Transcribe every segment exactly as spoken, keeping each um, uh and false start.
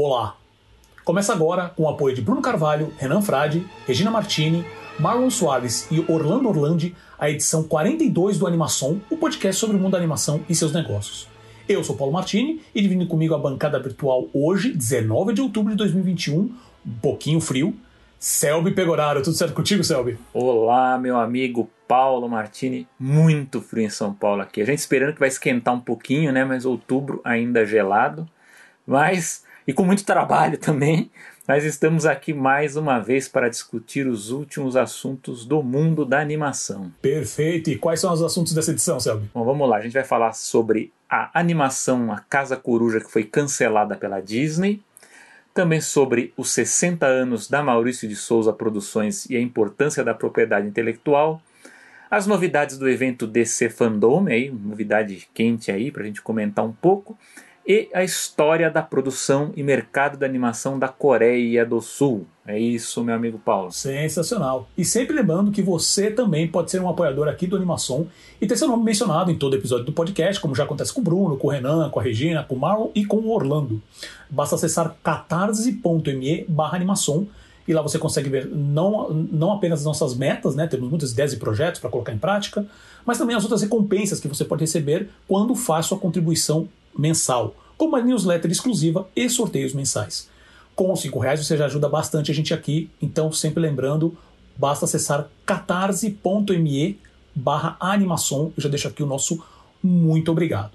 Olá! Começa agora, com o apoio de Bruno Carvalho, Renan Frade, Regina Martini, Marlon Soares e Orlando Orlandi, a edição quarenta e dois do Animação, o podcast sobre o mundo da animação e seus negócios. Eu sou Paulo Martini e dividindo comigo a bancada virtual hoje, dezenove de outubro de dois mil e vinte e um, um pouquinho frio, Selby Pegoraro. Tudo certo contigo, Selby? Olá, meu amigo Paulo Martini. Muito frio em São Paulo aqui. A gente esperando que vai esquentar um pouquinho, né? Mas outubro ainda gelado. Mas, e com muito trabalho também, nós estamos aqui mais uma vez para discutir os últimos assuntos do mundo da animação. Perfeito. E quais são os assuntos dessa edição, Selby? Bom, vamos lá. A gente vai falar sobre a animação A Casa Coruja, que foi cancelada pela Disney. Também sobre os sessenta anos da Maurício de Souza Produções e a importância da propriedade intelectual. As novidades do evento D C Fandom, aí, novidade quente aí para a gente comentar um pouco. E a história da produção e mercado da animação da Coreia do Sul. É isso, meu amigo Paulo. Sensacional. E sempre lembrando que você também pode ser um apoiador aqui do Animação e ter seu nome mencionado em todo episódio do podcast, como já acontece com o Bruno, com o Renan, com a Regina, com o Marlon e com o Orlando. Basta acessar catarse.me barra animação e lá você consegue ver não, não apenas as nossas metas, né? Temos muitas ideias e projetos para colocar em prática, mas também as outras recompensas que você pode receber quando faz sua contribuição mensal, como uma newsletter exclusiva e sorteios mensais. Com os cinco reais você já ajuda bastante a gente aqui, então sempre lembrando, basta acessar catarse.me barra animação. Eu já deixo aqui o nosso muito obrigado.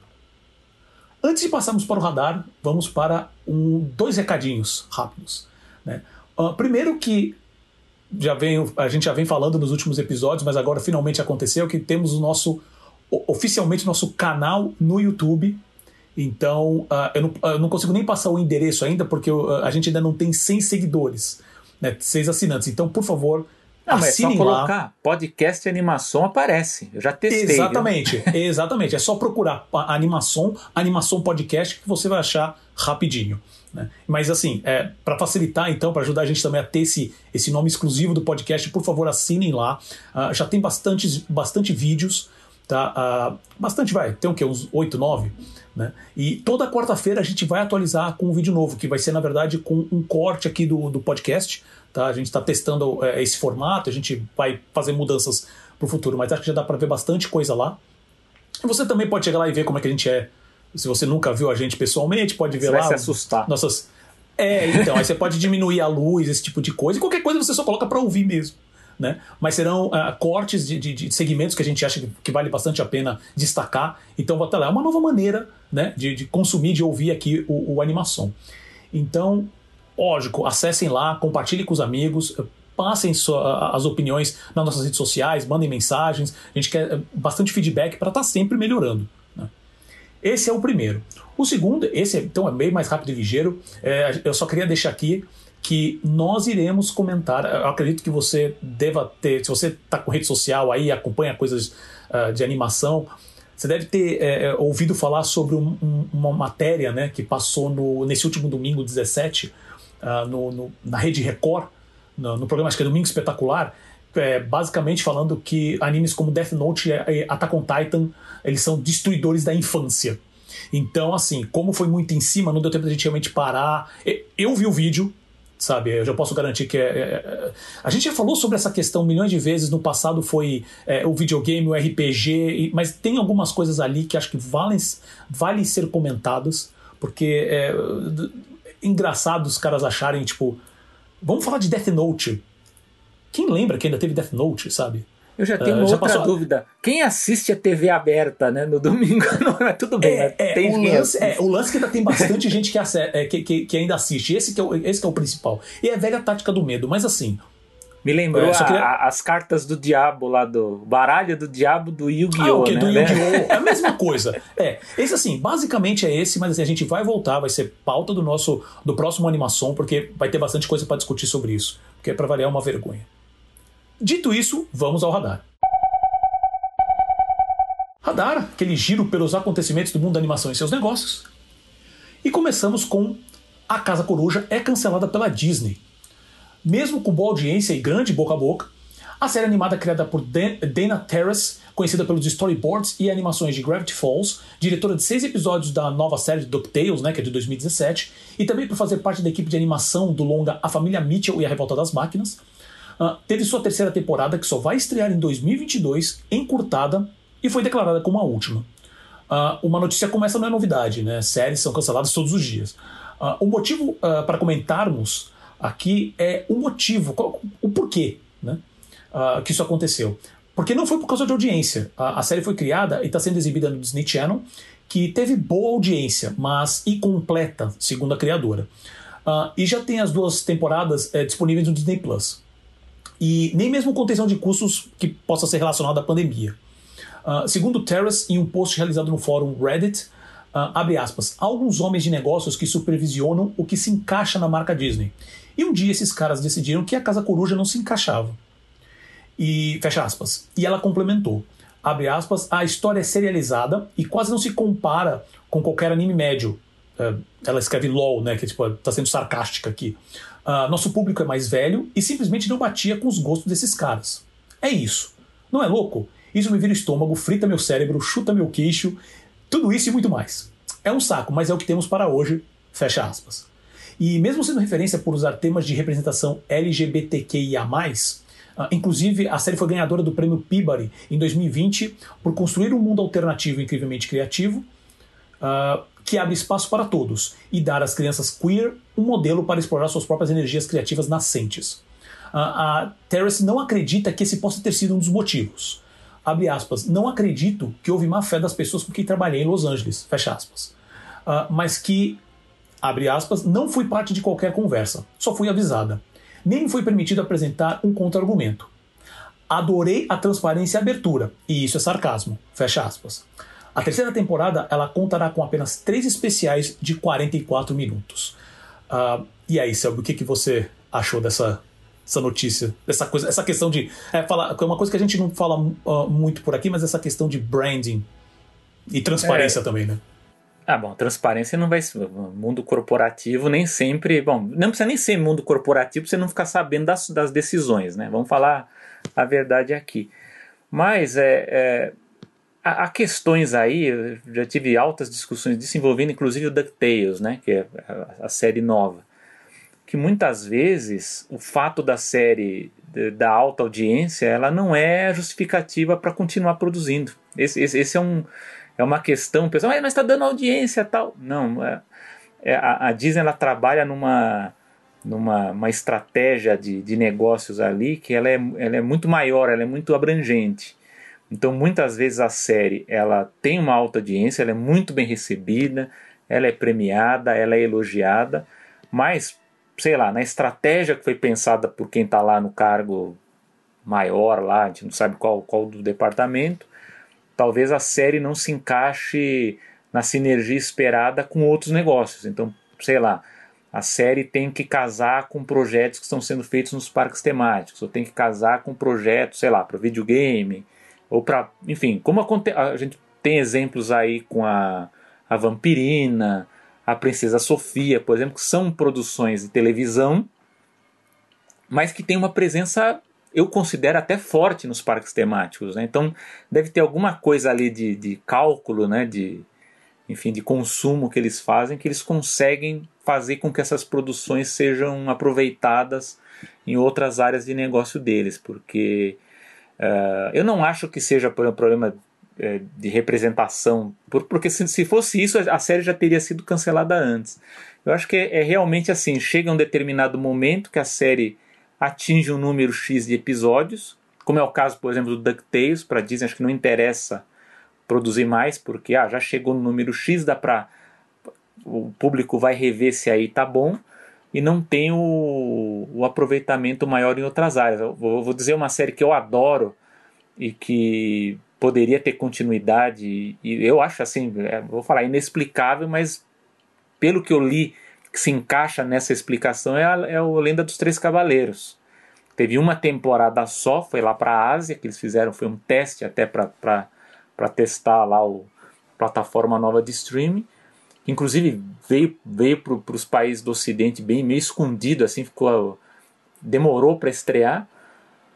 Antes de passarmos para o radar, vamos para um, dois recadinhos rápidos, né? Uh, primeiro que já vem, a gente já vem falando nos últimos episódios, mas agora finalmente aconteceu, que temos o nosso, oficialmente nosso canal no YouTube. Então, uh, eu, não, eu não consigo nem passar o endereço ainda, porque eu, a gente ainda não tem cem seguidores, né, seis assinantes. Então, por favor, não, assinem é só lá. Colocar podcast animação aparece. Eu já testei. Exatamente, exatamente. É só procurar animação, animação podcast, que você vai achar rapidinho, né? Mas assim, é, para facilitar então, para ajudar a gente também a ter esse, esse nome exclusivo do podcast, por favor, assinem lá. Uh, já tem bastante, bastante vídeos, tá? Uh, bastante, vai, tem o quê? Uns oito, nove? Né? E toda quarta-feira a gente vai atualizar com um vídeo novo, que vai ser, na verdade, com um corte aqui do, do podcast. Tá? A gente está testando é, esse formato, a gente vai fazer mudanças para o futuro, mas acho que já dá para ver bastante coisa lá. E você também pode chegar lá e ver como é que a gente é. Se você nunca viu a gente pessoalmente, pode ver você lá. Vai se assustar. Nossas... É, então, aí você pode diminuir a luz, esse tipo de coisa, e qualquer coisa você só coloca para ouvir mesmo. Né? Mas serão uh, cortes de, de, de segmentos que a gente acha que, que vale bastante a pena destacar. Então, até lá, é uma nova maneira, né, de, de consumir, de ouvir aqui o, o Animação. Então, lógico, acessem lá, compartilhem com os amigos, passem sua, as opiniões nas nossas redes sociais, mandem mensagens. A gente quer bastante feedback para estar tá sempre melhorando, né? Esse é o primeiro. O segundo, esse então é bem mais rápido e ligeiro. É, eu só queria deixar aqui que nós iremos comentar. Eu acredito que você deva ter, se você está com rede social aí, acompanha coisas uh, de animação, você deve ter é, ouvido falar sobre um, um, uma matéria, né, que passou no, nesse último domingo, dezessete, uh, no, no, na Rede Record, no, no programa, acho que é Domingo Espetacular, é, basicamente falando que animes como Death Note e Attack on Titan, eles são destruidores da infância. Então, assim, como foi muito em cima, não deu tempo da gente realmente parar. Eu vi o vídeo, sabe, eu já posso garantir que é, é, é, a gente já falou sobre essa questão milhões de vezes. No passado foi é, o videogame, o R P G, e, mas tem algumas coisas ali que acho que valem, valem ser comentadas, porque é, é engraçado os caras acharem, tipo, vamos falar de Death Note. Quem lembra que ainda teve Death Note, sabe? Eu já tenho uh, uma já outra passou... dúvida. Quem assiste a T V aberta, né, no domingo? Não, é tudo bem, é, né? É, tem o, lance, é, o lance que ainda tem bastante gente que, ace- é, que, que, que ainda assiste. Esse que, é o, esse que é o principal. E é a velha tática do medo. Mas assim... Me lembrou é, a, queria... a, as cartas do diabo lá, do baralho do diabo do Yu-Gi-Oh! Ah, o que? Né? Do Yu-Gi-Oh! É a mesma coisa. É, esse assim, basicamente é esse, mas assim, a gente vai voltar, vai ser pauta do nosso do próximo Animação, porque vai ter bastante coisa para discutir sobre isso. Porque para variar é uma vergonha. Dito isso, vamos ao radar. Radar, aquele giro pelos acontecimentos do mundo da animação e seus negócios. E começamos com A Casa Coruja é cancelada pela Disney. Mesmo com boa audiência e grande boca a boca, A série animada criada por Dan- Dana Terrace, conhecida pelos storyboards e animações de Gravity Falls, diretora de seis episódios da nova série de DuckTales, né, que é de dois mil e dezessete, e também por fazer parte da equipe de animação do longa A Família Mitchell e a Revolta das Máquinas, uh, teve sua terceira temporada, que só vai estrear em dois mil e vinte e dois, encurtada, e foi declarada como a última. Uh, uma notícia como essa não é novidade, né? Séries são canceladas todos os dias. Uh, o motivo uh, para comentarmos aqui é o motivo, qual, o porquê, né? Uh, que isso aconteceu. Porque não foi por causa de audiência. A, a série foi criada e está sendo exibida no Disney Channel, que teve boa audiência, mas incompleta, segundo a criadora. Uh, e já tem as duas temporadas é, disponíveis no Disney Plus. E nem mesmo contenção de custos que possa ser relacionada à pandemia. Uh, segundo Terrace, em um post realizado no fórum Reddit, uh, abre aspas, há alguns homens de negócios que supervisionam o que se encaixa na marca Disney. E um dia esses caras decidiram que a Casa Coruja não se encaixava. E fecha aspas. E ela complementou, abre aspas, a história é serializada e quase não se compara com qualquer anime médio. Uh, ela escreve LOL, né, que tipo, tá sendo sarcástica aqui. Uh, nosso público é mais velho e simplesmente não batia com os gostos desses caras. É isso. Não é louco? Isso me vira o estômago, frita meu cérebro, chuta meu queixo, tudo isso e muito mais. É um saco, mas é o que temos para hoje, fecha aspas. E mesmo sendo referência por usar temas de representação L G B T Q I A mais, uh, inclusive a série foi ganhadora do prêmio Peabody em dois mil e vinte por construir um mundo alternativo incrivelmente criativo, uh, que abre espaço para todos e dar às crianças queer um modelo para explorar suas próprias energias criativas nascentes. Uh, a Terrace não acredita que esse possa ter sido um dos motivos. Abre aspas, não acredito que houve má fé das pessoas com quem trabalhei em Los Angeles, fecha aspas. Uh, mas que, abre aspas, não fui parte de qualquer conversa, só fui avisada. Nem me foi permitido apresentar um contra-argumento. Adorei a transparência e a abertura, e isso é sarcasmo, fecha aspas. A terceira temporada, ela contará com apenas três especiais de quarenta e quatro minutos. Uh, e aí, Selby, o que, que você achou dessa... essa notícia, essa coisa, essa questão de é, falar, é uma coisa que a gente não fala uh, muito por aqui, mas essa questão de branding e transparência é. também, né? Ah, bom, transparência não vai ser mundo corporativo, nem sempre, bom, não precisa nem ser mundo corporativo pra você não ficar sabendo das, das decisões, né? Vamos falar a verdade aqui. Mas é, é há, há questões aí, eu já tive altas discussões disso envolvendo inclusive o DuckTales, né? Que é a, a série nova. Que muitas vezes o fato da série da alta audiência ela não é justificativa para continuar produzindo. Esse, esse, esse é, um, é uma questão, o pessoal, mas está dando audiência e tal. Não, é, é, a, a Disney ela trabalha numa, numa uma estratégia de, de negócios ali que ela é, ela é muito maior, ela é muito abrangente. Então muitas vezes a série ela tem uma alta audiência, ela é muito bem recebida, ela é premiada, ela é elogiada, mas sei lá, na estratégia que foi pensada por quem está lá no cargo maior lá, a gente não sabe qual, qual do departamento, talvez a série não se encaixe na sinergia esperada com outros negócios. Então, sei lá, a série tem que casar com projetos que estão sendo feitos nos parques temáticos, ou tem que casar com projetos, sei lá, para videogame, ou para, enfim, como aconte- a gente tem exemplos aí com a, a Vampirina, a Princesa Sofia, por exemplo, que são produções de televisão, mas que tem uma presença, eu considero até forte nos parques temáticos, né? Então deve ter alguma coisa ali de, de cálculo, né? de, enfim, de consumo que eles fazem, que eles conseguem fazer com que essas produções sejam aproveitadas em outras áreas de negócio deles, porque uh, eu não acho que seja por um problema de representação, porque se, se fosse isso a série já teria sido cancelada antes. Eu acho que é, é realmente assim, chega um determinado momento que a série atinge um número X de episódios, como é o caso, por exemplo, do DuckTales. Para Disney acho que não interessa produzir mais, porque ah, já chegou no número X, dá pra, o público vai rever se aí tá bom, e não tem o, o aproveitamento maior em outras áreas. Eu vou, vou dizer uma série que eu adoro e que poderia ter continuidade, e eu acho assim, é, vou falar inexplicável, mas pelo que eu li que se encaixa nessa explicação é, a, é o Lenda dos Três Cavaleiros. Teve uma temporada só, foi lá para a Ásia que eles fizeram, foi um teste até para testar lá a plataforma nova de streaming, inclusive veio, veio para os países do Ocidente bem meio escondido, assim, ficou, demorou para estrear.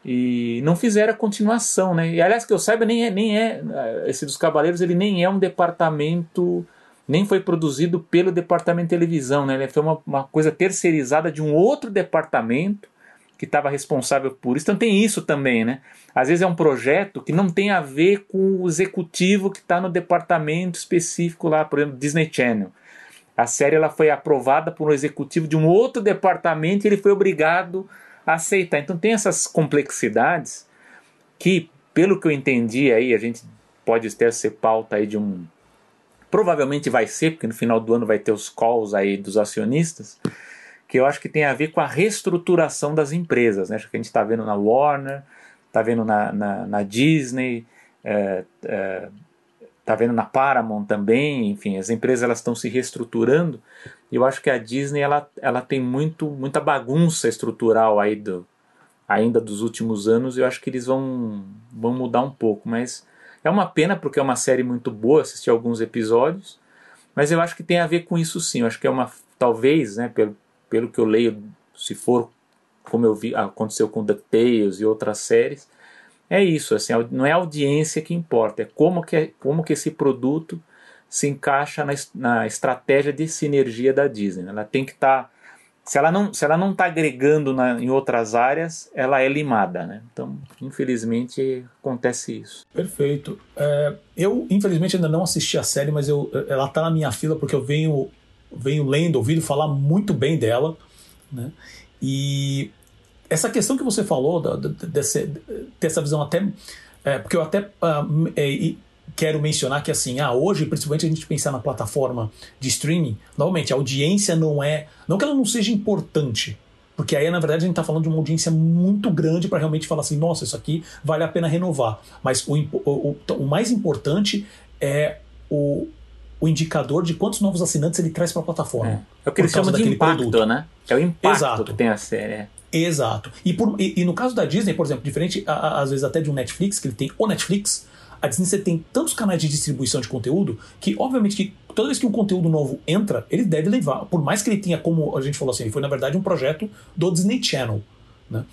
e não fizeram a continuação, né? E aliás, que eu saiba, nem é, nem é esse dos Cavaleiros, ele nem é um departamento, nem foi produzido pelo departamento de televisão, né? Ele foi uma, uma coisa terceirizada de um outro departamento que estava responsável por isso. Então tem isso também, né? Às vezes é um projeto que não tem a ver com o executivo que está no departamento específico lá, por exemplo, Disney Channel. A série ela foi aprovada por um executivo de um outro departamento e ele foi obrigado a aceitar. Então tem essas complexidades que, pelo que eu entendi aí, a gente pode até ser pauta aí de um... Provavelmente vai ser, porque no final do ano vai ter os calls aí dos acionistas, que eu acho que tem a ver com a reestruturação das empresas, né? Acho que a gente está vendo na Warner, está vendo na, na, na Disney, é, é, tá vendo na Paramount também, enfim, as empresas elas estão se reestruturando, e eu acho que a Disney ela, ela tem muito, muita bagunça estrutural aí do, ainda dos últimos anos, e eu acho que eles vão, vão mudar um pouco, mas é uma pena porque é uma série muito boa, assisti alguns episódios, mas eu acho que tem a ver com isso sim, eu acho que é uma, talvez, né, pelo, pelo que eu leio, se for como eu vi, aconteceu com DuckTales e outras séries, é isso, assim, não é a audiência que importa, é como que, é, como que esse produto se encaixa na, na estratégia de sinergia da Disney. Ela tem que estar... Tá, se ela não se ela não está agregando na, em outras áreas, ela é limada, né? Então, infelizmente, acontece isso. Perfeito. É, eu, infelizmente, ainda não assisti a série, mas eu, ela está na minha fila porque eu venho, venho lendo, ouvindo falar muito bem dela, né? E essa questão que você falou, da, da, dessa, dessa visão até... É, porque eu até uh, é, quero mencionar que assim, ah, hoje, principalmente a gente pensar na plataforma de streaming, novamente, a audiência não é... Não que ela não seja importante, porque aí, na verdade, a gente está falando de uma audiência muito grande para realmente falar assim, nossa, isso aqui vale a pena renovar. Mas o, o, o, o mais importante é o... o indicador de quantos novos assinantes ele traz para a plataforma. É, é o que eles chamam de impacto, produto. Né? É o impacto Exato. Que tem a série. É. Exato. E, por, e, e no caso da Disney, por exemplo, diferente a, a, às vezes até de um Netflix, que ele tem o Netflix, a Disney você tem tantos canais de distribuição de conteúdo que, obviamente, que toda vez que um conteúdo novo entra, ele deve levar. Por mais que ele tenha, como a gente falou assim, ele foi, na verdade, um projeto do Disney Channel. Né?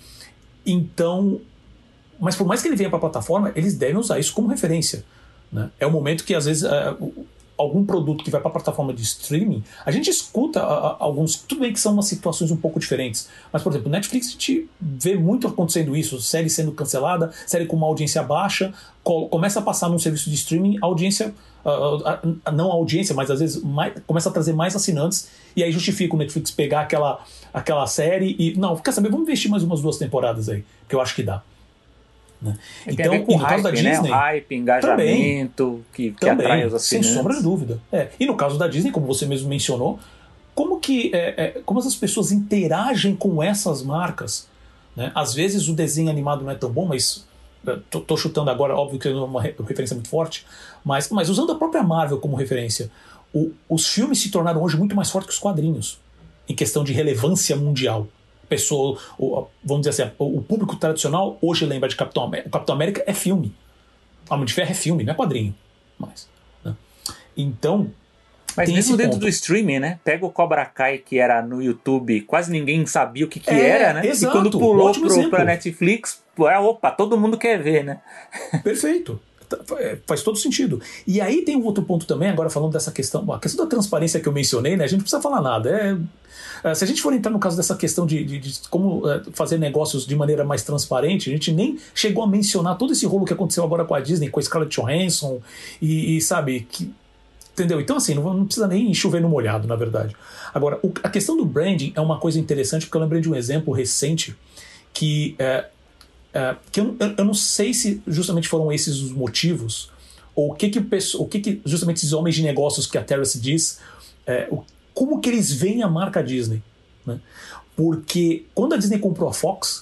Então... Mas por mais que ele venha para a plataforma, eles devem usar isso como referência. Né? É o momento que, às vezes... Uh, algum produto que vai para a plataforma de streaming, a gente escuta a, a, alguns... Tudo bem que são umas situações um pouco diferentes, mas, por exemplo, Netflix, a gente vê muito acontecendo isso, série sendo cancelada, série com uma audiência baixa, co- começa a passar num serviço de streaming, a audiência... Uh, uh, não a audiência, mas às vezes mais, começa a trazer mais assinantes, e aí justifica o Netflix pegar aquela, aquela série e... Não, quer saber, vamos investir mais umas duas temporadas aí, que eu acho que dá. Né? Então, e no hype, caso da Disney, né? O hype, engajamento, também, que, que também, atrai os assinantes. Sem sombra de dúvida. É. E no caso da Disney, como você mesmo mencionou, como que é, é, como essas pessoas interagem com essas marcas? Né? Às vezes o desenho animado não é tão bom, mas tô, tô chutando agora, óbvio que é uma referência muito forte, mas, mas usando a própria Marvel como referência, o, os filmes se tornaram hoje muito mais fortes que os quadrinhos, em questão de relevância mundial. Pessoa, vamos dizer assim, o público tradicional hoje lembra de Capitão América. O Capitão América é filme. Homem de Ferro é filme, não é quadrinho. Mas, né? Então. Mas mesmo dentro ponto. do streaming, né? Pega o Cobra Kai, que era no YouTube, quase ninguém sabia o que, que é, era, né? Exato, e quando pulou pro, pra Netflix, opa, todo mundo quer ver, né? Perfeito. Faz todo sentido. E aí tem um outro ponto também, agora falando dessa questão, a questão da transparência que eu mencionei, né? A gente não precisa falar nada. É, se a gente for entrar no caso dessa questão de, de, de como fazer negócios de maneira mais transparente, a gente nem chegou a mencionar todo esse rolo que aconteceu agora com a Disney, com a Scarlett Johansson, e, e sabe, que, entendeu? Então assim, não, não precisa nem chover no molhado, na verdade. Agora, o, a questão do branding é uma coisa interessante, porque eu lembrei de um exemplo recente que... É, Uh, que eu, eu, eu não sei se justamente foram esses os motivos, ou o que que, o, o que, que justamente esses homens de negócios que a Terrace diz, é, o, como que eles veem a marca Disney, né? Porque quando a Disney comprou a Fox,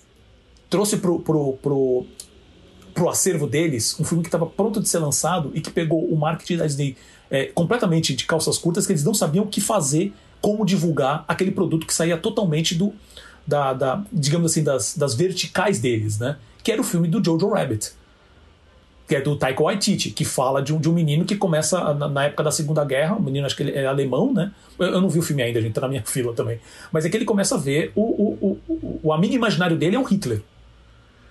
trouxe pro, pro, pro, pro acervo deles um filme que estava pronto de ser lançado e que pegou o marketing da Disney é, completamente de calças curtas, que eles não sabiam o que fazer, como divulgar aquele produto que saía totalmente do Da, da, digamos assim, das, das verticais deles, né? Que era o filme do Jojo Rabbit, que é do Taika Waititi, que fala de um, de um menino que começa na, na época da Segunda Guerra, o menino acho que ele é alemão, né? Eu, eu não vi o filme ainda, a gente tá na minha fila também, mas é que ele começa a ver o, o, o, o amigo imaginário dele é o Hitler.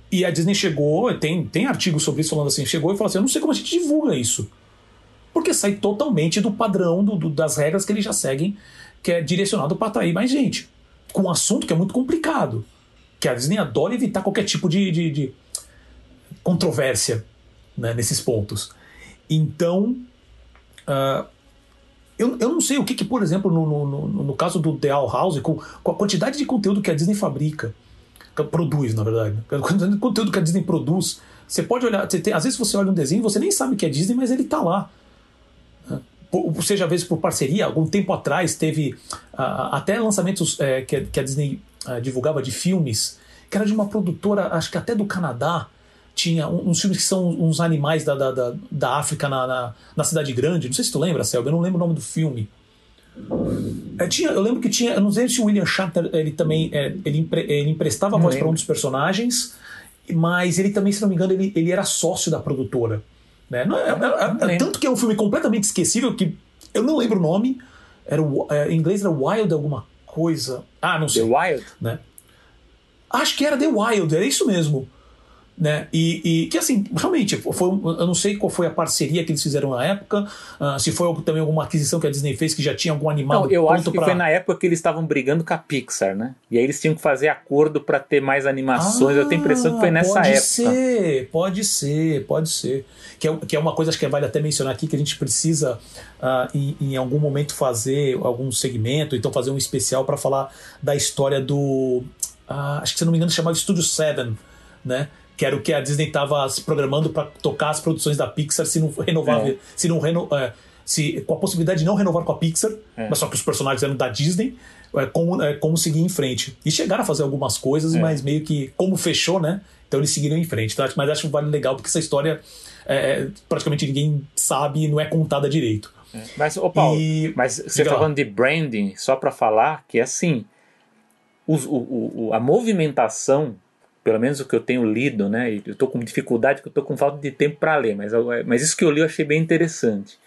E a Disney chegou, tem, tem artigos sobre isso falando assim, chegou e falou assim, eu não sei como a gente divulga isso. Porque sai totalmente do padrão do, do, das regras que eles já seguem, que é direcionado para atrair mais gente. Com um assunto que é muito complicado. Que a Disney adora evitar qualquer tipo de, de, de controvérsia, né, nesses pontos. Então, uh, eu, eu não sei o que, que por exemplo, no, no, no, no caso do The Owl House, com, com a quantidade de conteúdo que a Disney fabrica, produz, na verdade, a quantidade de conteúdo que a Disney produz, você pode olhar, você tem, às vezes você olha um desenho, você nem sabe que é Disney, mas ele está lá. Por, seja às vezes por parceria, algum tempo atrás teve uh, até lançamentos uh, que, que a Disney uh, divulgava de filmes, que era de uma produtora, acho que até do Canadá, tinha uns filmes que são uns animais da, da, da, da África na, na, na cidade grande, não sei se tu lembra, Selby, eu não lembro o nome do filme. É, tinha, eu lembro que tinha, eu não sei se o William Shatner ele também é, ele, empre, ele emprestava a voz para um dos personagens, mas ele também, se não me engano, ele, ele era sócio da produtora. Né? Não, é, é, é, tanto que é um filme completamente esquecível que eu não lembro o nome. Era o, é, em inglês era Wild alguma coisa. Ah, não sei. The Wild? Né? Acho que era The Wild, era isso mesmo. Né? E, e que assim, realmente, foi, eu não sei qual foi a parceria que eles fizeram na época, uh, se foi também alguma aquisição que a Disney fez que já tinha algum animal. Não, eu acho que pra... foi na época que eles estavam brigando com a Pixar, né? E aí eles tinham que fazer acordo para ter mais animações. Ah, eu tenho a impressão que foi nessa pode época. Pode ser, pode ser, pode ser. Que é, que é uma coisa, acho que vale até mencionar aqui, que a gente precisa uh, em, em algum momento fazer algum segmento, então fazer um especial para falar da história do. Uh, acho que se não me engano chamava Studio Seven, né? Que era o que a Disney estava se programando para tocar as produções da Pixar se não renovar, é. se não reno, é, se, com a possibilidade de não renovar com a Pixar, é. mas só que os personagens eram da Disney, é, como, é, como seguir em frente. E chegaram a fazer algumas coisas, é. mas meio que, como fechou, né? Então eles seguiram em frente. Então, mas acho que vale legal, porque essa história é, praticamente ninguém sabe e não é contada direito. É. Mas, ô Paulo, e, mas você está falando de branding, só para falar que, assim, os, o, o, a movimentação, pelo menos o que eu tenho lido, né? Eu estou com dificuldade, porque eu estou com falta de tempo para ler, mas, mas isso que eu li eu achei bem interessante.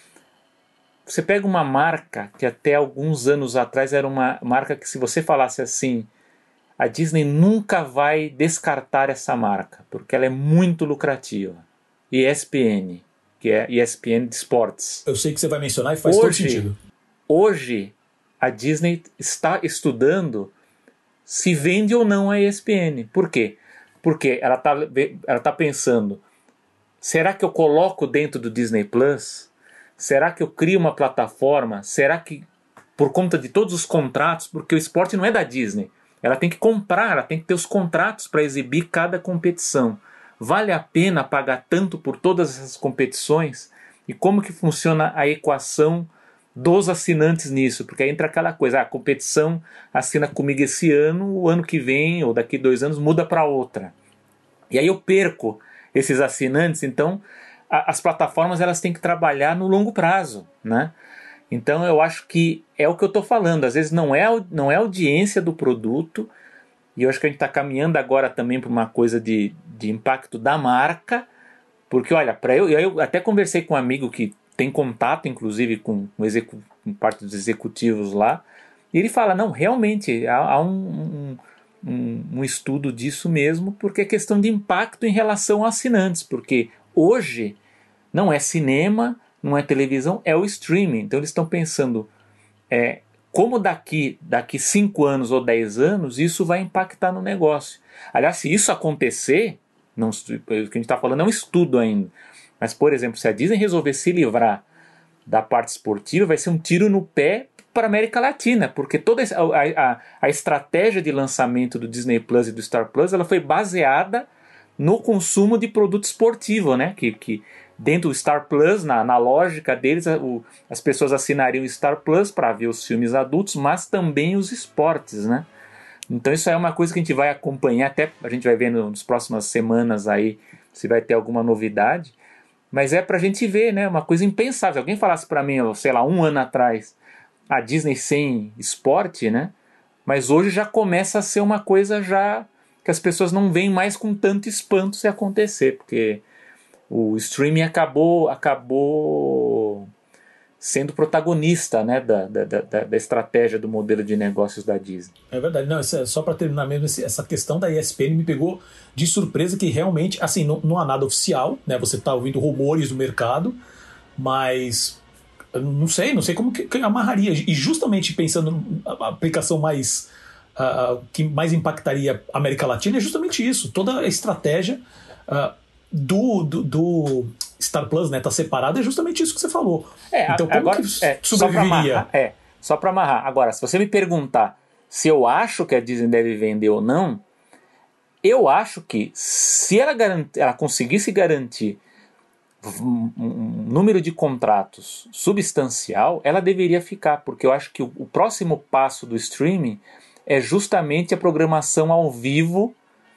Você pega uma marca que até alguns anos atrás era uma marca que, se você falasse assim, a Disney nunca vai descartar essa marca, porque ela é muito lucrativa. E S P N, que é E S P N de esportes. Eu sei que você vai mencionar e faz hoje, todo sentido. Hoje, a Disney está estudando se vende ou não a E S P N. Por quê? Porque ela está ela tá pensando, será que eu coloco dentro do Disney Plus? Será que eu crio uma plataforma? Será que, por conta de todos os contratos, porque o esporte não é da Disney, ela tem que comprar, ela tem que ter os contratos para exibir cada competição. Vale a pena pagar tanto por todas essas competições? E como que funciona a equação dos assinantes nisso? Porque aí entra aquela coisa, ah, a competição assina comigo esse ano, o ano que vem ou daqui dois anos muda para outra. E aí eu perco esses assinantes, então a, as plataformas elas têm que trabalhar no longo prazo, né? Então eu acho que é o que eu estou falando, às vezes não é, não é a audiência do produto, e eu acho que a gente está caminhando agora também para uma coisa de, de impacto da marca, porque olha, para eu, eu até conversei com um amigo que tem contato, inclusive, com, com, execu- com parte dos executivos lá, e ele fala, não, realmente, há, há um, um, um estudo disso mesmo, porque é questão de impacto em relação a assinantes, porque hoje não é cinema, não é televisão, é o streaming. Então eles estão pensando, é, como daqui, daqui cinco anos ou dez anos isso vai impactar no negócio. Aliás, se isso acontecer, não, o que a gente está falando é um estudo ainda, mas, por exemplo, se a Disney resolver se livrar da parte esportiva, vai ser um tiro no pé para a América Latina, porque toda a, a, a estratégia de lançamento do Disney Plus e do Star Plus ela foi baseada no consumo de produto esportivo, né? que, que dentro do Star Plus, na, na lógica deles, o, as pessoas assinariam o Star Plus para ver os filmes adultos, mas também os esportes, né? Então isso é uma coisa que a gente vai acompanhar, até a gente vai ver nas próximas semanas aí se vai ter alguma novidade. Mas é pra gente ver, né? Uma coisa impensável. Se alguém falasse pra mim, sei lá, um ano atrás, a Disney sem esporte, né? Mas hoje já começa a ser uma coisa já que as pessoas não veem mais com tanto espanto se acontecer, porque o streaming acabou, acabou sendo protagonista, né, da, da, da, da estratégia do modelo de negócios da Disney. É verdade. Não, isso é só para terminar mesmo, essa questão da E S P N me pegou de surpresa, que realmente, assim, não, não há nada oficial, né? Você está ouvindo rumores do mercado, mas eu não sei, não sei como que, que amarraria. E justamente pensando na aplicação mais uh, que mais impactaria a América Latina é justamente isso. Toda a estratégia uh, do, do, do Star Plus, né, tá separada, é justamente isso que você falou. É, então, como agora, que é, sobreviveria? É, só para amarrar. Agora, se você me perguntar se eu acho que a Disney deve vender ou não, eu acho que se ela, garante, ela conseguisse garantir um, um número de contratos substancial, ela deveria ficar, porque eu acho que o, o próximo passo do streaming é justamente a programação ao vivo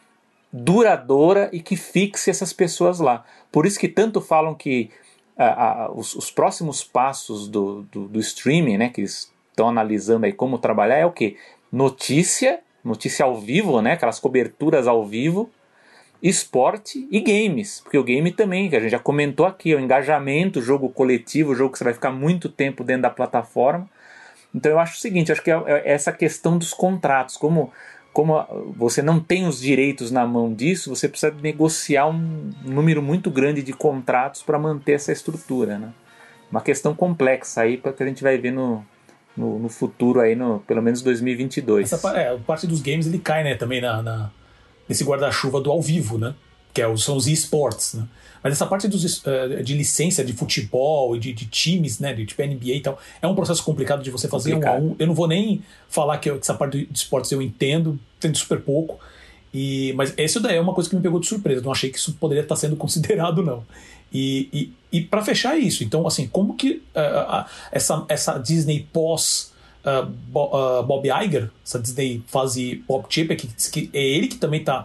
duradoura e que fixe essas pessoas lá. Por isso que tanto falam que ah, ah, os, os próximos passos do, do, do streaming, né, que eles estão analisando aí como trabalhar, é o quê? Notícia, notícia ao vivo, né, aquelas coberturas ao vivo, esporte e games, porque o game também, que a gente já comentou aqui, o engajamento, o jogo coletivo, o jogo que você vai ficar muito tempo dentro da plataforma. Então eu acho o seguinte, acho que é, é essa questão dos contratos, como como você não tem os direitos na mão disso, você precisa negociar um número muito grande de contratos para manter essa estrutura, né? Uma questão complexa aí para que a gente vai ver no, no, no futuro aí, no, pelo menos dois mil e vinte e dois. Essa é, a parte dos games ele cai, né, também na, na, nesse guarda-chuva do ao vivo, né? Que é, são os esportes, né? Mas essa parte dos, uh, de licença de futebol e de, de times, né, de tipo N B A e tal, é um processo complicado de você fazer complicado. um a um. Eu não vou nem falar que, eu, que essa parte de esportes eu entendo, entendo super pouco, e, mas isso daí é uma coisa que me pegou de surpresa. Não achei que isso poderia estar sendo considerado, não. E, e, e para fechar isso, então, assim, como que uh, uh, essa, essa Disney pós uh, Bo, uh, Bob Iger, essa Disney fase Bob Chapek, que, que é ele que também está...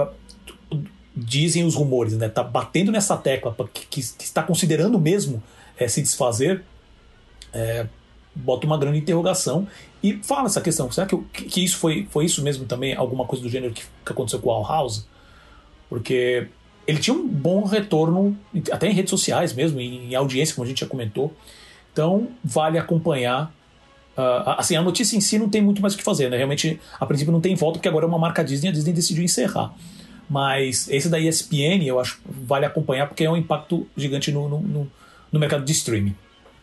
dizem os rumores, né? Tá batendo nessa tecla que, que, que está considerando mesmo é, se desfazer, é, bota uma grande interrogação e fala essa questão. Será que, que isso foi, foi isso mesmo também? Alguma coisa do gênero que, que aconteceu com o Al House? Porque ele tinha um bom retorno, até em redes sociais mesmo, em, em audiência, como a gente já comentou. Então, vale acompanhar. Uh, assim, a notícia em si não tem muito mais o que fazer, né? Realmente, a princípio não tem volta, porque agora é uma marca Disney e a Disney decidiu encerrar. Mas esse da E S P N eu acho que vale acompanhar porque é um impacto gigante no, no, no mercado de streaming.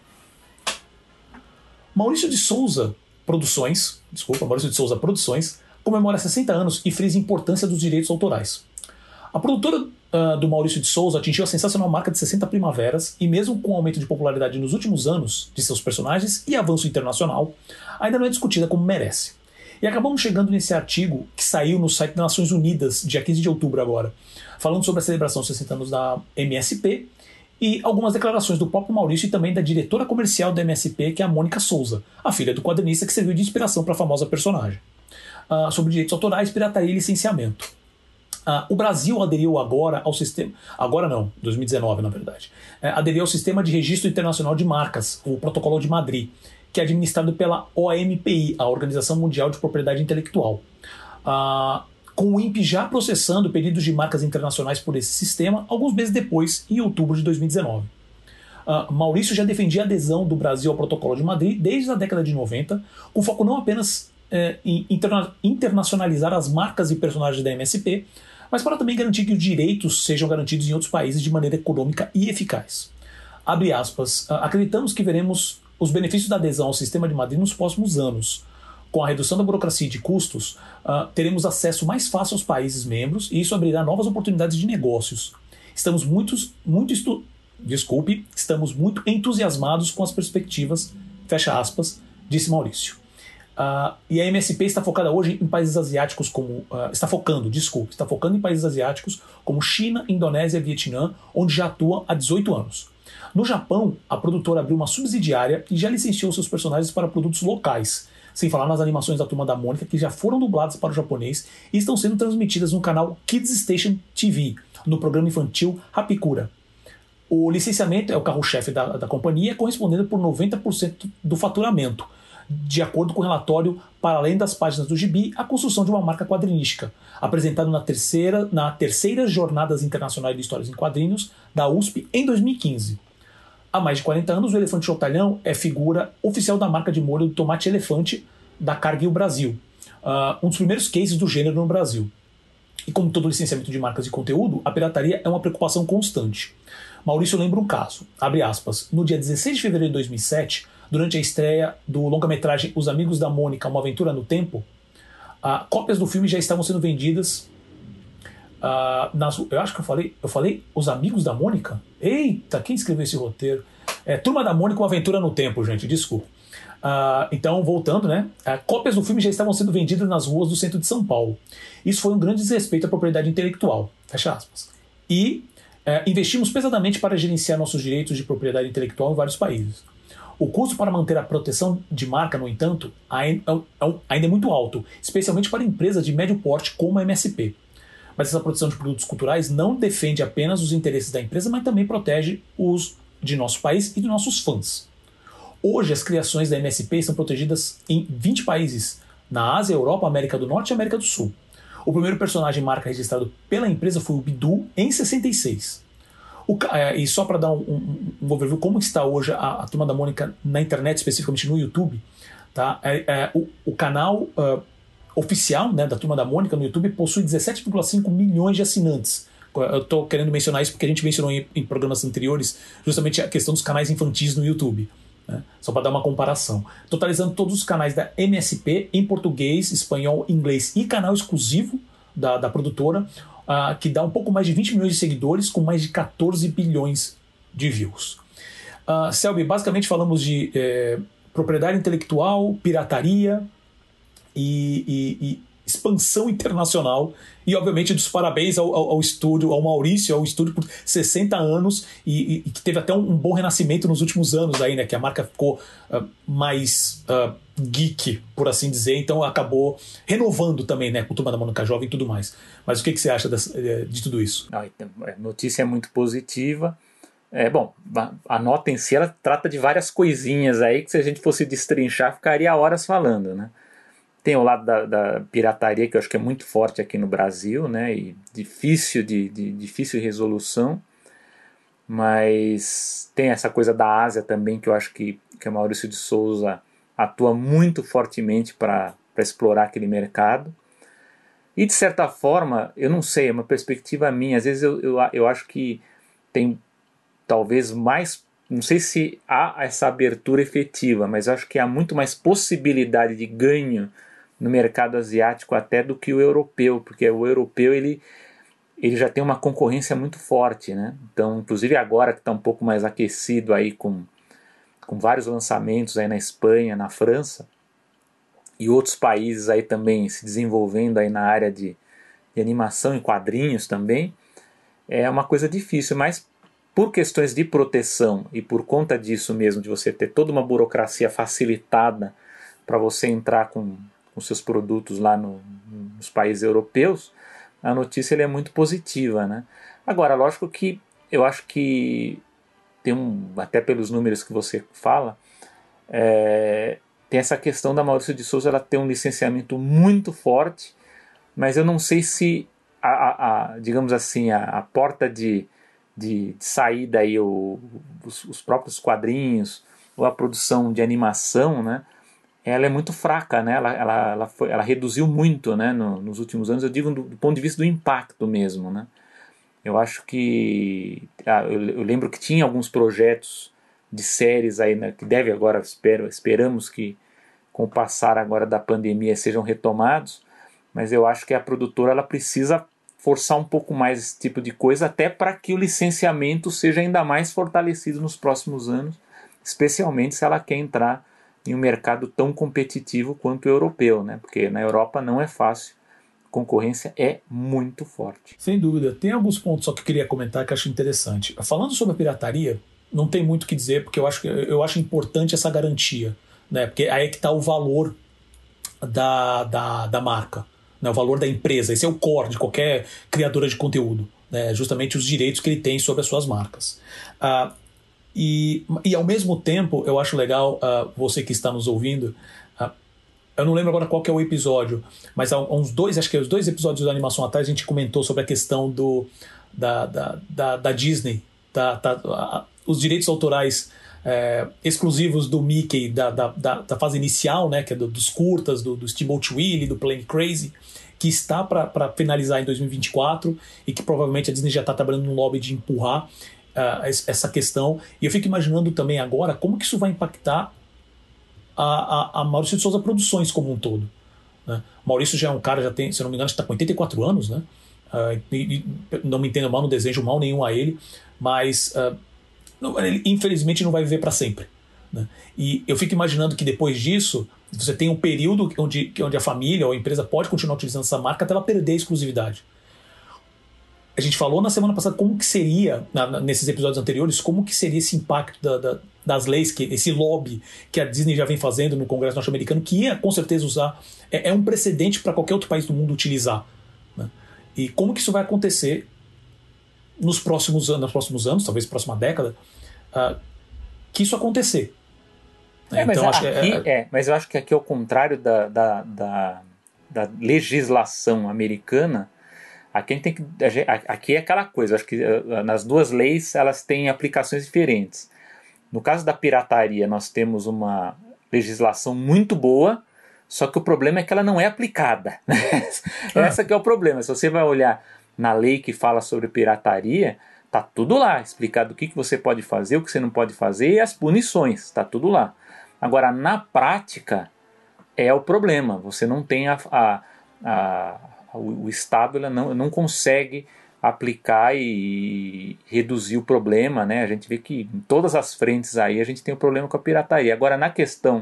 Maurício de Souza Produções, desculpa, Maurício de Souza Produções comemora sessenta anos e frisa a importância dos direitos autorais. A produtora uh, do Maurício de Souza atingiu a sensacional marca de sessenta primaveras e mesmo com o aumento de popularidade nos últimos anos de seus personagens e avanço internacional, ainda não é discutida como merece. E acabamos chegando nesse artigo que saiu no site das Nações Unidas, dia quinze de outubro agora, falando sobre a celebração dos sessenta anos da M S P e algumas declarações do próprio Maurício e também da diretora comercial da M S P, que é a Mônica Souza, a filha do quadrinista que serviu de inspiração para a famosa personagem, uh, sobre direitos autorais, pirataria e licenciamento. Uh, o Brasil aderiu agora ao sistema... Agora não, dois mil e dezenove na verdade. Uh, aderiu ao Sistema de Registro Internacional de Marcas, o Protocolo de Madrid, que é administrado pela O M P I, a Organização Mundial de Propriedade Intelectual. Uh, com o I N P já processando pedidos de marcas internacionais por esse sistema, alguns meses depois, em outubro de dois mil e dezenove. Uh, Maurício já defendia a adesão do Brasil ao Protocolo de Madrid desde a década de noventa, com foco não apenas eh, em interna- internacionalizar as marcas e personagens da M S P, mas para também garantir que os direitos sejam garantidos em outros países de maneira econômica e eficaz. Abre aspas, uh, acreditamos que veremos os benefícios da adesão ao sistema de Madrid nos próximos anos. Com a redução da burocracia e de custos, uh, teremos acesso mais fácil aos países membros e isso abrirá novas oportunidades de negócios. Estamos muito, muito estu... Desculpe, estamos muito entusiasmados com as perspectivas, fecha aspas, disse Maurício. Uh, e a M S P está focada hoje em países asiáticos como... Uh, está focando, desculpe, está focando em países asiáticos como China, Indonésia e Vietnã, onde já atua há dezoito anos. No Japão, a produtora abriu uma subsidiária e já licenciou seus personagens para produtos locais, sem falar nas animações da Turma da Mônica, que já foram dubladas para o japonês e estão sendo transmitidas no canal Kids Station T V, no programa infantil Hapikura. O licenciamento é o carro-chefe da, da companhia, correspondendo por noventa por cento do faturamento, de acordo com o relatório Para Além das Páginas do Gibi, a construção de uma marca quadrinística, apresentado na terceira, na terceira Jornadas Internacionais de Histórias em Quadrinhos, da U S P, em dois mil e quinze. Há mais de quarenta anos, o elefante chotalhão é figura oficial da marca de molho do tomate elefante da Cargill Brasil, uh, um dos primeiros cases do gênero no Brasil. E como todo licenciamento de marcas e conteúdo, a pirataria é uma preocupação constante. Maurício lembra um caso, abre aspas, no dia dezesseis de fevereiro de dois mil e sete, durante a estreia do longa-metragem Os Amigos da Mônica, Uma Aventura no Tempo, uh, cópias do filme já estavam sendo vendidas uh, nas... Eu acho que eu falei... Eu falei Os Amigos da Mônica? Eita, quem escreveu esse roteiro? É Turma da Mônica, Uma Aventura no Tempo, gente, desculpa. Uh, então, voltando, né? Uh, cópias do filme já estavam sendo vendidas nas ruas do centro de São Paulo. Isso foi um grande desrespeito à propriedade intelectual. Fecha aspas. E uh, investimos pesadamente para gerenciar nossos direitos de propriedade intelectual em vários países. O custo para manter a proteção de marca, no entanto, ainda é muito alto, especialmente para empresas de médio porte como a M S P. Mas essa proteção de produtos culturais não defende apenas os interesses da empresa, mas também protege os de nosso país e de nossos fãs. Hoje, as criações da M S P estão protegidas em vinte países, na Ásia, Europa, América do Norte e América do Sul. O primeiro personagem marca registrado pela empresa foi o Bidu, em sessenta e seis. O, é, e só para dar um, um, um overview como está hoje a, a Turma da Mônica na internet, especificamente no YouTube, tá? é, é, o, o canal uh, oficial, né, da Turma da Mônica no YouTube possui dezessete vírgula cinco milhões de assinantes. Eu estou querendo mencionar isso porque a gente mencionou em, em programas anteriores justamente a questão dos canais infantis no YouTube. Né? Só para dar uma comparação. Totalizando todos os canais da M S P em português, espanhol, inglês e canal exclusivo da, da produtora, uh, que dá um pouco mais de vinte milhões de seguidores com mais de catorze bilhões de views. Uh, Selby, basicamente falamos de eh, propriedade intelectual, pirataria e, e, e expansão internacional e, obviamente, dos parabéns ao, ao, ao estúdio, ao Maurício, ao estúdio por sessenta anos e, e, e que teve até um, um bom renascimento nos últimos anos aí, né? Que a marca ficou uh, mais uh, geek, por assim dizer, então acabou renovando também, né? Com Turma da Mônica Jovem e tudo mais. Mas o que, que você acha das, de tudo isso? A notícia é muito positiva. É, bom, a nota em si ela trata de várias coisinhas aí que se a gente fosse destrinchar ficaria horas falando, né? Tem o lado da, da pirataria, que eu acho que é muito forte aqui no Brasil, né, e difícil de, de difícil resolução, mas tem essa coisa da Ásia também, que eu acho que, que o Maurício de Souza atua muito fortemente para explorar aquele mercado. E de certa forma, eu não sei, é uma perspectiva minha, às vezes eu, eu, eu acho que tem talvez mais, não sei se há essa abertura efetiva, mas eu acho que há muito mais possibilidade de ganho no mercado asiático até do que o europeu, porque o europeu ele, ele já tem uma concorrência muito forte, né? Então, inclusive agora que está um pouco mais aquecido aí com, com vários lançamentos aí na Espanha, na França e outros países aí também se desenvolvendo aí na área de, de animação e quadrinhos também, é uma coisa difícil, mas por questões de proteção e por conta disso mesmo, de você ter toda uma burocracia facilitada para você entrar com os seus produtos lá no, nos países europeus, a notícia ele é muito positiva, né? Agora, lógico que eu acho que tem um, até pelos números que você fala, é, tem essa questão da Maurício de Souza, ela tem um licenciamento muito forte, mas eu não sei se a, a, a digamos assim, a, a porta de, de, de saída aí, o, os, os próprios quadrinhos ou a produção de animação, né? Ela é muito fraca, né? ela, ela, ela, foi, ela reduziu muito, né? no, nos últimos anos, eu digo do, do ponto de vista do impacto mesmo, né? Eu acho que ah, eu, eu lembro que tinha alguns projetos de séries aí, né, que deve agora, espero, esperamos que com o passar agora da pandemia sejam retomados, mas eu acho que a produtora ela precisa forçar um pouco mais esse tipo de coisa, até para que o licenciamento seja ainda mais fortalecido nos próximos anos, especialmente se ela quer entrar em um mercado tão competitivo quanto o europeu, né? Porque na Europa não é fácil, a concorrência é muito forte. Sem dúvida. Tem alguns pontos só que eu queria comentar que eu acho interessante. Falando sobre a pirataria, não tem muito o que dizer, porque eu acho, eu acho importante essa garantia, né? Porque aí é que está o valor da, da, da marca, né? O valor da empresa. Esse é o core de qualquer criadora de conteúdo, né? Justamente os direitos que ele tem sobre as suas marcas. Ah, E, e ao mesmo tempo, eu acho legal, uh, você que está nos ouvindo, uh, eu não lembro agora qual que é o episódio, mas há uns dois, acho que é os dois episódios da animação atrás, a gente comentou sobre a questão do, da, da, da, da Disney tá, tá, a, os direitos autorais é, exclusivos do Mickey da, da, da, da fase inicial, né, que é do, dos curtas, do, do Steamboat Willie, do Plane Crazy, que está para finalizar em dois mil e vinte e quatro e que provavelmente a Disney já está trabalhando num lobby de empurrar uh, essa questão. E eu fico imaginando também agora como que isso vai impactar a, a, a Maurício de Souza Produções como um todo. Né? Maurício já é um cara, já tem, se eu não me engano, está com oitenta e quatro anos, né? Uh, e, e, não me entendo mal, não desejo mal nenhum a ele, mas uh, não, ele infelizmente não vai viver para sempre. Né? E eu fico imaginando que depois disso você tem um período onde, onde a família ou a empresa pode continuar utilizando essa marca até ela perder a exclusividade. A gente falou na semana passada como que seria, na, nesses episódios anteriores, como que seria esse impacto da, da, das leis, que, esse lobby que a Disney já vem fazendo no Congresso norte-americano, que ia com certeza usar, é, é um precedente para qualquer outro país do mundo utilizar. Né? E como que isso vai acontecer nos próximos, nos próximos anos, talvez na próxima década, uh, que isso acontecer. É, mas, então, acho aqui, que é, é, mas eu acho que aqui, ao contrário da, da, da, da legislação americana, aqui, a gente tem que, aqui é aquela coisa, acho que nas duas leis elas têm aplicações diferentes. No caso da pirataria, nós temos uma legislação muito boa, só que o problema é que ela não é aplicada. Ah. Esse que é o problema. Se você vai olhar na lei que fala sobre pirataria, tá tudo lá, explicado o que, que você pode fazer, o que você não pode fazer e as punições, tá tudo lá. Agora, na prática, é o problema. Você não tem a, a, a, o, o Estado ele não, não consegue aplicar e reduzir o problema, né? A gente vê que em todas as frentes aí a gente tem um problema com a pirataria. Agora, na questão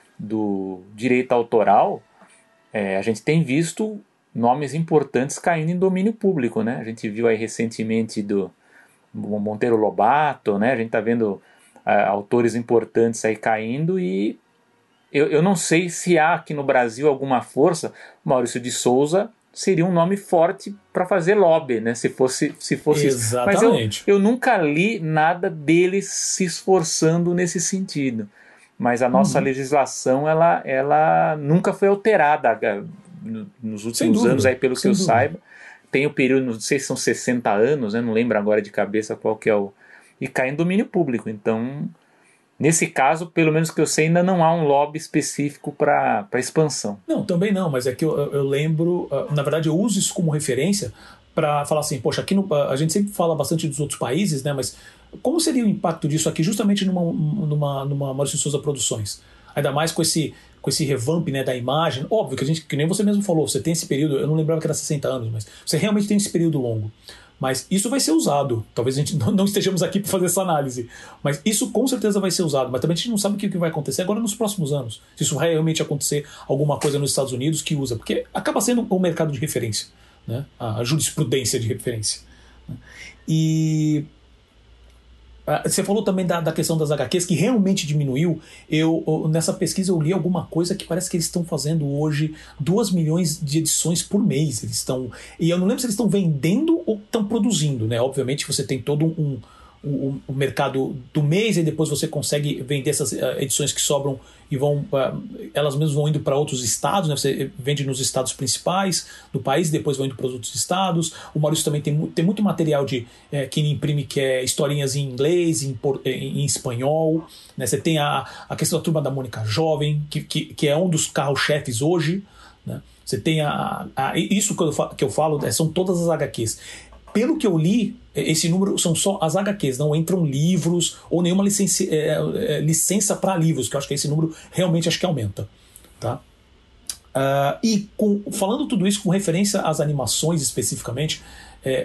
do direito autoral, é, a gente tem visto nomes importantes caindo em domínio público, né? A gente viu aí recentemente do Monteiro Lobato, né? A gente está vendo Uh, autores importantes aí caindo e eu, eu não sei se há aqui no Brasil alguma força. Maurício de Souza seria um nome forte para fazer lobby, né? Se fosse, se fosse Exatamente. Mas eu, eu nunca li nada dele se esforçando nesse sentido. Mas a nossa uhum. legislação ela, ela nunca foi alterada nos últimos anos, aí, pelo Sem que eu dúvida. saiba. Tem o período, não sei se são sessenta anos, né? Não lembro agora de cabeça qual que é o... E cai em domínio público. Então, nesse caso, pelo menos que eu sei, ainda não há um lobby específico para expansão. Não, também não, mas é que eu, eu lembro, uh, na verdade eu uso isso como referência para falar assim, poxa, aqui no, uh, a gente sempre fala bastante dos outros países, né? Mas como seria o impacto disso aqui justamente numa, numa, numa Maurício de Souza Produções? Ainda mais com esse, com esse revamp, né, da imagem. Óbvio que a gente, que nem você mesmo falou, você tem esse período, eu não lembrava que era sessenta anos, mas você realmente tem esse período longo. Mas isso vai ser usado. Talvez a gente não estejamos aqui para fazer essa análise. Mas isso com certeza vai ser usado. Mas também a gente não sabe o que vai acontecer agora nos próximos anos. Se isso vai realmente acontecer alguma coisa nos Estados Unidos que usa. Porque acaba sendo um mercado de referência. Né? A jurisprudência de referência. E... Você falou também da, da questão das agá quês, que realmente diminuiu. Eu, eu, nessa pesquisa eu li alguma coisa que parece que eles estão fazendo hoje dois milhões de edições por mês. Eles estão, e eu não lembro se eles estão vendendo ou estão produzindo, né? Obviamente você tem todo um, um, um mercado do mês e depois você consegue vender essas uh, edições que sobram e vão, uh, elas mesmas vão indo para outros estados, né? Você vende nos estados principais do país, depois vão indo para os outros estados. O Maurício também tem, tem muito material de, é, que ele imprime, que é historinhas em inglês, em, em, em espanhol, né? Você tem a, a questão da Turma da Mônica Jovem, que, que, que é um dos carros-chefes hoje, né? Você tem a, a, isso que eu, que eu falo, é, são todas as agá quês. Pelo que eu li, esse número são só as agá quês, não entram livros ou nenhuma licença, é, é, licença para livros, que eu acho que esse número realmente acho que aumenta. Tá? Uh, e com, falando tudo isso com referência às animações especificamente, é,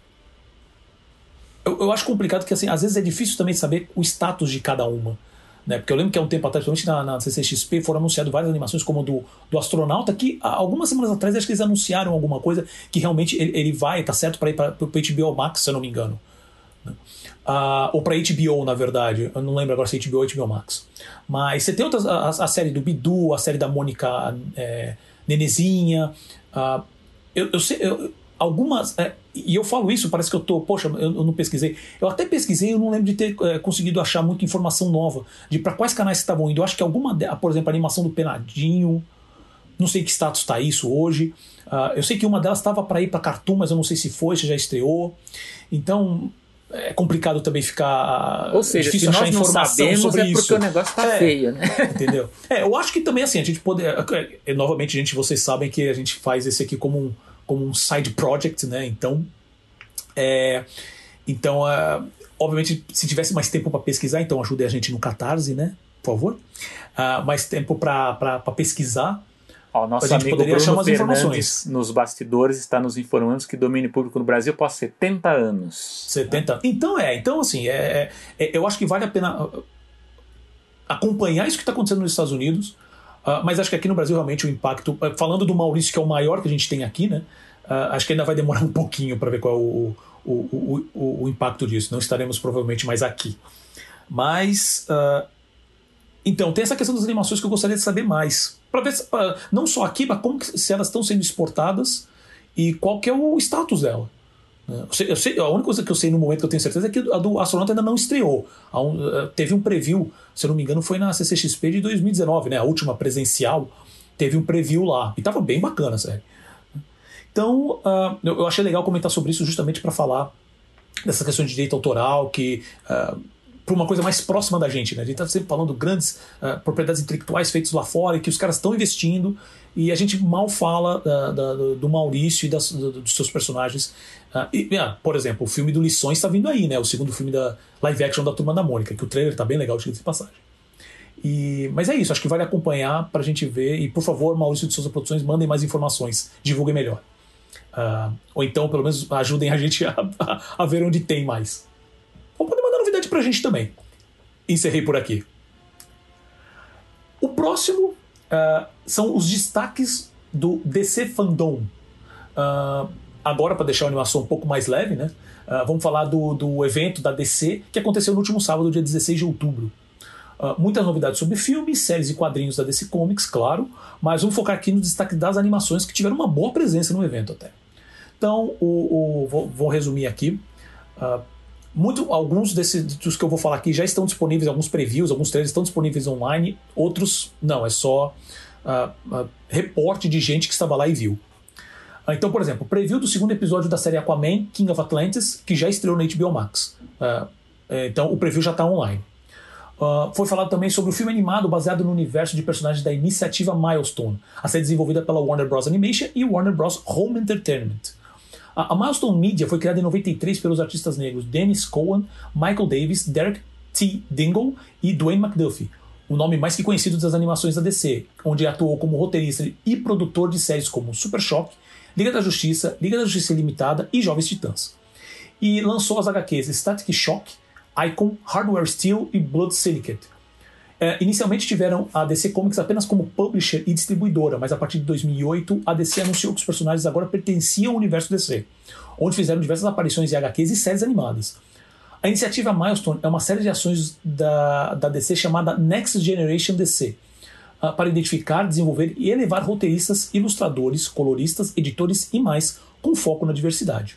eu, eu acho complicado que assim, às vezes é difícil também saber o status de cada uma. Né? Porque eu lembro que há um tempo atrás, principalmente na, na C C X P, foram anunciadas várias animações, como do, do astronauta, que há algumas semanas atrás acho que eles anunciaram alguma coisa que realmente ele, ele vai, tá certo para ir para o H B O Max, se eu não me engano. Né? Uh, ou para H B O, na verdade. Eu não lembro agora se é H B O ou H B O Max. Mas você tem outras, a, a série do Bidu, a série da Mônica é, Nenezinha. Uh, eu, eu sei. Eu, Algumas, é, e eu falo isso, parece que eu tô, poxa, eu, eu não pesquisei. Eu até pesquisei, eu não lembro de ter é, conseguido achar muita informação nova de para quais canais estavam indo. Eu acho que alguma, de, por exemplo, a animação do Penadinho, não sei que status está isso hoje. Uh, eu sei que uma delas estava para ir para Cartoon, mas eu não sei se foi, se já estreou. Então, é complicado também ficar. Ou seja, difícil se achar nós não informação sabemos sobre é porque isso. o negócio tá é, feio, né? Entendeu? É, eu acho que também assim, a gente pode. É, novamente, gente, vocês sabem que a gente faz esse aqui como um, como um side project, né? Então. É, então, uh, obviamente, se tivesse mais tempo para pesquisar, então ajude a gente no Catarse, né? Por favor. Uh, mais tempo para pesquisar. Ó, nosso a gente amigo poderia Bruno achar umas Fernandes, informações. nos bastidores, está nos informando que domínio público no Brasil após setenta anos. setenta? Então é, então assim, é, é, eu acho que vale a pena acompanhar isso que está acontecendo nos Estados Unidos, uh, mas acho que aqui no Brasil realmente o impacto, falando do Maurício, que é o maior que a gente tem aqui, né? Uh, acho que ainda vai demorar um pouquinho para ver qual é o, o, o, o, o impacto disso. Não estaremos provavelmente mais aqui. Mas, uh, então, tem essa questão das animações que eu gostaria de saber mais. Para ver, se, pra, não só aqui, mas como que, se elas estão sendo exportadas e qual que é o status dela. Eu sei, eu sei, a única coisa que eu sei no momento que eu tenho certeza é que a do Astronauta ainda não estreou. Um, teve um preview, se eu não me engano, foi na C C X P de dois mil e dezenove, né? A última presencial. Teve um preview lá. E tava bem bacana, sério. Então, uh, eu, eu achei legal comentar sobre isso justamente para falar dessa questão de direito autoral, que uh, para uma coisa mais próxima da gente, né? A gente está sempre falando grandes uh, propriedades intelectuais feitas lá fora e que os caras estão investindo e a gente mal fala uh, da, do, do Maurício e das, do, dos seus personagens. Uh, e, uh, por exemplo, o filme do Lições está vindo aí, né? O segundo filme da live action da Turma da Mônica, que o trailer está bem legal, diga-se de passagem. E, mas é isso, acho que vale acompanhar para a gente ver. E, por favor, Maurício de Souza Produções, mandem mais informações, divulguem melhor. Uh, ou então, pelo menos, ajudem a gente a, a, a ver onde tem mais. Ou podem mandar novidade pra gente também. Encerrei por aqui. O próximo uh, são os destaques do D C Fandom. Uh, agora, para deixar a animação um pouco mais leve, né? Uh, vamos falar do, do evento da D C que aconteceu no último sábado, dia dezesseis de outubro. Uh, muitas novidades sobre filmes, séries e quadrinhos da D C Comics, claro, mas vamos focar aqui no destaque das animações que tiveram uma boa presença no evento até. Então, o, o, vou, vou resumir aqui. Uh, muito, alguns desses dos que eu vou falar aqui já estão disponíveis, alguns previews, alguns trailers estão disponíveis online, outros não, é só uh, uh, reporte de gente que estava lá e viu. Uh, então, por exemplo, preview do segundo episódio da série Aquaman, King of Atlantis, que já estreou na H B O Max. Uh, então, o preview já está online. Uh, foi falado também sobre o filme animado baseado no universo de personagens da iniciativa Milestone, a ser desenvolvida pela Warner Bros. Animation e Warner Bros. Home Entertainment. A Milestone Media foi criada em noventa e três pelos artistas negros Dennis Cowan, Michael Davis, Derek T. Dingle e Dwayne McDuffie, o nome mais que conhecido das animações da D C, onde atuou como roteirista e produtor de séries como Super Choque, Liga da Justiça, Liga da Justiça Ilimitada e Jovens Titãs. E lançou as H Qs Static Shock, Icon, Hardware Steel e Blood Syndicate. É, inicialmente tiveram a D C Comics apenas como publisher e distribuidora, mas a partir de dois mil e oito a D C anunciou que os personagens agora pertenciam ao universo D C, onde fizeram diversas aparições em H Qs e séries animadas. A iniciativa Milestone é uma série de ações da, da D C chamada Next Generation D C, uh, para identificar, desenvolver e elevar roteiristas, ilustradores, coloristas, editores e mais, com foco na diversidade.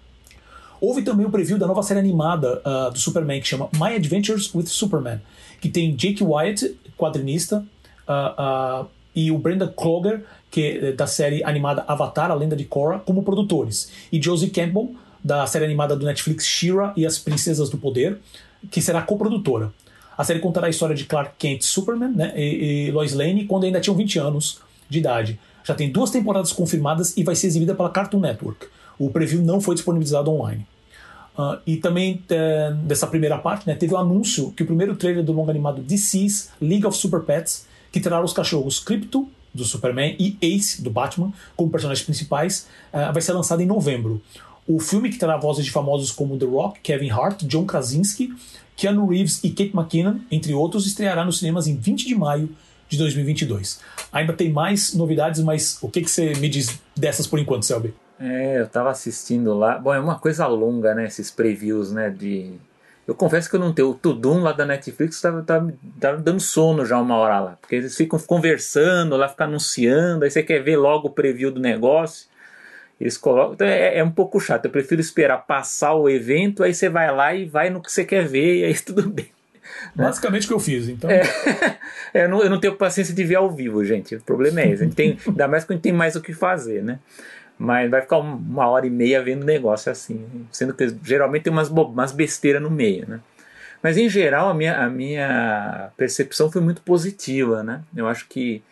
Houve também o preview da nova série animada uh, do Superman, que chama My Adventures with Superman, que tem Jake Wyatt, quadrinista, uh, uh, e o Brenda Kroger, que é da série animada Avatar, a Lenda de Korra, como produtores. E Josie Campbell, da série animada do Netflix She-Ra e as Princesas do Poder, que será coprodutora. A série contará a história de Clark Kent, Superman, né, e, e Lois Lane quando ainda tinham vinte anos de idade. Já tem duas temporadas confirmadas e vai ser exibida pela Cartoon Network. O preview não foi disponibilizado online. Uh, e também, uh, dessa primeira parte, né, teve o anúncio que o primeiro trailer do longa animado D C's League of Super Pets, que terá os cachorros Krypto, do Superman, e Ace, do Batman, como personagens principais, uh, vai ser lançado em novembro. O filme, que terá vozes de famosos como The Rock, Kevin Hart, John Krasinski, Keanu Reeves e Kate McKinnon, entre outros, estreará nos cinemas em vinte de maio de dois mil e vinte e dois. Ainda tem mais novidades, mas o que, que você me diz dessas por enquanto, Selby? É, eu tava assistindo lá. Bom, é uma coisa longa, né? Esses previews, né? De... Eu confesso que eu não tenho. O Tudum lá da Netflix tava, tava, tava dando sono já uma hora lá. Porque eles ficam conversando lá, ficam anunciando. Aí você quer ver logo o preview do negócio. Eles colocam. Então é, é um pouco chato. Eu prefiro esperar passar o evento. Aí você vai lá e vai no que você quer ver. E aí tudo bem. Basicamente o que eu fiz, então. É, eu, não, eu não tenho paciência de ver ao vivo, gente. O problema é esse. A gente tem, ainda mais quando a gente tem mais o que fazer, né? Mas vai ficar uma hora e meia vendo negócio assim, sendo que geralmente tem umas, umas besteiras no meio, né? Mas em geral a minha, a minha percepção foi muito positiva, né? Eu acho que,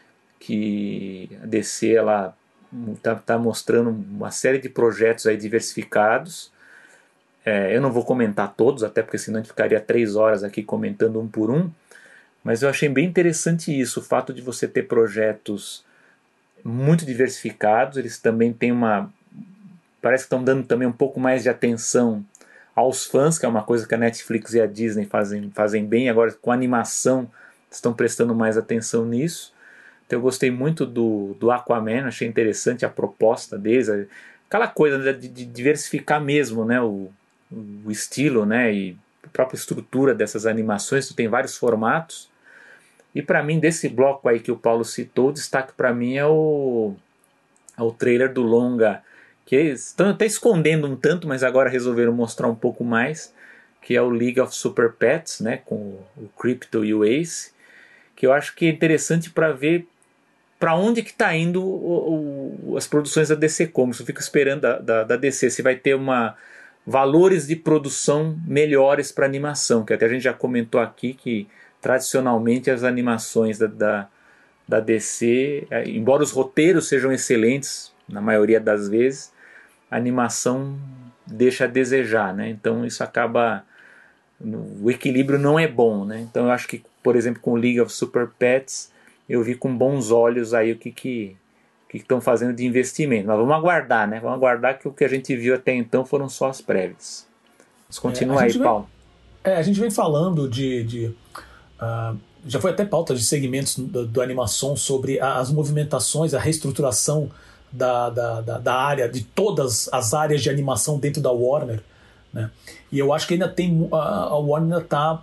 que a D C ela tá, tá mostrando uma série de projetos aí diversificados. É, eu não vou comentar todos, até porque senão a gente ficaria três horas aqui comentando um por um. Mas eu achei bem interessante isso, o fato de você ter projetos muito diversificados. Eles também têm uma... Parece que estão dando também um pouco mais de atenção aos fãs, que é uma coisa que a Netflix e a Disney fazem, fazem bem. Agora com a animação estão prestando mais atenção nisso. Então eu gostei muito do, do Aquaman, achei interessante a proposta deles, aquela coisa de, de diversificar mesmo, né, o, o estilo, né, e a própria estrutura dessas animações. Tu tem vários formatos. E para mim, desse bloco aí que o Paulo citou, o destaque para mim é o, é o trailer do longa, que estão até escondendo um tanto, mas agora resolveram mostrar um pouco mais, que é o League of Super Pets, né, com o Crypto e o Ace, que eu acho que é interessante para ver para onde que está indo o, o, as produções da D C Comics. Eu fico esperando da, da, da D C se vai ter uma, valores de produção melhores para animação, que até a gente já comentou aqui que tradicionalmente as animações da, da, da D C, embora os roteiros sejam excelentes na maioria das vezes, a animação deixa a desejar, né? Então isso acaba, o equilíbrio não é bom, né? Então eu acho que, por exemplo, com o League of Super Pets, eu vi com bons olhos aí o que que que estão fazendo de investimento. Mas vamos aguardar, né? Vamos aguardar, que o que a gente viu até então foram só as prévias. Mas continua é, aí, vem, Paulo. É, a gente vem falando de... de uh, já foi até pauta de segmentos do, do Animação sobre as movimentações, a reestruturação da, da, da, da área, de todas as áreas de animação dentro da Warner, né? E eu acho que ainda tem... A, a Warner está...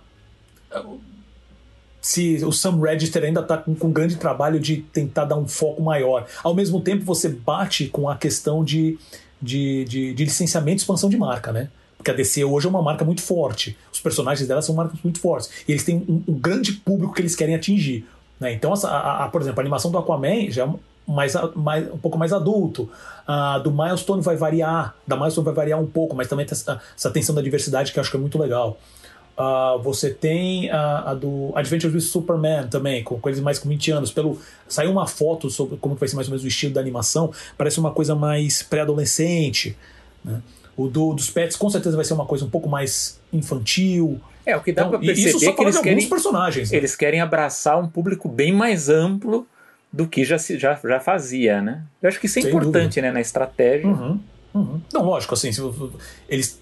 Se o Sam Register ainda está com, com um grande trabalho de tentar dar um foco maior. Ao mesmo tempo, você bate com a questão de, de, de, de licenciamento e expansão de marca, né? Porque a D C hoje é uma marca muito forte. Os personagens dela são marcas muito fortes. E eles têm um, um grande público que eles querem atingir, né? Então, essa, a, a, por exemplo, a animação do Aquaman já é mais, mais, um pouco mais adulto. A do Milestone vai variar. Da Milestone vai variar um pouco, mas também tem essa, essa tensão da diversidade que eu acho que é muito legal. Uh, você tem a, a do Adventures with Superman também, com coisas mais com vinte anos. Pelo, saiu uma foto sobre como vai ser mais ou menos o estilo da animação, parece uma coisa mais pré-adolescente, né? O do, dos Pets com certeza vai ser uma coisa um pouco mais infantil. É, o que dá então, pra perceber isso só é que eles querem, personagens, né? Eles querem abraçar um público bem mais amplo do que já, já, já fazia, né? Eu acho que isso é Sem importante, dúvida. Né, na estratégia. Uhum, uhum. Não, lógico, assim, se, eles...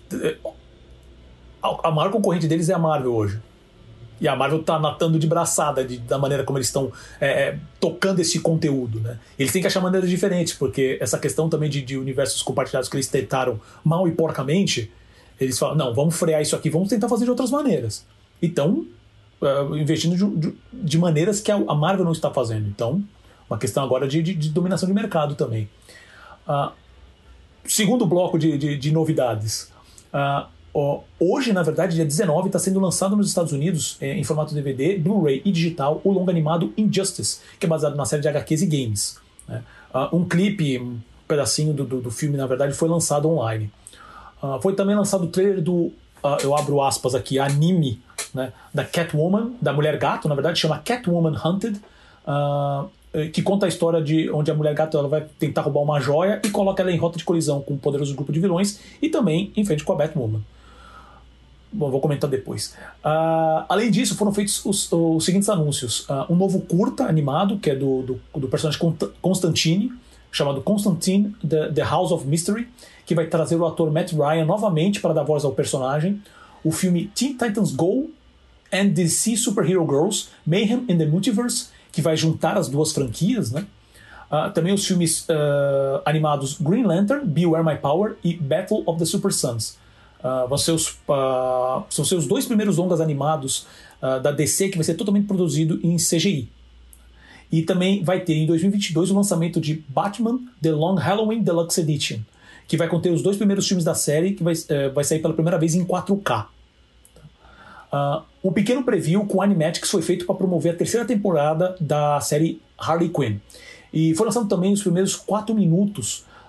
A maior concorrente deles é a Marvel hoje. E a Marvel tá natando de braçada de, da maneira como eles estão é, é, tocando esse conteúdo, né? Eles têm que achar maneiras diferentes, porque essa questão também de, de universos compartilhados que eles tentaram mal e porcamente, eles falam, não, vamos frear isso aqui, vamos tentar fazer de outras maneiras. Então, uh, investindo de, de, de maneiras que a, a Marvel não está fazendo. Então, uma questão agora de, de, de dominação de mercado também. Uh, segundo bloco de, de, de novidades. Uh, Oh, hoje, na verdade, dia dezenove, está sendo lançado nos Estados Unidos, é, em formato D V D, Blu-ray e digital, o longa animado Injustice, que é baseado na série de H Qs e games, né? Uh, um clipe, um pedacinho do, do, do filme, na verdade, foi lançado online. Uh, foi também lançado o trailer do, uh, eu abro aspas aqui, anime, né, da Catwoman, da Mulher Gato, na verdade, chama Catwoman Hunted, uh, que conta a história de onde a Mulher Gato ela vai tentar roubar uma joia e coloca ela em rota de colisão com um poderoso grupo de vilões e também em frente com a Batwoman. Bom, vou comentar depois. Uh, além disso, foram feitos os, os seguintes anúncios. Uh, um novo curta animado, que é do, do, do personagem Constantine, chamado Constantine, The, The House of Mystery, que vai trazer o ator Matt Ryan novamente para dar voz ao personagem. O filme Teen Titans Go! And D C Superhero Girls, Mayhem in the Multiverse, que vai juntar as duas franquias, né? Uh, também os filmes uh, animados Green Lantern, Beware My Power e Battle of the Super Sons. Uh, vão ser os, uh, são seus dois primeiros longas animados uh, da D C, que vai ser totalmente produzido em C G I. E também vai ter em dois mil e vinte e dois o lançamento de Batman The Long Halloween Deluxe Edition, que vai conter os dois primeiros filmes da série, que vai, uh, vai sair pela primeira vez em quatro K. Uh, um pequeno preview com Animatics foi feito para promover a terceira temporada da série Harley Quinn. E foi lançado também os primeiros quatro minutos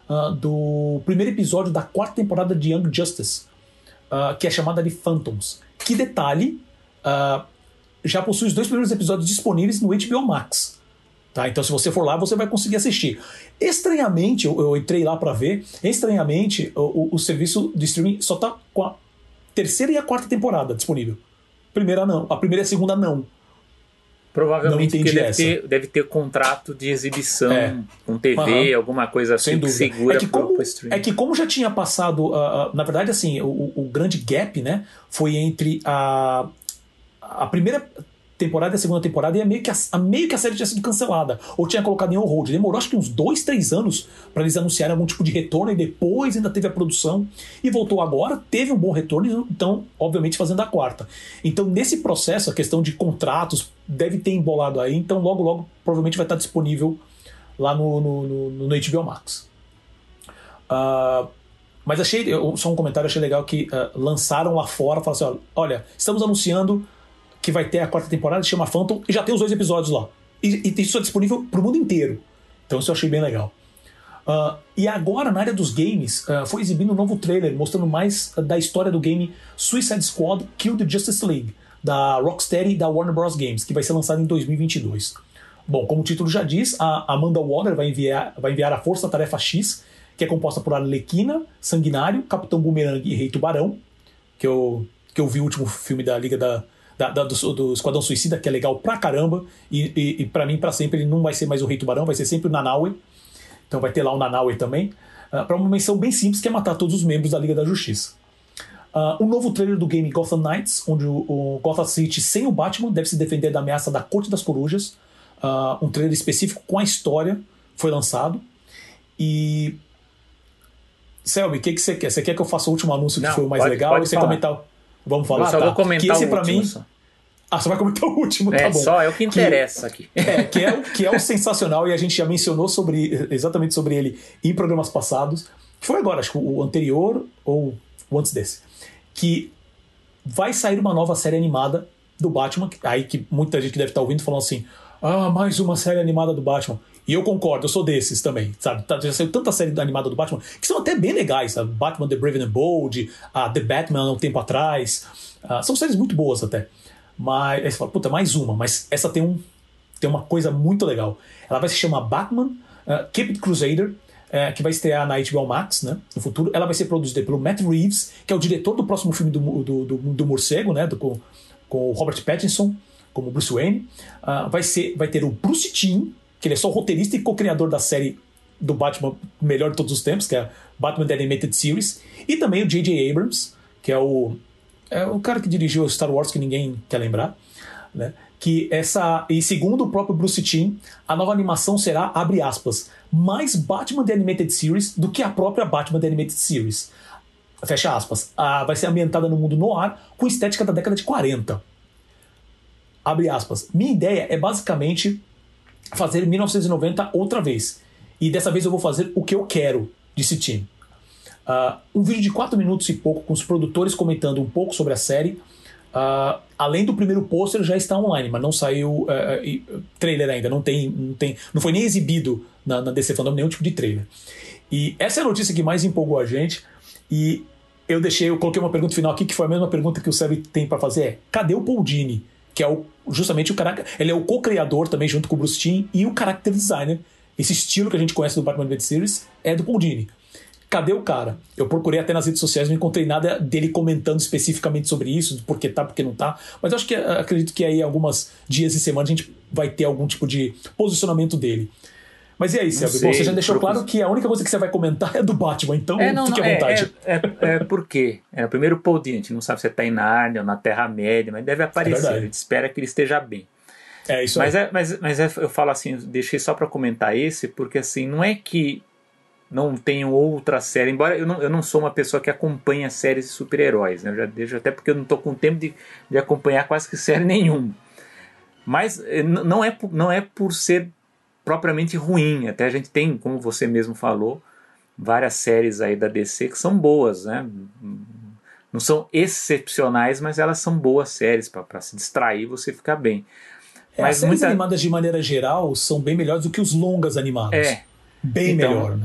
uh, do primeiro episódio da quarta temporada de Young Justice, uh, que é chamada de Phantoms. Que detalhe, uh, já possui os dois primeiros episódios disponíveis no H B O Max. Tá? Então, se você for lá, você vai conseguir assistir. Estranhamente, eu, eu entrei lá para ver, estranhamente, o, o, o serviço de streaming só tá com a terceira e a quarta temporada disponível. Primeira não, a primeira e a segunda não. Provavelmente porque deve essa. ter, deve ter contrato de exibição é. com T V, uhum. alguma coisa assim que segura é que como, pro streaming. É que como já tinha passado, uh, uh, na verdade, assim, o, o grande gap, né, foi entre a, a primeira temporada e a segunda temporada, e a meio, que a, a meio que a série tinha sido cancelada, ou tinha colocado em on-hold. Demorou acho que uns dois, três anos para eles anunciarem algum tipo de retorno, e depois ainda teve a produção, e voltou agora, teve um bom retorno, então, obviamente, fazendo a quarta. Então, nesse processo, a questão de contratos deve ter embolado aí, então logo, logo, provavelmente vai estar disponível lá no, no, no, no H B O Max. Uh, mas achei, só um comentário, achei legal que uh, lançaram lá fora, falaram assim, olha, estamos anunciando que vai ter a quarta temporada, se chama Phantom, e já tem os dois episódios lá. E, e isso é disponível pro mundo inteiro. Então isso eu achei bem legal. Uh, e agora, na área dos games, uh, foi exibido um novo trailer mostrando mais uh, da história do game Suicide Squad Kill the Justice League, da Rocksteady e da Warner Bros. Games, que vai ser lançado em dois mil e vinte e dois. Bom, como o título já diz, a Amanda Waller vai enviar, vai enviar a Força Tarefa X, que é composta por Arlequina, Sanguinário, Capitão Boomerang e Rei Tubarão, que eu, que eu vi o último filme da Liga da... Da, da, do, do Esquadrão Suicida, que é legal pra caramba, e, e, e pra mim, pra sempre, ele não vai ser mais o Rei Tubarão, vai ser sempre o Nanaue. Então vai ter lá o Nanaue também, uh, pra uma missão bem simples, que é matar todos os membros da Liga da Justiça. Uh, um novo trailer do game Gotham Knights, onde o, o Gotham City, sem o Batman, deve se defender da ameaça da Corte das Corujas. Uh, um trailer específico com a história foi lançado. E... Selby, o que, que você quer? Você quer que eu faça o último anúncio que não, foi o mais pode, legal? Pode ou você falar. comentar... Vamos falar? Eu só tá. vou comentar que esse, o pra último. Mim... Só. Ah, você vai comentar o último, é, tá bom. Só é o que interessa que, aqui. É, que é, que é o sensacional, e a gente já mencionou sobre, exatamente sobre ele em programas passados, que foi agora, acho que o anterior ou o antes desse, que vai sair uma nova série animada do Batman, aí que muita gente deve estar ouvindo falando assim, ah, mais uma série animada do Batman. E eu concordo, eu sou desses também, sabe? Já saiu tanta série animada do Batman, que são até bem legais, sabe? Batman The Brave and the Bold, a The Batman há um tempo atrás, uh, são séries muito boas até. Mas aí você fala, puta, mais uma, mas essa tem, um, tem uma coisa muito legal. Ela vai se chamar Batman uh, Keep It Crusader, uh, que vai estrear na H B O Max, né, no futuro. Ela vai ser produzida pelo Matt Reeves, que é o diretor do próximo filme do, do, do, do Morcego, né, do, com, com o Robert Pattinson como Bruce Wayne. Uh, vai, ser, vai ter o Bruce Timm, que ele é só roteirista e co-criador da série do Batman melhor de todos os tempos, que é a Batman The Animated Series, e também o J J Abrams, que é o É o cara que dirigiu Star Wars, que ninguém quer lembrar, né? Que essa, e segundo o próprio Bruce Timm, a nova animação será, abre aspas, mais Batman The Animated Series do que a própria Batman The Animated Series. Fecha aspas. Ah, vai ser ambientada no mundo noir, com estética da década de quarenta. Abre aspas. Minha ideia é basicamente fazer mil novecentos e noventa outra vez. E dessa vez eu vou fazer o que eu quero, disse Timm. Uh, um vídeo de quatro minutos e pouco com os produtores comentando um pouco sobre a série, uh, além do primeiro pôster, já está online, mas não saiu uh, uh, trailer ainda, não, tem, não, tem, não foi nem exibido na, na D C Fandom nenhum tipo de trailer. E essa é a notícia que mais empolgou a gente, e eu deixei, eu coloquei uma pergunta final aqui, que foi a mesma pergunta que o Sérgio tem para fazer, é, cadê o Paul Dini? Que é o, justamente o cara, ele é o co-criador também junto com o Bruce Timm e o character designer. Esse estilo que a gente conhece do Batman Animated Series é do Paul Dini. Cadê o cara? Eu procurei até nas redes sociais, não encontrei nada dele comentando especificamente sobre isso, porque tá, porque não tá. Mas eu acho que acredito que aí alguns dias e semanas a gente vai ter algum tipo de posicionamento dele. Mas e aí, Selby? Bom, você já deixou claro que a única coisa que você vai comentar é do Batman, então é, não, fique não, à vontade. É, é, é, é porque é, primeiro o Paul Dini, a gente não sabe se está em Nárnia ou na Terra-média, mas deve aparecer, é a gente espera que ele esteja bem. É isso mas aí. É, mas mas é, eu falo assim, deixei só para comentar esse, porque assim, não é que não tenho outra série, embora eu não, eu não sou uma pessoa que acompanha séries de super-heróis, né? Eu já deixo, até porque eu não estou com tempo de, de acompanhar quase que série nenhuma. Mas não é, não é por ser propriamente ruim, até a gente tem, como você mesmo falou, várias séries aí da D C que são boas, né? Não são excepcionais, mas elas são boas séries para se distrair e você ficar bem. É, mas as séries muita... animadas de maneira geral são bem melhores do que os longas animados. É. Bem então, melhor, né?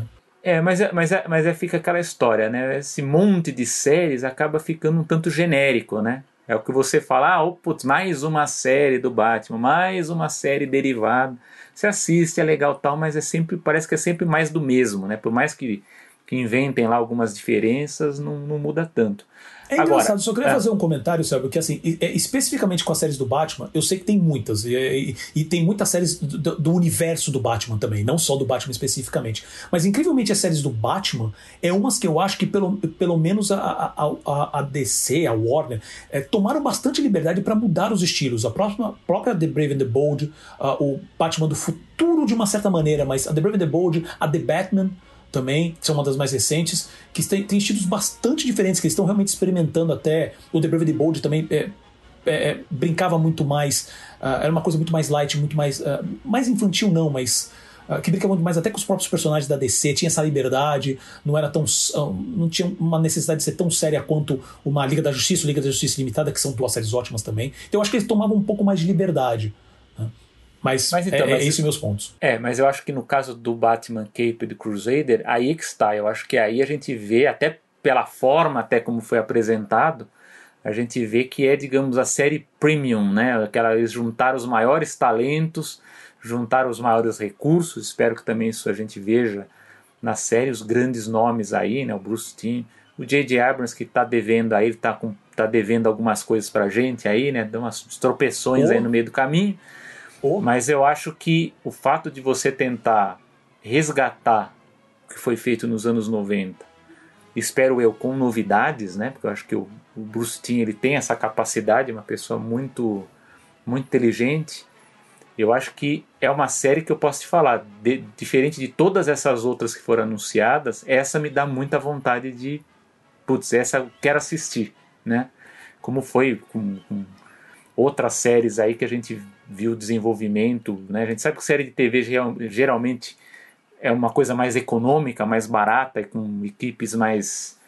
É, mas, é, mas, é, mas é, fica aquela história, né? Esse monte de séries acaba ficando um tanto genérico, né? É o que você fala, ah, oh, putz, mais uma série do Batman, mais uma série derivada. Você assiste, é legal tal, mas é sempre, parece que é sempre mais do mesmo, né? Por mais que, que inventem lá algumas diferenças, não, não muda tanto. É engraçado, Agora, só queria é. fazer um comentário, Sérgio, que assim, especificamente com as séries do Batman, eu sei que tem muitas, e, e, e tem muitas séries do, do universo do Batman também, não só do Batman especificamente. Mas incrivelmente as séries do Batman é umas que eu acho que pelo, pelo menos a, a, a, a D C, a Warner, é, tomaram bastante liberdade para mudar os estilos. A próxima, própria The Brave and the Bold, uh, o Batman do futuro de uma certa maneira, mas a The Brave and the Bold, a The Batman também, que são uma das mais recentes, que tem, tem estilos bastante diferentes, que eles estão realmente experimentando até. O The Brave and the Bold também é, é, brincava muito mais, uh, era uma coisa muito mais light, muito mais, uh, mais infantil não, mas uh, que brincava muito mais até com os próprios personagens da D C, tinha essa liberdade, não era tão, uh, não tinha uma necessidade de ser tão séria quanto uma Liga da Justiça ou Liga da Justiça Limitada, que são duas séries ótimas também. Então eu acho que eles tomavam um pouco mais de liberdade, né? Mas, mas então, é, mas, é esses meus pontos. É, mas eu acho que no caso do Batman Caped Crusader, aí que está. Eu acho que aí a gente vê, até pela forma, até como foi apresentado, a gente vê que é, digamos, a série premium, né? Aquela, eles juntaram os maiores talentos, juntaram os maiores recursos. Espero que também isso a gente veja na série, os grandes nomes aí, né? O Bruce Timm, o J J Abrams, que está devendo aí, está com, tá devendo algumas coisas pra gente aí, né? Deu umas tropeções oh. aí no meio do caminho. Oh. Mas eu acho que o fato de você tentar resgatar o que foi feito nos anos noventa, espero eu, com novidades, né? Porque eu acho que o, o Bruce Timm, ele tem essa capacidade, uma pessoa muito, muito inteligente. Eu acho que é uma série que eu posso te falar, de, diferente de todas essas outras que foram anunciadas, essa me dá muita vontade de, putz, essa eu quero assistir, né? Como foi com, com outras séries aí que a gente viu o desenvolvimento, né? A gente sabe que série de T V geralmente é uma coisa mais econômica, mais barata, com equipes mais,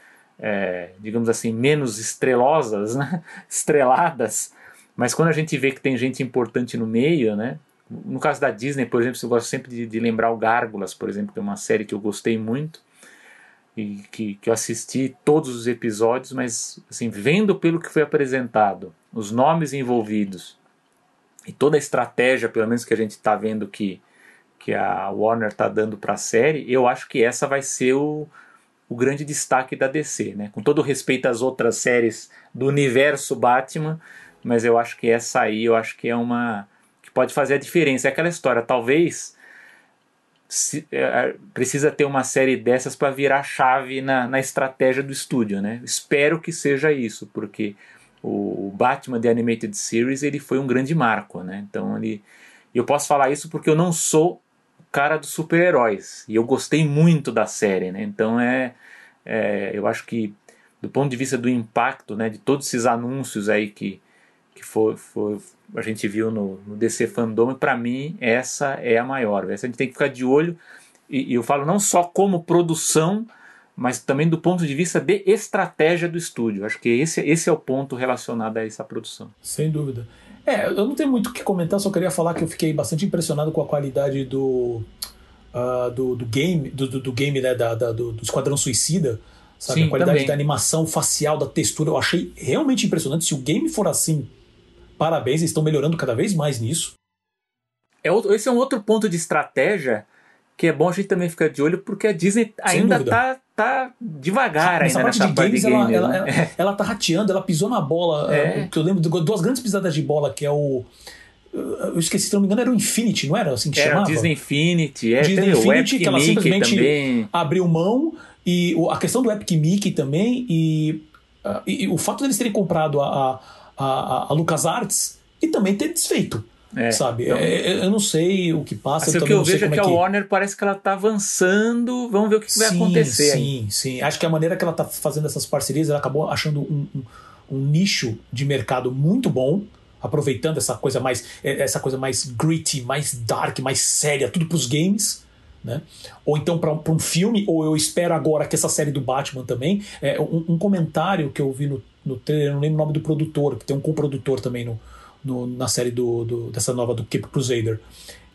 é, digamos assim, menos estrelosas, né? Estreladas, mas quando a gente vê que tem gente importante no meio, né? No caso da Disney, por exemplo, eu gosto sempre de, de lembrar o Gárgulas, por exemplo, que é uma série que eu gostei muito e que, que eu assisti todos os episódios, mas assim, vendo pelo que foi apresentado, os nomes envolvidos e toda a estratégia, pelo menos que a gente está vendo que, que a Warner está dando para a série, eu acho que essa vai ser o, o grande destaque da D C, né? Com todo respeito às outras séries do universo Batman, mas eu acho que essa aí, eu acho que é uma que pode fazer a diferença. É aquela história, talvez se, é, precisa ter uma série dessas para virar chave na, na estratégia do estúdio, né? Espero que seja isso, porque o Batman The Animated Series, ele foi um grande marco, né? Então ele, eu posso falar isso porque eu não sou cara dos super-heróis e eu gostei muito da série, né? Então é, é, eu acho que do ponto de vista do impacto, né, de todos esses anúncios aí que, que foi, foi, a gente viu no, no D C Fandom, para mim essa é a maior. Essa a gente tem que ficar de olho e, e eu falo não só como produção, mas também do ponto de vista de estratégia do estúdio. Acho que esse, esse é o ponto relacionado a essa produção. Sem dúvida. É, eu não tenho muito o que comentar, só queria falar que eu fiquei bastante impressionado com a qualidade do, uh, do, do game, do, do, do game né, da, da, do, do Esquadrão Suicida, sabe? Sim, a qualidade também da animação facial, da textura, eu achei realmente impressionante. Se o game for assim, parabéns, eles estão melhorando cada vez mais nisso. É outro, esse é um outro ponto de estratégia que é bom a gente também ficar de olho, porque a Disney ainda tá, tá devagar nessa ainda parte nessa de parte games, de game. Ela, né? ela, ela, ela tá rateando, ela pisou na bola. É. Uh, que eu lembro de duas grandes pisadas de bola, que é o... Eu esqueci, se não me engano, era o Infinity, não era assim que era chamava? Disney Infinity. É, Disney o Infinity, que ela Mickey simplesmente também abriu mão. E a questão do Epic Mickey também, e, uh, e, e o fato deles terem comprado a, a, a, a LucasArts e também ter desfeito. É, sabe? Então, é, eu não sei o que passa. Assim, eu o que eu vejo é que a que... Warner parece que ela está avançando. Vamos ver o que, que vai sim, acontecer. Sim, aí. sim. Acho que a maneira que ela está fazendo essas parcerias, ela acabou achando um, um, um nicho de mercado muito bom, aproveitando essa coisa mais, essa coisa mais gritty, mais dark, mais séria, tudo para os games. Né? Ou então para um, um filme, ou eu espero agora que essa série do Batman também. É, um, um comentário que eu vi no, no trailer, eu não lembro o nome do produtor, que tem um coprodutor também no. No, na série do, do, dessa nova do Cape Crusader,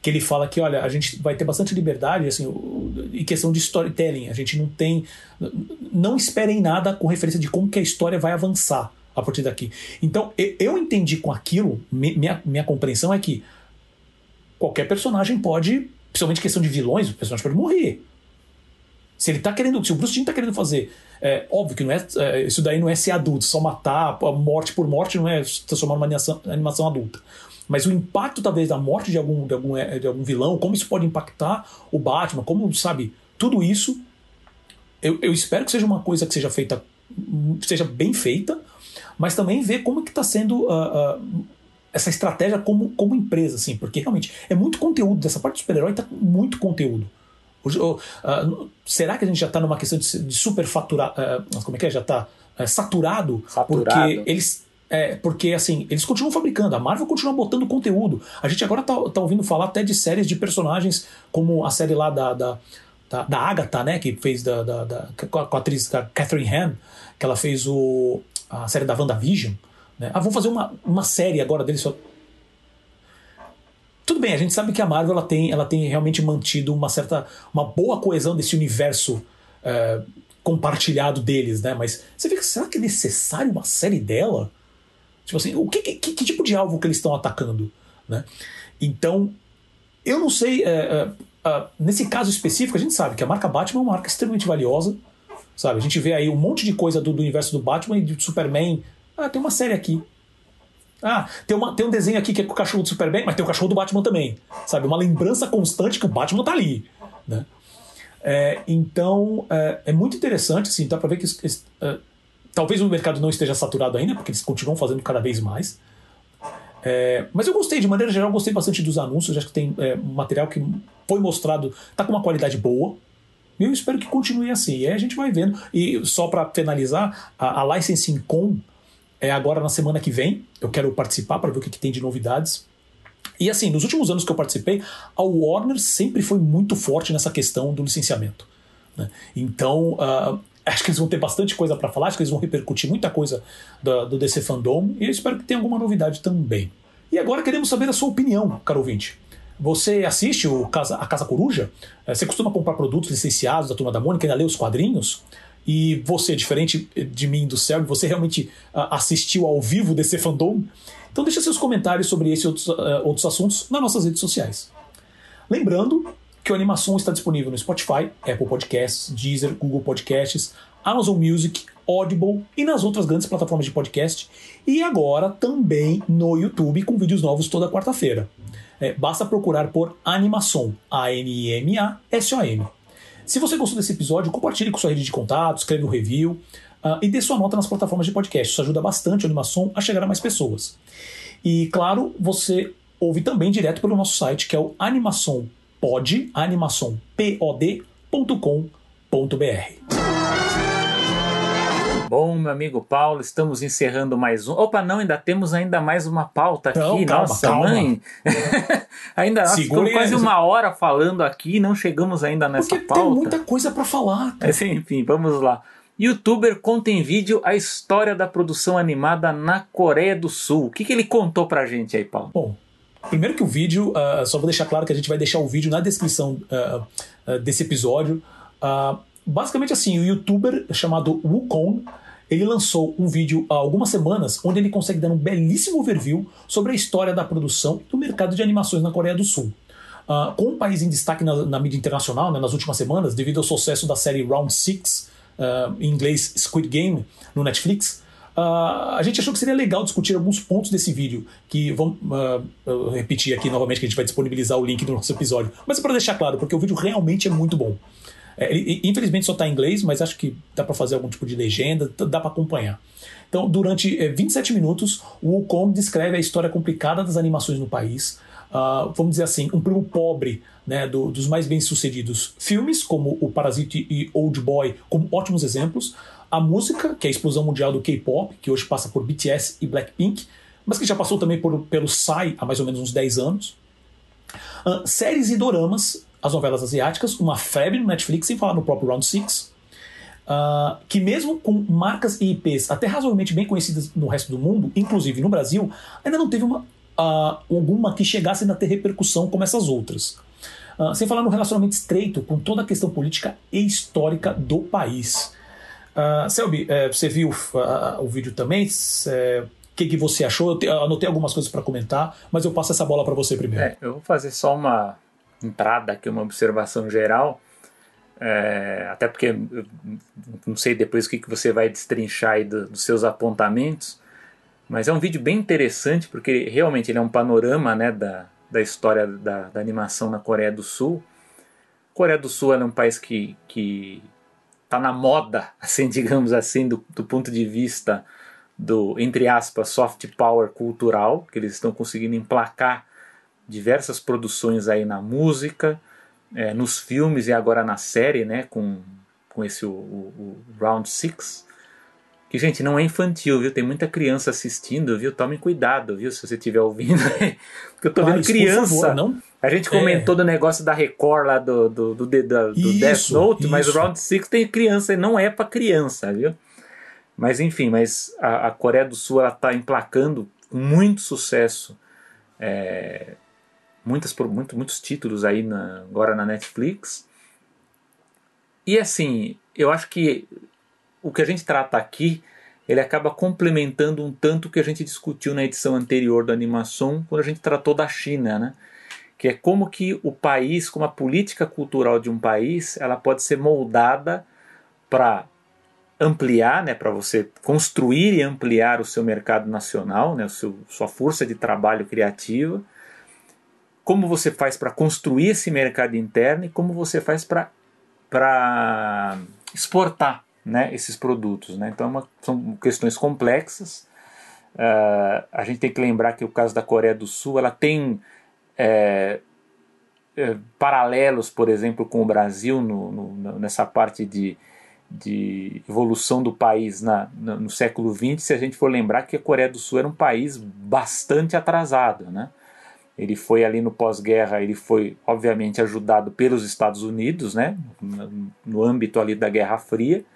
que ele fala que, olha, a gente vai ter bastante liberdade, assim, em questão de storytelling. A gente não tem... Não esperem nada com referência de como que a história vai avançar a partir daqui. Então, eu entendi com aquilo, minha, minha compreensão é que qualquer personagem pode, principalmente questão de vilões, o personagem pode morrer. Se ele tá querendo, se o Bruce Timm tá querendo fazer, é óbvio que não é, é, isso daí não é ser adulto, só matar, morte por morte não é transformar numa animação, animação adulta. Mas o impacto, talvez, da morte de algum, de, algum, de algum vilão, como isso pode impactar o Batman, como, sabe, tudo isso, eu, eu espero que seja uma coisa que seja feita, seja bem feita, mas também ver como que tá sendo uh, uh, essa estratégia como, como empresa, assim, porque realmente é muito conteúdo, dessa parte do super-herói tá muito conteúdo. Uh, uh, será que a gente já está numa questão de, de superfaturar, uh, como é que é, já está uh, saturado, saturado, porque eles é, porque assim, eles continuam fabricando, a Marvel continua botando conteúdo, a gente agora tá, tá ouvindo falar até de séries de personagens como a série lá da, da, da, da Agatha, né, que fez da, da, da, com a atriz da Catherine Hahn, que ela fez o, a série da WandaVision, né? Ah, vão fazer uma, uma série agora deles só. Tudo bem, a gente sabe que a Marvel ela tem, ela tem realmente mantido uma certa, uma boa coesão desse universo é, compartilhado deles, né? Mas você fica, será que é necessário uma série dela? Tipo assim, o que, que, que tipo de alvo que eles estão atacando, né? Então, eu não sei, é, é, é, nesse caso específico, a gente sabe que a marca Batman é uma marca extremamente valiosa, sabe? A gente vê aí um monte de coisa do, do universo do Batman e do Superman. Ah, tem uma série aqui. Ah, tem, uma, tem um desenho aqui que é com o cachorro do Superman, mas tem o cachorro do Batman também. Sabe? Uma lembrança constante que o Batman tá ali, né? É, então, é, é muito interessante, assim, dá pra ver que é, talvez o mercado não esteja saturado ainda, porque eles continuam fazendo cada vez mais. É, mas eu gostei, de maneira geral, eu gostei bastante dos anúncios. Acho que tem é, um material que foi mostrado, tá com uma qualidade boa. E eu espero que continue assim. E aí a gente vai vendo. E só para finalizar, a, a Licensing Con é agora na semana que vem. Eu quero participar para ver o que, que tem de novidades. E assim, nos últimos anos que eu participei, a Warner sempre foi muito forte nessa questão do licenciamento, né? Então, uh, acho que eles vão ter bastante coisa para falar, acho que eles vão repercutir muita coisa do, do D C Fandom, e eu espero que tenha alguma novidade também. E agora queremos saber a sua opinião, caro ouvinte. Você assiste o Casa, a Casa Coruja? Você costuma comprar produtos licenciados da Turma da Mônica, ainda lê os quadrinhos? E você, diferente de mim do céu, você realmente uh, assistiu ao vivo o D C Fandom? Então deixa seus comentários sobre esses outros, uh, outros assuntos nas nossas redes sociais. Lembrando que o Animação está disponível no Spotify, Apple Podcasts, Deezer, Google Podcasts, Amazon Music, Audible e nas outras grandes plataformas de podcast. E agora também no YouTube com vídeos novos toda quarta-feira. É, basta procurar por Animação, A N I M A S O M. Se você gostou desse episódio, compartilhe com sua rede de contatos, escreve um review uh, e dê sua nota nas plataformas de podcast. Isso ajuda bastante a Animação a chegar a mais pessoas. E, claro, você ouve também direto pelo nosso site, que é o animaçãopod, animaçãopod ponto com ponto b r. Bom, meu amigo Paulo, estamos encerrando mais um. Opa, não, ainda temos ainda mais uma pauta aqui. Não, calma, Nossa, calma. mãe. ainda nós ficamos quase uma hora falando aqui, não chegamos ainda nessa Porque pauta. tem muita coisa pra falar, cara. Enfim, vamos lá. YouTuber conta em vídeo a história da produção animada na Coreia do Sul. O que, que ele contou pra gente aí, Paulo? Bom, primeiro que o vídeo, uh, só vou deixar claro que a gente vai deixar o vídeo na descrição uh, uh, desse episódio. Uh, basicamente assim, o youtuber chamado Wukong, ele lançou um vídeo há algumas semanas onde ele consegue dar um belíssimo overview sobre a história da produção e do mercado de animações na Coreia do Sul. Uh, com o país em destaque na, na mídia internacional, né, nas últimas semanas, devido ao sucesso da série Round Six, uh, em inglês Squid Game, no Netflix, uh, a gente achou que seria legal discutir alguns pontos desse vídeo, que vamos uh, repetir aqui novamente, que a gente vai disponibilizar o link do nosso episódio, mas é para deixar claro, porque o vídeo realmente é muito bom. É, ele, infelizmente só está em inglês, mas acho que dá para fazer algum tipo de legenda, dá para acompanhar. Então, durante é, vinte e sete minutos, o Wukong descreve a história complicada das animações no país. Uh, vamos dizer assim, um primo pobre, né, do, dos mais bem-sucedidos filmes, como o Parasita e Old Boy, como ótimos exemplos. A música, que é a explosão mundial do K-pop, que hoje passa por B T S e Blackpink, mas que já passou também por, pelo Psy há mais ou menos uns dez anos. Uh, séries e doramas, as novelas asiáticas, uma febre no Netflix, sem falar no próprio Round Six, uh, que mesmo com marcas e I Ps até razoavelmente bem conhecidas no resto do mundo, inclusive no Brasil, ainda não teve uma uh, alguma que chegasse a ter repercussão como essas outras. Uh, sem falar no relacionamento estreito com toda a questão política e histórica do país. Uh, Selby, é, você viu uh, o vídeo também? O que, que você achou? Eu, te, eu anotei algumas coisas para comentar, mas eu passo essa bola para você primeiro. É, eu vou fazer só uma entrada aqui, uma observação geral, é, até porque eu não sei depois o que, que você vai destrinchar aí do, dos seus apontamentos, mas é um vídeo bem interessante porque realmente ele é um panorama, né, da da história da, da animação na Coreia do Sul. A Coreia do Sul é um país que que está na moda, assim, digamos assim, do, do ponto de vista do, entre aspas, soft power cultural, que eles estão conseguindo emplacar diversas produções aí na música, é, nos filmes e agora na série, né, com, com esse o, o, o Round Six. Que, gente, não é infantil, viu? Tem muita criança assistindo, viu? Tomem cuidado, viu? Se você estiver ouvindo. Porque eu tô vendo criança. Por favor, não? A gente comentou é. do negócio da Record lá do, do, do, do, do isso, Death Note, isso. Mas o Round Six tem criança e não é pra criança, viu? Mas enfim, mas a, a Coreia do Sul ela tá emplacando com muito sucesso é, muitas, muito, muitos títulos aí na, agora na Netflix. E assim, eu acho que o que a gente trata aqui, ele acaba complementando um tanto o que a gente discutiu na edição anterior da Animação, quando a gente tratou da China, né? Que é como que o país, como a política cultural de um país, ela pode ser moldada para ampliar, né, para você construir e ampliar o seu mercado nacional, né, o seu, sua força de trabalho criativa, como você faz para construir esse mercado interno e como você faz para para exportar, né, esses produtos, né? Então é uma, são questões complexas. Uh, a gente tem que lembrar que o caso da Coreia do Sul ela tem é, é, paralelos, por exemplo, com o Brasil no, no, nessa parte de, de evolução do país na, no, no século vinte, se a gente for lembrar que a Coreia do Sul era um país bastante atrasado, né? Ele foi ali no pós-guerra, ele foi obviamente ajudado pelos Estados Unidos, né, no, no âmbito ali da Guerra Fria.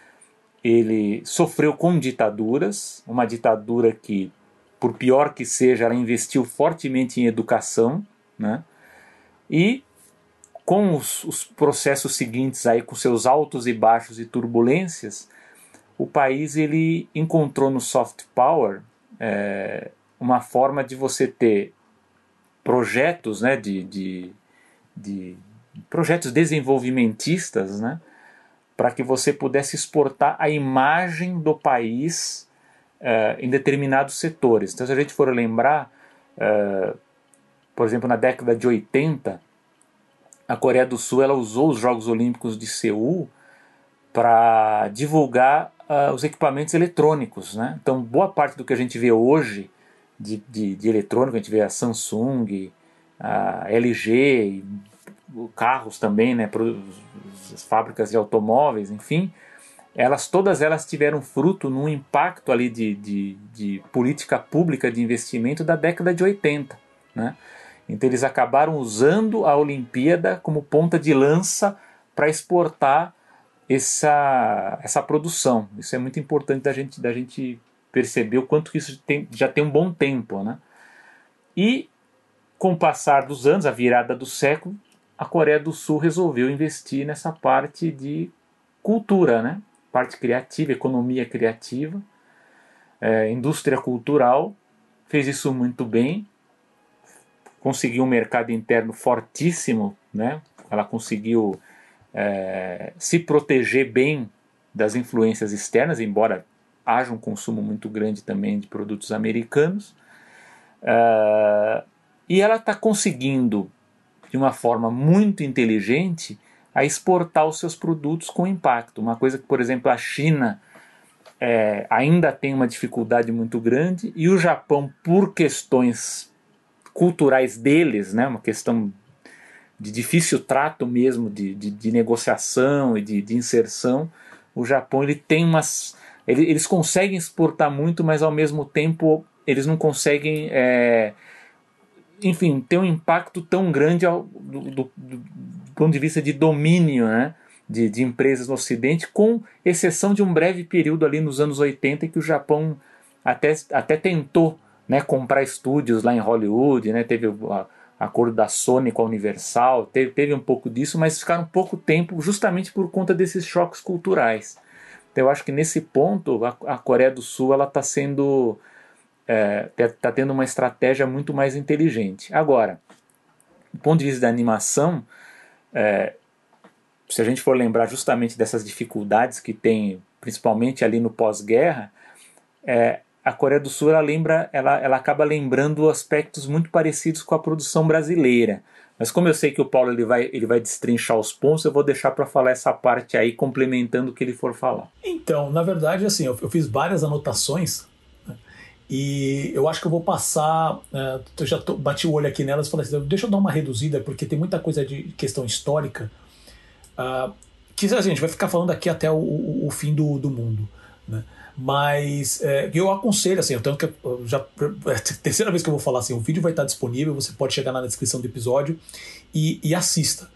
Ele sofreu com ditaduras, uma ditadura que, por pior que seja, ela investiu fortemente em educação, né? E com os, os processos seguintes, aí, com seus altos e baixos e turbulências, o país ele encontrou no soft power é, uma forma de você ter projetos, né, de, de, de projetos desenvolvimentistas, né, para que você pudesse exportar a imagem do país uh, em determinados setores. Então, se a gente for lembrar, uh, por exemplo, na década de oitenta, a Coreia do Sul ela usou os Jogos Olímpicos de Seul para divulgar uh, os equipamentos eletrônicos, né? Então, boa parte do que a gente vê hoje de, de, de eletrônico, a gente vê a Samsung, a L G, carros também, né, as fábricas de automóveis, enfim, elas, todas elas tiveram fruto num impacto ali de, de, de política pública de investimento da década de oitenta, né? Então eles acabaram usando a Olimpíada como ponta de lança para exportar essa, essa produção. Isso é muito importante da gente, da gente perceber o quanto que isso tem, já tem um bom tempo, né? E com o passar dos anos, a virada do século, a Coreia do Sul resolveu investir nessa parte de cultura, né? Parte criativa, economia criativa, é, indústria cultural, fez isso muito bem, conseguiu um mercado interno fortíssimo, né? Ela conseguiu é, se proteger bem das influências externas, embora haja um consumo muito grande também de produtos americanos, é, e ela está conseguindo de uma forma muito inteligente a exportar os seus produtos com impacto. Uma coisa que, por exemplo, a China é, ainda tem uma dificuldade muito grande, e o Japão, por questões culturais deles, né, uma questão de difícil trato mesmo, de, de, de negociação e de, de inserção, o Japão ele tem umas... Ele, eles conseguem exportar muito, mas ao mesmo tempo eles não conseguem... É, enfim, ter um impacto tão grande ao, do, do, do, do ponto de vista de domínio, né, de, de empresas no Ocidente, com exceção de um breve período ali nos anos oitenta, em que o Japão até, até tentou né, comprar estúdios lá em Hollywood, né, teve a, a acordo da Sony com a Universal, teve, teve um pouco disso, mas ficaram pouco tempo justamente por conta desses choques culturais. Então eu acho que nesse ponto a, a Coreia do Sul ela está sendo é, tá tendo uma estratégia muito mais inteligente. Agora, do ponto de vista da animação, é, se a gente for lembrar justamente dessas dificuldades que tem, principalmente ali no pós-guerra, é, a Coreia do Sul ela lembra, ela, ela acaba lembrando aspectos muito parecidos com a produção brasileira. Mas como eu sei que o Paulo ele vai, ele vai destrinchar os pontos, eu vou deixar para falar essa parte aí, complementando o que ele for falar. Então, na verdade, assim, eu, eu fiz várias anotações, né, e eu acho que eu vou passar, é, eu já tô, bati o olho aqui nelas e falei assim, deixa eu dar uma reduzida, porque tem muita coisa de questão histórica, uh, que a gente vai ficar falando aqui até o, o, o fim do, do mundo, né? Mas é, eu aconselho, assim, tanto que eu já, é a terceira vez que eu vou falar assim, o vídeo vai estar disponível, você pode chegar na descrição do episódio e, e assista.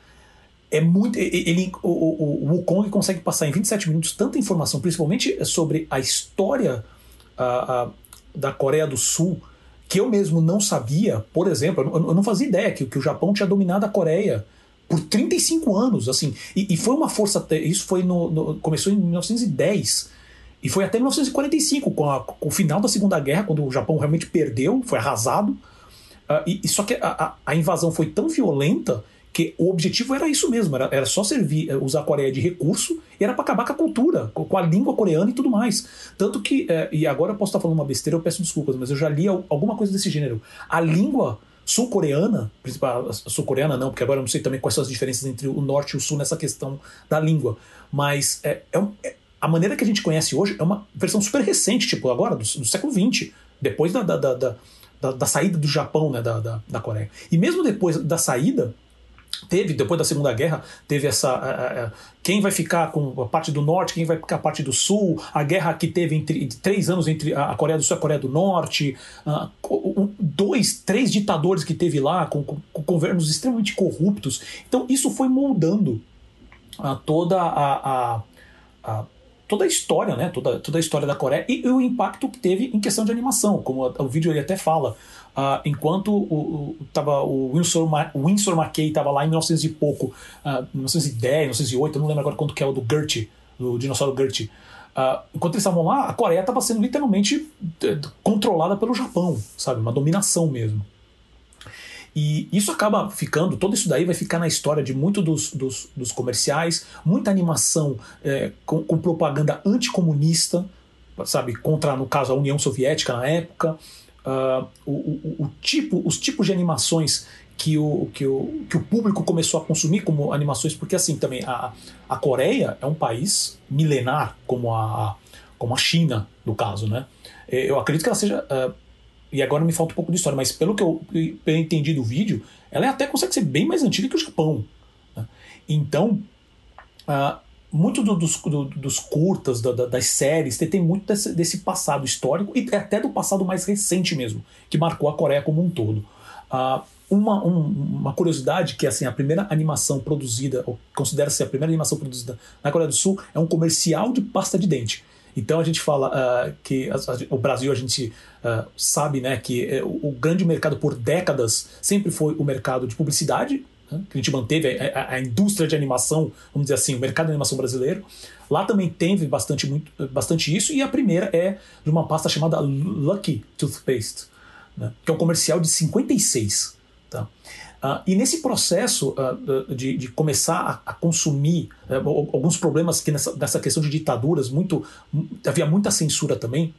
É muito, ele, o, o, o Wukong consegue passar em vinte e sete minutos tanta informação, principalmente sobre a história a, a, da Coreia do Sul, que eu mesmo não sabia. Por exemplo, eu, eu não fazia ideia que, que o Japão tinha dominado a Coreia por trinta e cinco anos, assim, e, e foi uma força, isso foi no, no, começou em mil novecentos e dez. E foi até mil novecentos e quarenta e cinco, com, a, com o final da Segunda Guerra, quando o Japão realmente perdeu, foi arrasado. Uh, e, e só que a, a, a invasão foi tão violenta que o objetivo era isso mesmo, era, era só servir, usar a Coreia de recurso, e era para acabar com a cultura, com, com a língua coreana e tudo mais. Tanto que, uh, e agora eu posso estar falando uma besteira, eu peço desculpas, mas eu já li alguma coisa desse gênero. A língua sul-coreana, a sul-coreana não, porque agora eu não sei também quais são as diferenças entre o norte e o sul nessa questão da língua, mas é, é um... É, a maneira que a gente conhece hoje é uma versão super recente, tipo agora, do, do século vinte, depois da, da, da, da, da saída do Japão, né, da, da, da Coreia. E mesmo depois da saída, teve, depois da Segunda Guerra, teve essa... A, a, quem vai ficar com a parte do norte, quem vai ficar com a parte do sul, a guerra que teve entre, três anos entre a Coreia do Sul e a Coreia do Norte, uh, dois, três ditadores que teve lá, com, com, com governos extremamente corruptos. Então isso foi moldando uh, toda a... a, a toda a história, né? Toda, toda a história da Coreia e, e o impacto que teve em questão de animação, como a, o vídeo ele até fala. Uh, enquanto o, o, tava, o Winsor, Ma, Winsor McKay estava lá em mil e novecentos e pouco, uh, mil novecentos e dez, mil novecentos e oito, eu não lembro agora quanto que é o do Gertie, do dinossauro Gertie. Uh, enquanto eles estavam lá, a Coreia estava sendo literalmente controlada pelo Japão, sabe? Uma dominação mesmo. E isso acaba ficando, todo isso daí vai ficar na história de muitos dos, dos, dos comerciais, muita animação é, com, com propaganda anticomunista, sabe, contra, no caso, a União Soviética na época, uh, o, o, o tipo, os tipos de animações que o, que, o, que o público começou a consumir como animações, porque assim também a, a Coreia é um país milenar, como a, como a China, no caso, né? Eu acredito que ela seja... Uh, e agora me falta um pouco de história, mas pelo que eu, eu entendi do vídeo, ela até consegue ser bem mais antiga que o Japão, né? Então, uh, muito do, dos, do, dos curtas, da, das séries, tem, tem muito desse, desse passado histórico e até do passado mais recente mesmo, que marcou a Coreia como um todo. Uh, uma, um, uma curiosidade que assim, a primeira animação produzida, ou considera-se a primeira animação produzida na Coreia do Sul, é um comercial de pasta de dente. Então a gente fala uh, que a, a, o Brasil, a gente uh, sabe, né, que é, o, o grande mercado por décadas sempre foi o mercado de publicidade, né, que a gente manteve a, a, a indústria de animação, vamos dizer assim, o mercado de animação brasileiro. Lá também teve bastante, muito, bastante isso, e a primeira é de uma pasta chamada Lucky Toothpaste, né, que é um comercial de cinquenta e seis. Tá? Uh, e nesse processo uh, de, de começar a, a consumir uh, alguns problemas que nessa, nessa questão de ditaduras, muito, havia muita censura também,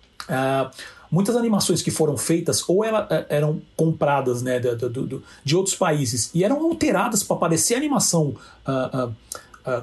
uh, muitas animações que foram feitas ou ela, uh, eram compradas, né, de, de, de, de outros países e eram alteradas para parecer animação uh, uh, uh,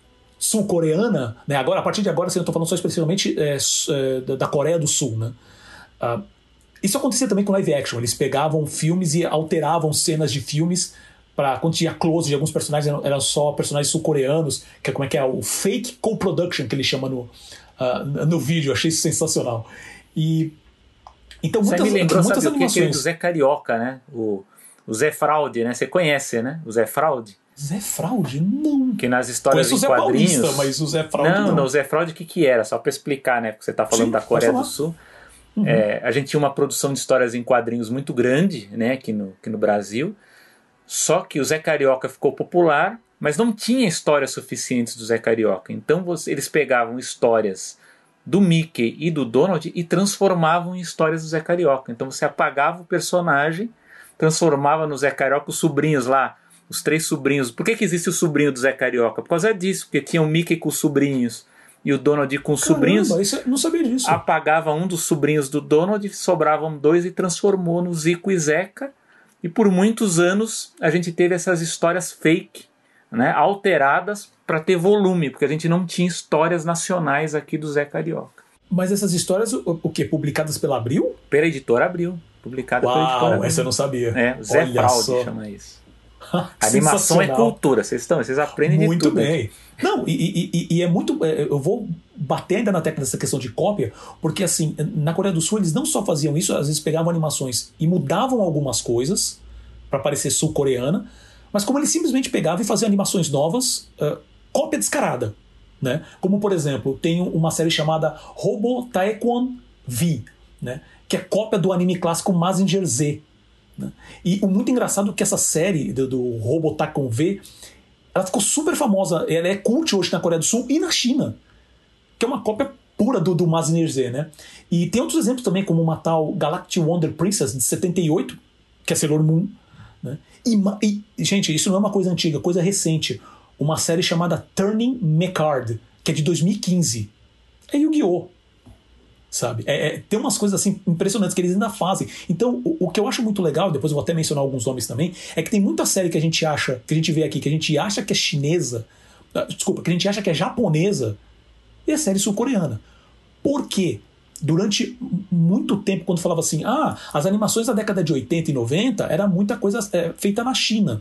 sul-coreana, né? Agora, a partir de agora, assim, eu estou falando só especificamente é, é, da Coreia do Sul, né? Uh, Isso acontecia também com live action. Eles pegavam filmes e alteravam cenas de filmes para quando tinha close de alguns personagens, eram, eram só personagens sul-coreanos, que é como é que é o fake co-production que ele chama no, uh, no vídeo. Eu achei isso sensacional. E então Você muitas, me lembrou, muitas sabe animações. o que? Aquele do Zé Carioca, né? O, o Zé Fraude, né? Você conhece, né? O Zé Fraude. Zé Fraude? Não. Que nas histórias em o Zé quadrinhos... Paulista, mas o Zé Fraude não. Não, não, o Zé Fraude o que que era? Só para explicar, né? Porque você tá falando Sim, da Coreia do Sul. Uhum. É, a gente tinha uma produção de histórias em quadrinhos muito grande, né, aqui no, aqui no Brasil. Só que o Zé Carioca ficou popular, mas não tinha histórias suficientes do Zé Carioca. Então você, eles pegavam histórias do Mickey e do Donald e transformavam em histórias do Zé Carioca. Então você apagava o personagem, transformava no Zé Carioca os sobrinhos lá, os três sobrinhos. Por que que existe o sobrinho do Zé Carioca? Por causa disso, porque tinha o Mickey com os sobrinhos e o Donald com os Caramba, sobrinhos. Isso, eu não sabia disso. Apagava um dos sobrinhos do Donald, sobravam dois e transformou no Zico e Zeca. E por muitos anos a gente teve essas histórias fake, né, alteradas para ter volume, porque a gente não tinha histórias nacionais aqui do Zé Carioca. Mas essas histórias, o, o quê? Publicadas pela Abril? Pela editora Abril. Publicada Uau, pela editora Abril. Essa eu não sabia. É, Zé Olha Fraude só. chama isso. A animação é cultura, vocês estão, vocês aprendem de muito tudo. Muito bem. Não, e, e, e é muito. Eu vou bater ainda na tecla dessa questão de cópia, porque assim, na Coreia do Sul eles não só faziam isso, às vezes pegavam animações e mudavam algumas coisas para parecer sul-coreana, mas como eles simplesmente pegavam e faziam animações novas, uh, cópia descarada. Né? Como, por exemplo, tem uma série chamada Robo Taekwon V, né? Que é cópia do anime clássico Mazinger Z. Né? E o muito engraçado é que essa série do, do Robo Taekwon V, ela ficou super famosa, ela é cult hoje na Coreia do Sul e na China, que é uma cópia pura do, do Mazinger Z. Né? E tem outros exemplos também, como uma tal Galactic Wonder Princess de setenta e oito, que é Sailor Moon. Né? E, e, gente, isso não é uma coisa antiga, coisa recente. Uma série chamada Turning Mechard, que é de dois mil e quinze. É Yu-Gi-Oh! Sabe? É, é, tem umas coisas assim impressionantes que eles ainda fazem. Então, o, o que eu acho muito legal, depois eu vou até mencionar alguns nomes também, é que tem muita série que a gente acha, que a gente vê aqui, que a gente acha que é chinesa, desculpa, que a gente acha que é japonesa, e é série sul-coreana. Por quê? Durante muito tempo, quando falava assim, ah, as animações da década de oitenta e noventa era muita coisa é, feita na China.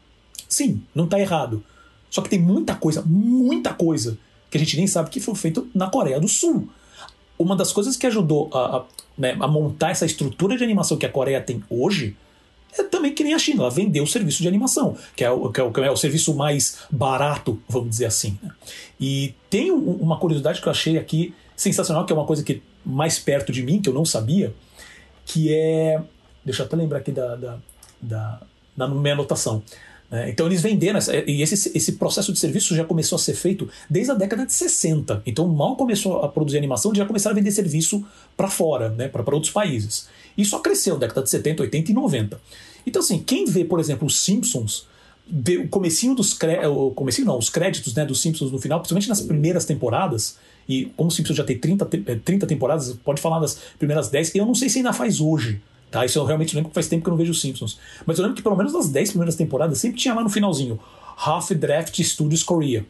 Sim, não tá errado. Só que tem muita coisa, muita coisa, que a gente nem sabe que foi feito na Coreia do Sul. Uma das coisas que ajudou a, a, né, a montar essa estrutura de animação que a Coreia tem hoje é também que nem a China. Ela vendeu o serviço de animação, que é o, que é o, que é o serviço mais barato, vamos dizer assim. Né? E tem um, uma curiosidade que eu achei aqui sensacional, que é uma coisa que mais perto de mim, que eu não sabia, que é... Deixa eu até lembrar aqui da, da, da, da minha anotação. É, então eles venderam, essa, e esse, esse processo de serviço já começou a ser feito desde a década de sessenta. Então mal começou a produzir animação, eles já começaram a vender serviço para fora, né, para outros países. E só cresceu na década de setenta, oitenta e noventa. Então assim, quem vê, por exemplo, os Simpsons, vê o comecinho dos créditos, comecinho não, os créditos, né, dos Simpsons no final, principalmente nas primeiras temporadas, e como o Simpsons já tem trinta, trinta temporadas, pode falar das primeiras dez, eu não sei se ainda faz hoje. Tá, isso eu realmente lembro que faz tempo que eu não vejo os Simpsons. Mas eu lembro que pelo menos nas dez primeiras temporadas sempre tinha lá no finalzinho Half Draft Studios Korea,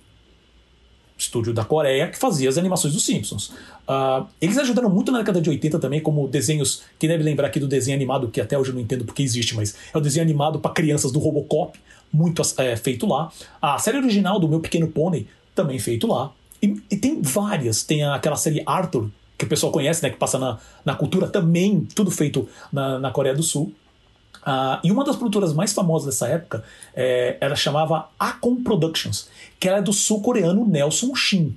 estúdio da Coreia que fazia as animações dos Simpsons. Uh, eles ajudaram muito na década de oitenta também, como desenhos, quem deve lembrar aqui do desenho animado, que até hoje eu não entendo porque existe, mas é o desenho animado para crianças do Robocop, muito é, feito lá. A série original do Meu Pequeno Pônei, também feito lá. E, e tem várias, tem aquela série Arthur, que o pessoal conhece, né, que passa na, na cultura, também tudo feito na, na Coreia do Sul. Uh, e uma das produtoras mais famosas dessa época, é, ela chamava Acom Productions, que era do sul-coreano Nelson Shin,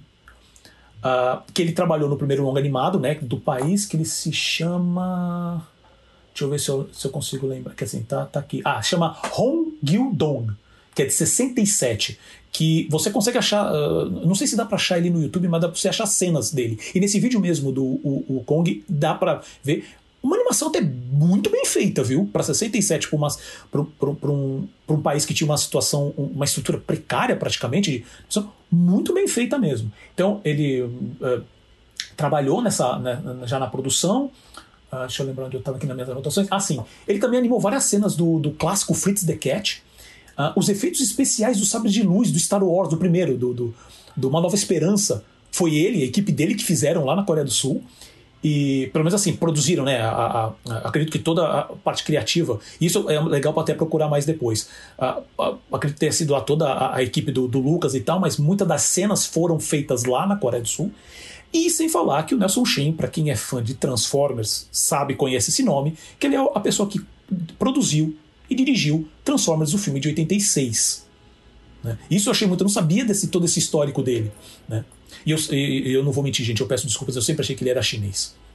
uh, que ele trabalhou no primeiro longa animado, né, do país, que ele se chama... Deixa eu ver se eu, se eu consigo lembrar, que assim, tá, tá aqui. Ah, chama Hong Gil-dong, que é de sessenta e sete, que você consegue achar, uh, não sei se dá pra achar ele no YouTube, mas dá pra você achar cenas dele. E nesse vídeo mesmo do o, o Kong, dá pra ver uma animação até muito bem feita, viu? Pra sessenta e sete, pra, umas, pra, pra, pra, um, pra um país que tinha uma situação, uma estrutura precária praticamente, muito bem feita mesmo. Então ele uh, trabalhou nessa, né, já na produção. Uh, deixa eu lembrar onde eu tava aqui nas minhas anotações. Ah, sim. Ele também animou várias cenas do, do clássico Fritz the Cat. Uh, os efeitos especiais do Sabre de Luz, do Star Wars, do primeiro, do, do, do Uma Nova Esperança, foi ele, a equipe dele que fizeram lá na Coreia do Sul. E, pelo menos assim, produziram, né? A, a, a, acredito que toda a parte criativa, isso é legal para até procurar mais depois. Uh, uh, acredito ter sido lá toda a, a equipe do, do Lucas e tal, mas muitas das cenas foram feitas lá na Coreia do Sul. E sem falar que o Nelson Shin, para quem é fã de Transformers, sabe, conhece esse nome, que ele é a pessoa que produziu e dirigiu Transformers, o filme de oitenta e seis. Né? Isso eu achei muito, eu não sabia desse, todo esse histórico dele. Né? E eu, e, eu não vou mentir, gente, eu peço desculpas, eu sempre achei que ele era chinês.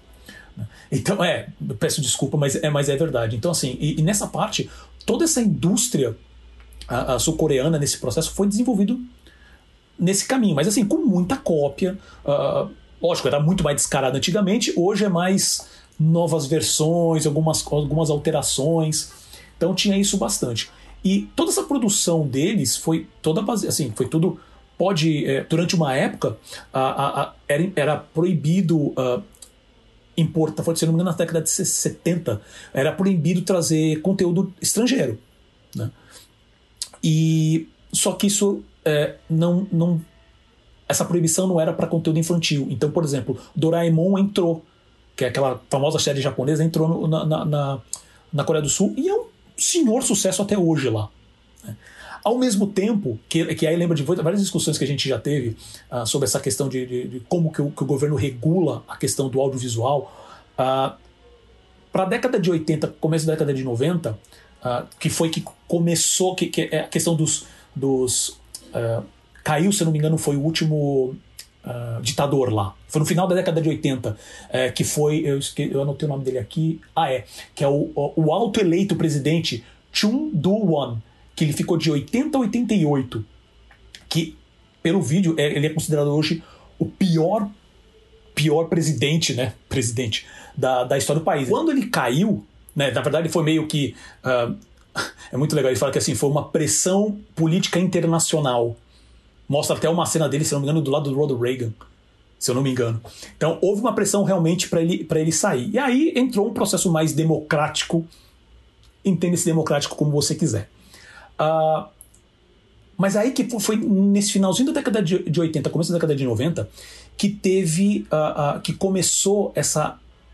Então, é, eu peço desculpa, mas é, mas é verdade. Então, assim, e, e nessa parte, toda essa indústria a, a sul-coreana nesse processo foi desenvolvido nesse caminho, mas assim, com muita cópia. Uh, lógico, era muito mais descarado antigamente, hoje é mais novas versões, algumas, algumas alterações. Então tinha isso bastante. E toda essa produção deles foi toda baseada, assim, foi tudo. Pode. É, durante uma época, a, a, a, era, era proibido. Uh, importa, foi, se não me engano, na década de setenta, era proibido trazer conteúdo estrangeiro, né? E só que isso é, não, não, essa proibição não era para conteúdo infantil. Então, por exemplo, Doraemon entrou, que é aquela famosa série japonesa, entrou no, na, na, na, na Coreia do Sul e é um senhor sucesso até hoje lá, né? Ao mesmo tempo, que, que aí lembra de várias discussões que a gente já teve uh, sobre essa questão de, de, de como que o, que o governo regula a questão do audiovisual. Uh, para a década de oitenta, começo da década de noventa, uh, que foi que começou, que, que é a questão dos... dos uh, caiu, se não me engano, foi o último uh, ditador lá. Foi no final da década de oitenta, uh, que foi... Eu, esque, eu anotei o nome dele aqui. Ah, é. Que é o, o, o auto-eleito presidente Chun Do-won, que ele ficou de oitenta a oitenta e oito, que, pelo vídeo, é, ele é considerado hoje o pior, pior presidente, né, presidente da, da história do país. Quando ele caiu, né, na verdade foi meio que... Uh, é muito legal, ele fala que assim, foi uma pressão política internacional. Mostra até uma cena dele, se não me engano, do lado do Ronald Reagan, se eu não me engano. Então, houve uma pressão realmente para ele, para ele sair. E aí entrou um processo mais democrático, entenda-se democrático como você quiser. Uh, mas aí que foi nesse finalzinho da década de, de oitenta, começo da década de noventa, que teve, uh, uh, que começou essa,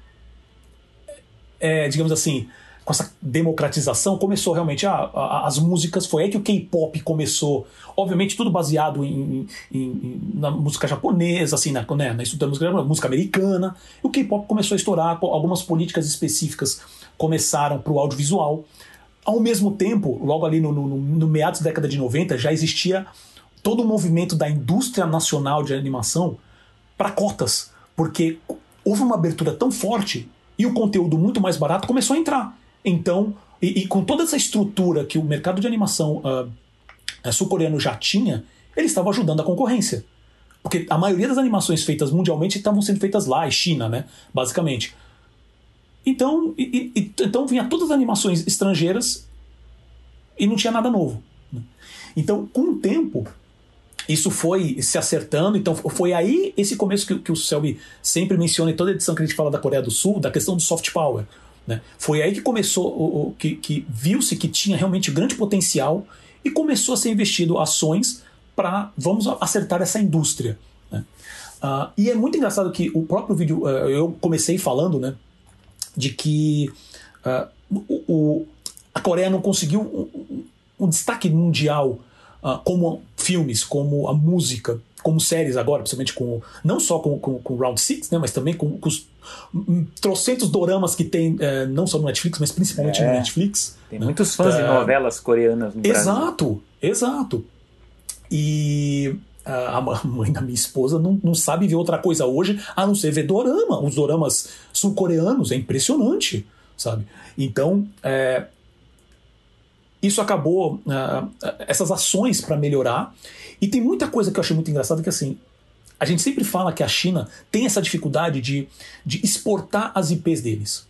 é, digamos assim, com essa democratização, começou realmente ah, as músicas, foi aí que o K-pop começou, obviamente tudo baseado em, em, em, na música japonesa, assim, na, né, na estrutura da música, música americana, e o K-pop começou a estourar, algumas políticas específicas começaram para o audiovisual. Ao mesmo tempo, logo ali no, no, no meados da década de noventa, já existia todo o movimento da indústria nacional de animação para cotas, porque houve uma abertura tão forte e o conteúdo muito mais barato começou a entrar. Então, e, e com toda essa estrutura que o mercado de animação uh, sul-coreano já tinha, ele estava ajudando a concorrência. Porque a maioria das animações feitas mundialmente estavam sendo feitas lá, em China, né, basicamente. Então, e, e, então vinha todas as animações estrangeiras e não tinha nada novo, né? Então, com o tempo, isso foi se acertando. Então foi aí esse começo que, que o Selby sempre menciona em toda edição que a gente fala da Coreia do Sul, da questão do soft power, né? Foi aí que começou, o, o, que, que viu-se que tinha realmente grande potencial e começou a ser investido ações para vamos acertar essa indústria, né? Uh, e é muito engraçado que o próprio vídeo, uh, eu comecei falando, né, de que uh, o, o, a Coreia não conseguiu um, um destaque mundial uh, como filmes, como a música, como séries agora, principalmente com, não só com, com, com Round Six, né, mas também com, com os um, trocentos doramas que tem, uh, não só no Netflix, mas principalmente é, no Netflix. Tem, né, muitos fãs uh, de novelas coreanas no exato, Brasil. Exato. E a mãe da minha esposa não, não sabe ver outra coisa hoje a não ser ver dorama. Os doramas sul-coreanos, é impressionante, sabe? Então, é, isso acabou, uh, essas ações para melhorar. E tem muita coisa que eu achei muito engraçada, que assim, a gente sempre fala que a China tem essa dificuldade de, de exportar as I Ps deles.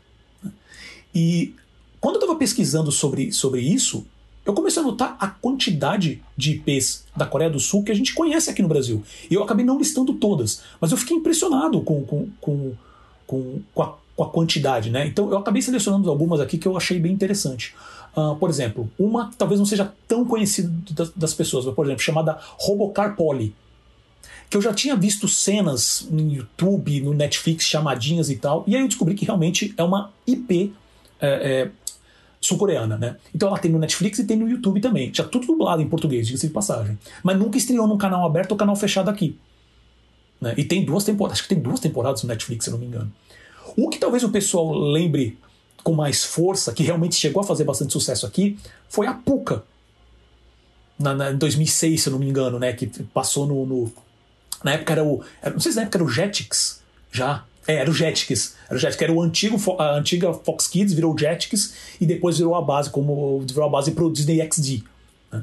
E quando eu estava pesquisando sobre, sobre isso, eu comecei a notar a quantidade de I Ps da Coreia do Sul que a gente conhece aqui no Brasil. E eu acabei não listando todas, mas eu fiquei impressionado com, com, com, com, com, a, com a quantidade, né? Então eu acabei selecionando algumas aqui que eu achei bem interessante. Uh, por exemplo, uma que talvez não seja tão conhecida das, das pessoas, mas, por exemplo, chamada Robocar Poly, que eu já tinha visto cenas no YouTube, no Netflix, chamadinhas e tal, e aí eu descobri que realmente é uma I P é, é, sul-coreana, né? Então ela tem no Netflix e tem no YouTube também. Já tudo dublado em português, diga-se de passagem. Mas nunca estreou num canal aberto ou canal fechado aqui, né? E tem duas temporadas, acho que tem duas temporadas no Netflix, se não me engano. O que talvez o pessoal lembre com mais força, que realmente chegou a fazer bastante sucesso aqui, foi a Pucca. Na, na, em dois mil e seis, se eu não me engano, né? Que passou no... no na época era o... Não sei se na época era o Jetix, já. É, era o Jetix. Era o Jetix, que era o antigo, a antiga Fox Kids, virou o Jetix e depois virou a base, como virou a base pro Disney X D. Né?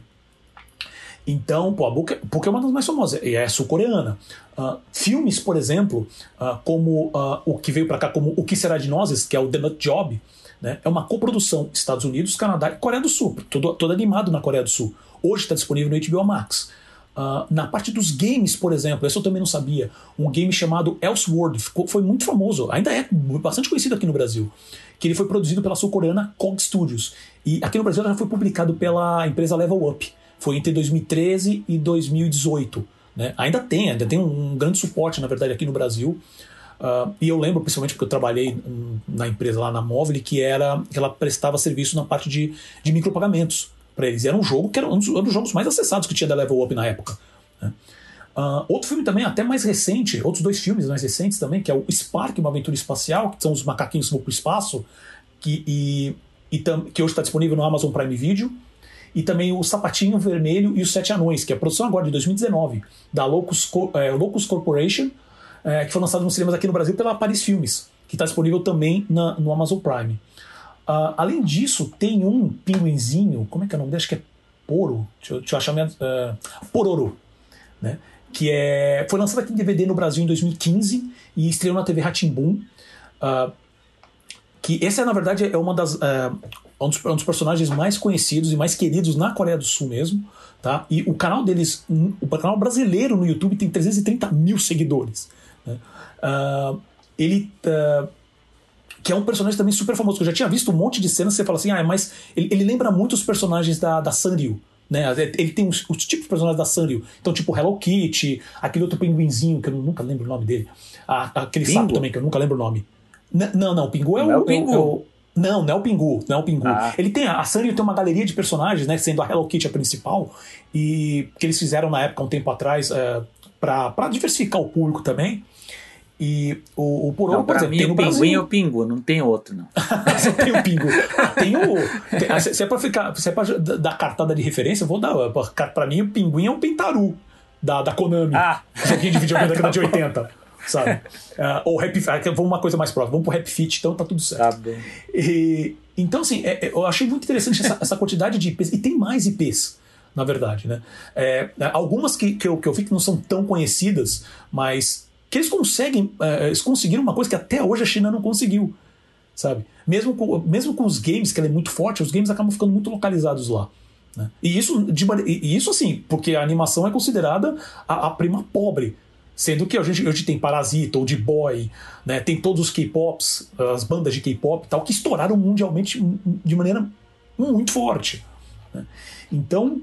Então, pô, a Book, Book é uma das mais famosas, e é sul-coreana. Uh, filmes, por exemplo, uh, como uh, o que veio pra cá, como O Que Será de Nós, que é o The Nut Job, né? É uma coprodução Estados Unidos, Canadá e Coreia do Sul. Todo, todo animado na Coreia do Sul. Hoje está disponível no H B O Max. Uh, na parte dos games, por exemplo, essa eu também não sabia, um game chamado Elseworld ficou, foi muito famoso, ainda é bastante conhecido aqui no Brasil, que ele foi produzido pela sul-coreana C O G Studios, e aqui no Brasil já foi publicado pela empresa Level Up, foi entre dois mil e treze e dois mil e dezoito, né? Ainda tem, ainda tem um, um grande suporte, na verdade, aqui no Brasil. Uh, e eu lembro, principalmente porque eu trabalhei na empresa lá na Móvel, que, era, que ela prestava serviço na parte de, de micropagamentos para eles. E era um jogo que era um dos, um dos jogos mais acessados que tinha da Level Up na época. Né? Uh, outro filme também, até mais recente, outros dois filmes mais recentes também, que é o Spark, uma aventura espacial, que são os macaquinhos que vão para o espaço, que, e, e tam, que hoje está disponível no Amazon Prime Video. E também o Sapatinho Vermelho e os Sete Anões, que é a produção agora de dois mil e dezenove, da Locus, é, Locus Corporation, é, que foi lançado nos cinemas aqui no Brasil pela Paris Filmes, que está disponível também na, no Amazon Prime. Uh, além disso, tem um pinguinzinho, como é que é o nome dele? Acho que é Poro, deixa eu, deixa eu achar minha, uh, Pororo, né? Que é, foi lançado aqui em D V D no Brasil em dois mil e quinze e estreou na T V Rá-Tim-Bum. Uh, que esse é, na verdade, é uma das, uh, um, dos, um dos personagens mais conhecidos e mais queridos na Coreia do Sul mesmo, tá? E o canal deles, o canal brasileiro no YouTube tem trezentos e trinta mil seguidores, né? Uh, ele... Uh, que é um personagem também super famoso, que eu já tinha visto um monte de cenas, você fala assim, ah, mas ele, ele lembra muito os personagens da, da Sanrio, né? Ele tem os, os tipos de personagens da Sanrio, então tipo Hello Kitty, aquele outro pinguinzinho, que eu nunca lembro o nome dele, a, aquele Pingu? Sapo também, que eu nunca lembro o nome. N- não, não, o Pingu é, não o, é o Pingu. É o, não, não é o Pingu, não é o Pingu. Ah. Ele tem, a Sanrio tem uma galeria de personagens, né, sendo a Hello Kitty a principal, e que eles fizeram na época, um tempo atrás, é, pra, pra diversificar o público também. E o, o Pororo, por exemplo, mim, tem no o Brasil. Pinguim é o Pingu, não tem outro, não. Só tem o Pingu. Tem o. Tem, se é pra ficar. Se é pra dar cartada de referência, eu vou dar. Pra, pra mim, o Pinguim é um Pentaru da, da Konami. Ah. Joguinho de videogame da década de oitenta. Sabe? Uh, ou Rap, vamos uma coisa mais próxima. Vamos pro Rap Fit, então tá tudo certo. Tá bem. E, então, assim, é, eu achei muito interessante essa, essa quantidade de I Ps. E tem mais I Ps, na verdade, né? É, algumas que, que, eu, que eu vi que não são tão conhecidas, mas que eles conseguem, uh, eles conseguiram uma coisa que até hoje a China não conseguiu, sabe? Mesmo com, mesmo com os games, que ela é muito forte, os games acabam ficando muito localizados lá, né? E isso, de, e isso assim, porque a animação é considerada a, a prima pobre, sendo que a gente hoje tem Parasita, Old Boy, né? Tem todos os K-pops, as bandas de K-pop e tal, que estouraram mundialmente de maneira muito forte, né? Então,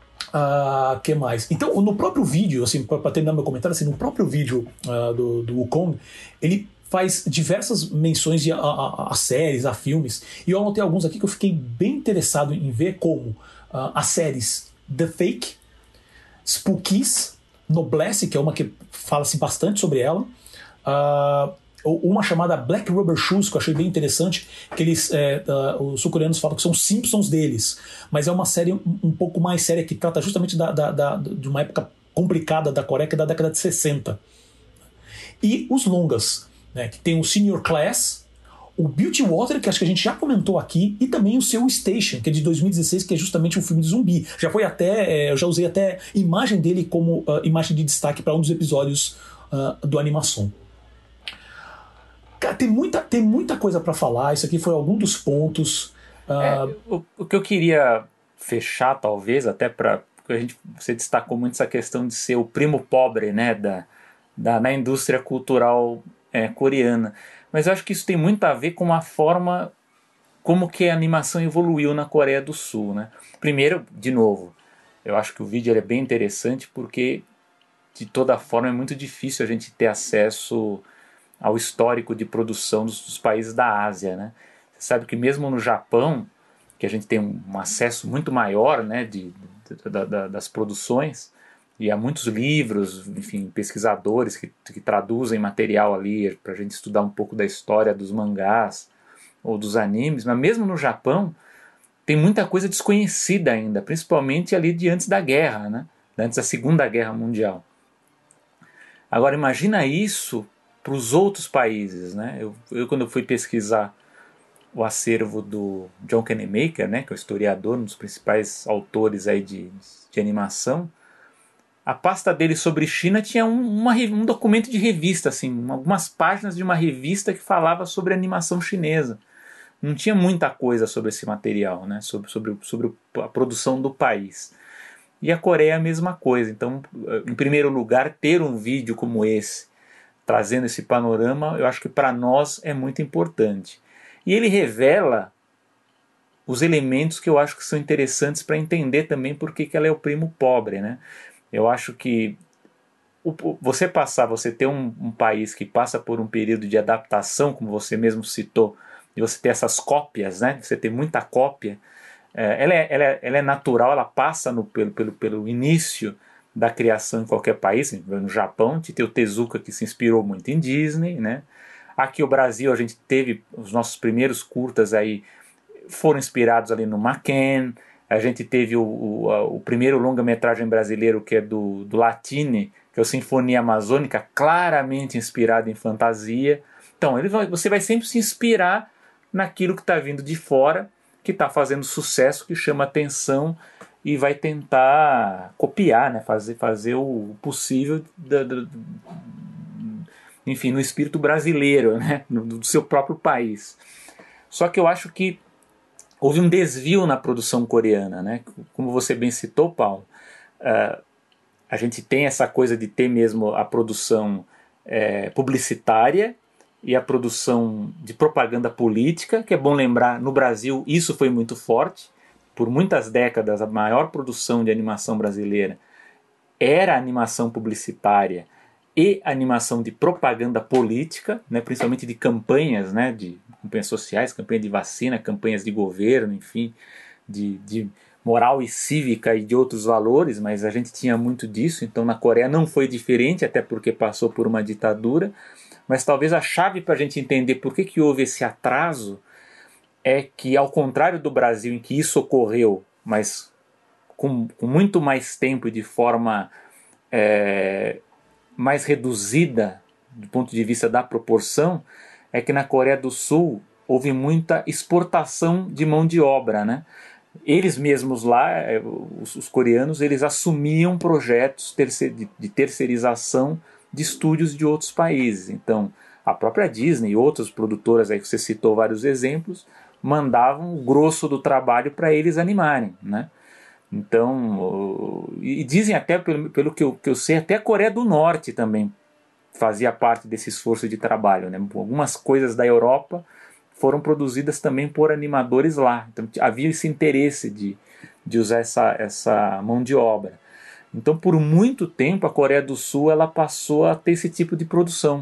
Uh, que mais? Então, no próprio vídeo, assim, para terminar meu comentário, assim, no próprio vídeo uh, do, do Wukong, ele faz diversas menções a, a, a séries, a filmes, e eu anotei alguns aqui que eu fiquei bem interessado em ver, como uh, as séries The Fake, Spookies, Noblesse, que é uma que fala-se bastante sobre ela, uh, uma chamada Black Rubber Shoes, que eu achei bem interessante, que eles, é, uh, os sul-coreanos falam que são Simpsons deles, mas é uma série um, um pouco mais séria, que trata justamente da, da, da, de uma época complicada da Coreia, que é da década de sessenta. E os longas, né, que tem o Senior Class, o Beauty Water, que acho que a gente já comentou aqui, e também o seu Station, que é de dois mil e dezesseis, que é justamente um filme de zumbi. Já foi até, é, eu já usei até imagem dele como uh, imagem de destaque para um dos episódios uh, do Animação. Cara, tem muita, tem muita coisa para falar. Isso aqui foi algum dos pontos. Uh... É, o, o que eu queria fechar, talvez, até para. Porque a gente, você destacou muito essa questão de ser o primo pobre, né, da, da, na indústria cultural é, coreana. Mas eu acho que isso tem muito a ver com a forma como que a animação evoluiu na Coreia do Sul, né? Primeiro, de novo, eu acho que o vídeo ele é bem interessante porque, de toda forma, é muito difícil a gente ter acesso ao histórico de produção dos, dos países da Ásia, né? Você sabe que mesmo no Japão, que a gente tem um, um acesso muito maior, né, de, de, de, de, das produções, e há muitos livros, enfim, pesquisadores que, que traduzem material ali para a gente estudar um pouco da história dos mangás ou dos animes, mas mesmo no Japão tem muita coisa desconhecida ainda, principalmente ali de antes da guerra, né? Antes da Segunda Guerra Mundial. Agora imagina isso para os outros países, né? Eu, eu, quando eu fui pesquisar o acervo do John Kennemaker, né, que é o historiador, um dos principais autores aí de, de animação, a pasta dele sobre China tinha um, uma, um documento de revista, assim, algumas páginas de uma revista que falava sobre animação chinesa. Não tinha muita coisa sobre esse material, né, sobre, sobre, sobre a produção do país. E a Coreia é a mesma coisa. Então, em primeiro lugar, ter um vídeo como esse, trazendo esse panorama, eu acho que para nós é muito importante. E ele revela os elementos que eu acho que são interessantes para entender também por que, que ela é o primo pobre, né? Eu acho que o, você passar, você ter um, um país que passa por um período de adaptação, como você mesmo citou, e você ter essas cópias, né? Você ter muita cópia, é, ela, é, ela, é, ela é natural, ela passa no, pelo, pelo, pelo início da criação em qualquer país. No Japão, a gente tem o Tezuka, que se inspirou muito em Disney, né? Aqui no Brasil a gente teve os nossos primeiros curtas aí, foram inspirados ali no Machen. A gente teve o, o, o primeiro longa-metragem brasileiro, que é do, do Latine, que é o Sinfonia Amazônica, claramente inspirado em fantasia. Então ele vai, você vai sempre se inspirar naquilo que está vindo de fora, que está fazendo sucesso, que chama atenção, e vai tentar copiar, né? fazer, fazer o possível da, da, enfim, no espírito brasileiro, né? Do seu próprio país. Só que eu acho que houve um desvio na produção coreana, né? Como você bem citou, Paulo, uh, a gente tem essa coisa de ter mesmo a produção é, publicitária e a produção de propaganda política, que é bom lembrar, no Brasil isso foi muito forte. Por muitas décadas a maior produção de animação brasileira era a animação publicitária e animação de propaganda política, né, principalmente de campanhas, né, de campanhas sociais, campanha de vacina, campanhas de governo, enfim, de, de moral e cívica e de outros valores, mas a gente tinha muito disso. Então na Coreia não foi diferente, até porque passou por uma ditadura, mas talvez a chave para a gente entender por que, que houve esse atraso é que, ao contrário do Brasil, em que isso ocorreu, mas com, com muito mais tempo e de forma é, mais reduzida do ponto de vista da proporção, é que na Coreia do Sul houve muita exportação de mão de obra, né? Eles mesmos lá, os, os coreanos, eles assumiam projetos terceir, de, de terceirização de estúdios de outros países. Então, a própria Disney e outras produtoras, aí que você citou vários exemplos, mandavam o grosso do trabalho para eles animarem, né? Então, e dizem até, pelo, pelo que, eu, que eu sei, até a Coreia do Norte também fazia parte desse esforço de trabalho, né? Algumas coisas da Europa foram produzidas também por animadores lá. Então havia esse interesse de, de usar essa, essa mão de obra. Então, por muito tempo, a Coreia do Sul ela passou a ter esse tipo de produção.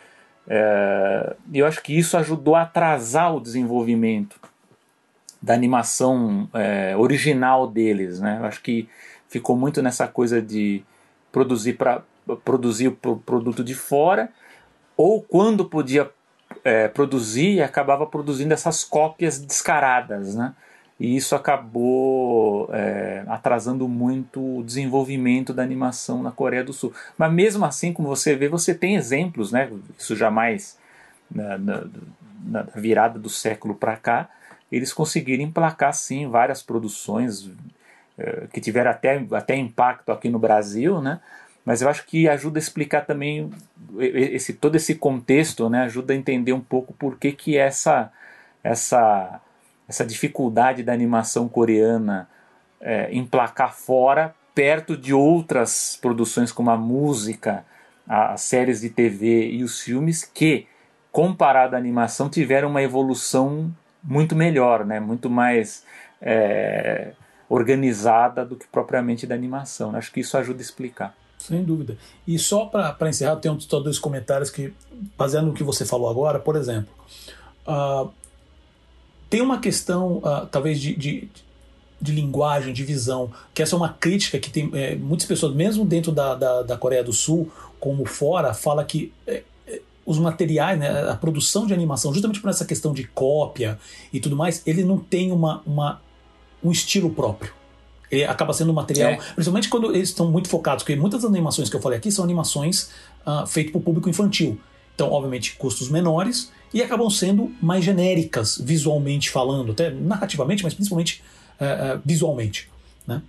É, eu acho que isso ajudou a atrasar o desenvolvimento da animação é, original deles, né? Eu acho que ficou muito nessa coisa de produzir para produzir o produto de fora, ou quando podia é, produzir, acabava produzindo essas cópias descaradas, né? E isso acabou é, atrasando muito o desenvolvimento da animação na Coreia do Sul. Mas mesmo assim, como você vê, você tem exemplos, né? Isso jamais na, na, na virada do século para cá, eles conseguiram emplacar sim várias produções é, que tiveram até, até impacto aqui no Brasil, né? Mas eu acho que ajuda a explicar também esse, todo esse contexto, né? Ajuda a entender um pouco por que, que essa, essa, essa dificuldade da animação coreana é, emplacar fora, perto de outras produções como a música, a, as séries de T V e os filmes, que, comparado à animação, tiveram uma evolução muito melhor, né? Muito mais é, organizada do que propriamente da animação. Acho que isso ajuda a explicar. Sem dúvida. E só para encerrar, tem uns dois comentários que, baseado no que você falou agora, por exemplo, uh, tem uma questão, uh, talvez, de, de, de linguagem, de visão, que essa é uma crítica que tem é, muitas pessoas, mesmo dentro da, da, da Coreia do Sul, como fora, fala que é, é, os materiais, né, a produção de animação, justamente por essa questão de cópia e tudo mais, ele não tem uma, uma, um estilo próprio. Ele acaba sendo um material, é. principalmente quando eles estão muito focados, porque muitas das animações que eu falei aqui são animações uh, feitas para o público infantil. Então, obviamente, custos menores e acabam sendo mais genéricas, visualmente falando, até narrativamente, mas principalmente uh, uh, visualmente, né?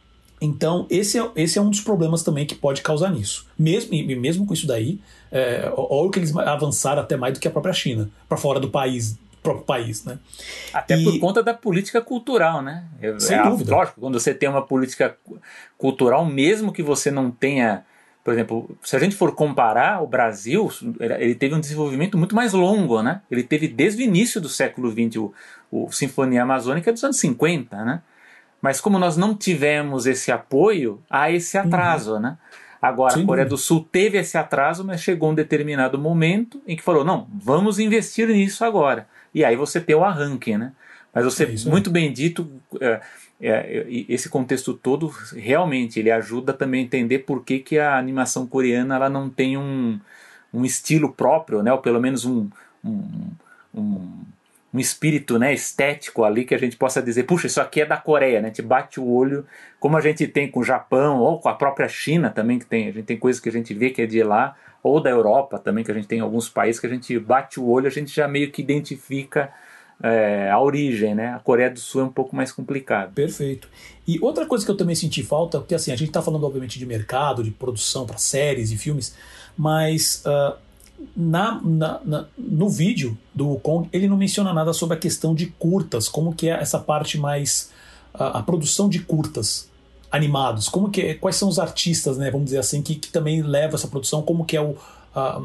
Então, esse é, esse é um dos problemas também que pode causar nisso. Mesmo, e mesmo com isso daí, é, olha que eles avançaram até mais do que a própria China, para fora do país, próprio país, né? Até e, por conta da política cultural, né? Sem é, dúvida. Lógico, quando você tem uma política cultural, mesmo que você não tenha... Por exemplo, se a gente for comparar, o Brasil, ele teve um desenvolvimento muito mais longo, né? Ele teve desde o início do século vinte o, o Sinfonia Amazônica dos anos cinquenta, né? Mas como nós não tivemos esse apoio, há esse atraso, uhum. né? Agora, Sem a Coreia dúvida. do Sul teve esse atraso, mas chegou um determinado momento em que falou, não, vamos investir nisso agora. E aí você tem o arranque, né? Mas você, é muito bem dito, é, é, esse contexto todo, realmente, ele ajuda também a entender por que, que a animação coreana ela não tem um, um estilo próprio, né? Ou pelo menos um... um, um um espírito, né, estético ali que a gente possa dizer, puxa, isso aqui é da Coreia, né? A gente bate o olho, como a gente tem com o Japão, ou com a própria China também, que tem, a gente tem coisas que a gente vê que é de lá, ou da Europa também, que a gente tem alguns países que a gente bate o olho, a gente já meio que identifica é, a origem, né? A Coreia do Sul é um pouco mais complicado. Perfeito. E outra coisa que eu também senti falta, porque assim, a gente está falando obviamente de mercado, de produção para séries e filmes, mas... Uh, Na, na, na, no vídeo do Wukong, ele não menciona nada sobre a questão de curtas, como que é essa parte mais a, a produção de curtas animados, como que é, quais são os artistas, né, vamos dizer assim, que, que também levam essa produção, como que é o a,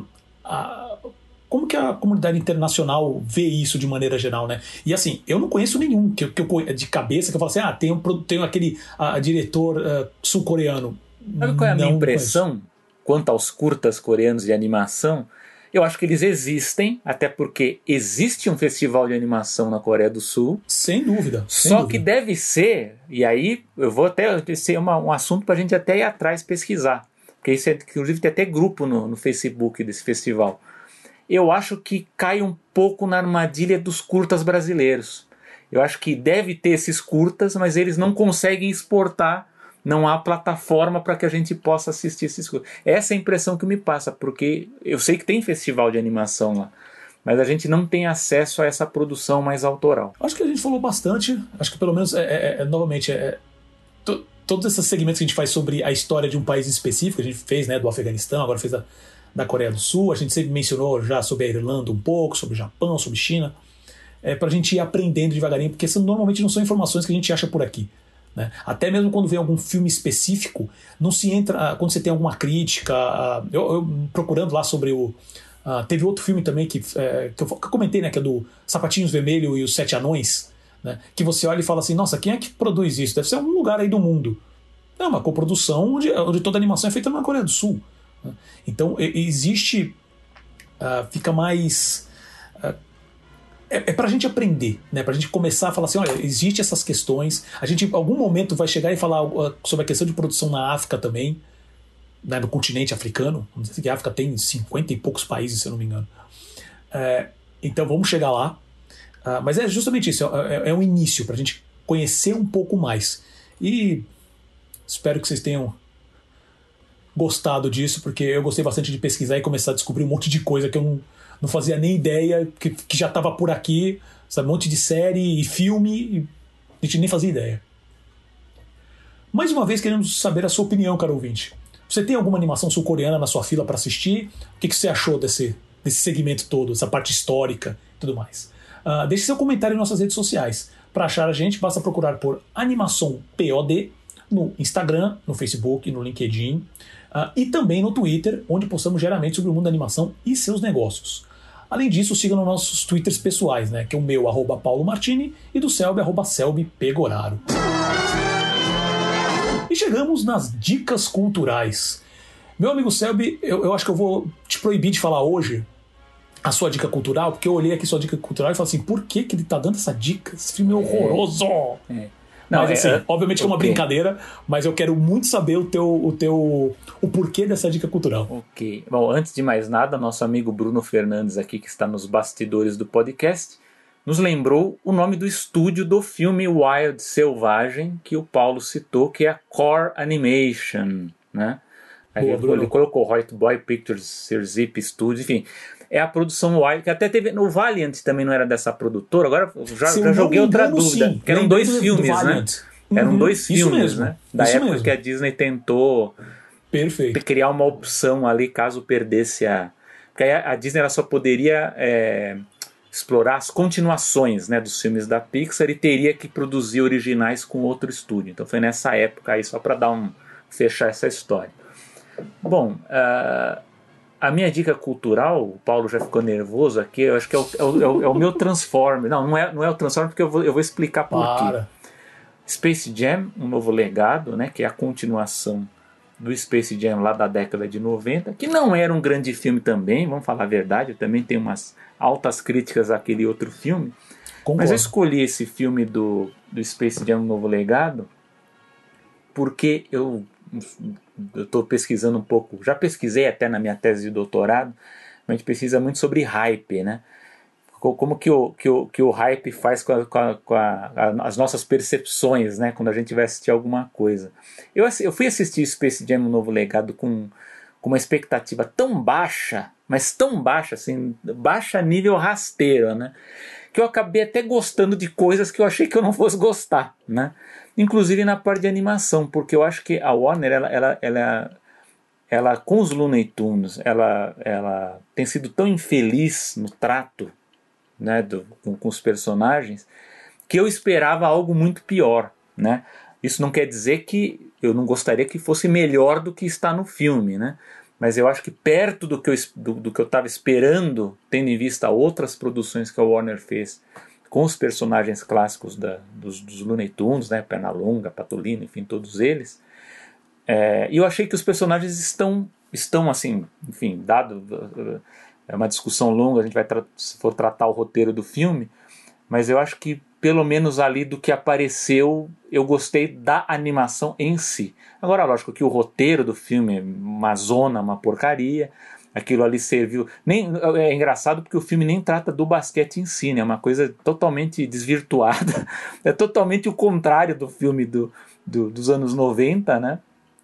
a, como que a comunidade internacional vê isso de maneira geral, né? E assim, eu não conheço nenhum que, que eu de cabeça que eu falo assim, ah, tem, um, tem aquele a, diretor uh, sul-coreano. Sabe qual é a minha não impressão conheço. Quanto aos curtas coreanos de animação? Eu acho que eles existem, até porque existe um festival de animação na Coreia do Sul. Sem dúvida. Sem só dúvida. que deve ser, e aí eu vou até ser uma, um assunto para a gente até ir atrás pesquisar. Porque isso é, inclusive tem até grupo no, no Facebook desse festival. Eu acho que cai um pouco na armadilha dos curtas brasileiros. Eu acho que deve ter esses curtas, mas eles não conseguem exportar. Não há plataforma para que a gente possa assistir esses curtas. Essa é a impressão que me passa, porque eu sei que tem festival de animação lá, mas a gente não tem acesso a essa produção mais autoral. Acho que a gente falou bastante, acho que pelo menos, é, é, é, novamente, é, to, todos esses segmentos que a gente faz sobre a história de um país específico, a gente fez, né, do Afeganistão, agora fez da, da Coreia do Sul, a gente sempre mencionou já sobre a Irlanda um pouco, sobre o Japão, sobre China, é, para a gente ir aprendendo devagarinho, porque são, normalmente não são informações que a gente acha por aqui. Né? Até mesmo quando vem algum filme específico, não se entra. Quando você tem alguma crítica, eu, eu procurando lá sobre o. Uh, teve outro filme também que, é, que, eu, que eu comentei, né, que é do Sapatinhos Vermelho e os Sete Anões, né, que você olha e fala assim: nossa, quem é que produz isso? Deve ser algum lugar aí do mundo. É uma coprodução onde, onde toda a animação é feita na Coreia do Sul. Né? Então existe. Uh, fica mais. Uh, É, é pra gente aprender, né? Pra gente começar a falar assim, olha, existem essas questões, a gente em algum momento vai chegar e falar uh, sobre a questão de produção na África também, né, no continente africano, vamos dizer que a África tem cinquenta e poucos países, se eu não me engano. É, então vamos chegar lá, uh, mas é justamente isso, é, é, é um início pra gente conhecer um pouco mais. E espero que vocês tenham gostado disso, porque eu gostei bastante de pesquisar e começar a descobrir um monte de coisa que eu não Não fazia nem ideia, que, que já estava por aqui, sabe? Um monte de série e filme, e a gente nem fazia ideia. Mais uma vez, queremos saber a sua opinião, caro ouvinte. Você tem alguma animação sul-coreana na sua fila para assistir? O que, que você achou desse, desse segmento todo, essa parte histórica e tudo mais? Uh, deixe seu comentário em nossas redes sociais. Para achar a gente, basta procurar por Animação P O D no Instagram, no Facebook, no LinkedIn. Uh, e também no Twitter, onde postamos geralmente sobre o mundo da animação e seus negócios. Além disso, siga nos nossos Twitters pessoais, né, que é o meu, arroba Paulo Martini, e do Selby, arroba Selby Pegoraro. E chegamos nas dicas culturais. Meu amigo Selby, eu, eu acho que eu vou te proibir de falar hoje a sua dica cultural, porque eu olhei aqui sua dica cultural e falei assim, por que, que ele tá dando essa dica? Esse filme é horroroso! É. é. Não, mas assim, é, obviamente que é uma okay. brincadeira, mas eu quero muito saber o teu, o teu o porquê dessa dica cultural. Ok. Bom, antes de mais nada, nosso amigo Bruno Fernandes aqui, que está nos bastidores do podcast, nos lembrou o nome do estúdio do filme Wild Selvagem, que o Paulo citou, que é a Core Animation, né? Aí ele, ele colocou White Boy Pictures, Sir Zip Studios, enfim. É a produção Wilder, que até teve. No Valiant também não era dessa produtora, agora já, já joguei outra engano, dúvida. Sim. Que eram dois do, filmes, do né? Uhum, eram dois filmes, mesmo, né? Da época mesmo. Que a Disney tentou Perfeito. criar uma opção ali caso perdesse a. Porque aí a Disney ela só poderia é, explorar as continuações, né, dos filmes da Pixar e teria que produzir originais com outro estúdio. Então foi nessa época aí, só para dar um. Fechar essa história. Bom. Uh, A minha dica cultural, o Paulo já ficou nervoso aqui, eu acho que é o, é o, é o meu Transformer. Não, não é, não é o Transformer, porque eu vou, eu vou explicar por quê. Space Jam, um novo legado, né, que é a continuação do Space Jam lá da década de noventa, que não era um grande filme também, vamos falar a verdade, eu também tenho umas altas críticas àquele outro filme. Concordo. Mas eu escolhi esse filme do, do Space Jam, um novo legado, porque eu... eu estou pesquisando um pouco, já pesquisei até na minha tese de doutorado, a gente pesquisa muito sobre hype, né? Como que o, que o, que o hype faz com, a, com, a, com a, as nossas percepções, né? Quando a gente vai assistir alguma coisa. Eu, eu fui assistir Space Jam, um novo legado, com, com uma expectativa tão baixa, mas tão baixa, assim, baixa nível rasteiro, né? Que eu acabei até gostando de coisas que eu achei que eu não fosse gostar, né? Inclusive na parte de animação, porque eu acho que a Warner, ela, ela, ela, ela com os Looney Tunes, ela, ela tem sido tão infeliz no trato, né, do, com, com os personagens, que eu esperava algo muito pior, né? Isso não quer dizer que eu não gostaria que fosse melhor do que está no filme, né? Mas eu acho que perto do que eu do, do que eu estava esperando, tendo em vista outras produções que a Warner fez com os personagens clássicos da, dos, dos Looney Tunes, né, Pernalonga, Patolino, enfim, todos eles, é, e eu achei que os personagens estão, estão assim, enfim, dado, é uma discussão longa, a gente vai, tra- se for tratar o roteiro do filme, mas eu acho que pelo menos ali do que apareceu, eu gostei da animação em si. Agora, lógico que o roteiro do filme é uma zona, uma porcaria, aquilo ali serviu... Nem, é engraçado porque o filme nem trata do basquete em si, né? É uma coisa totalmente desvirtuada. É totalmente o contrário do filme do, do, dos anos noventa, né?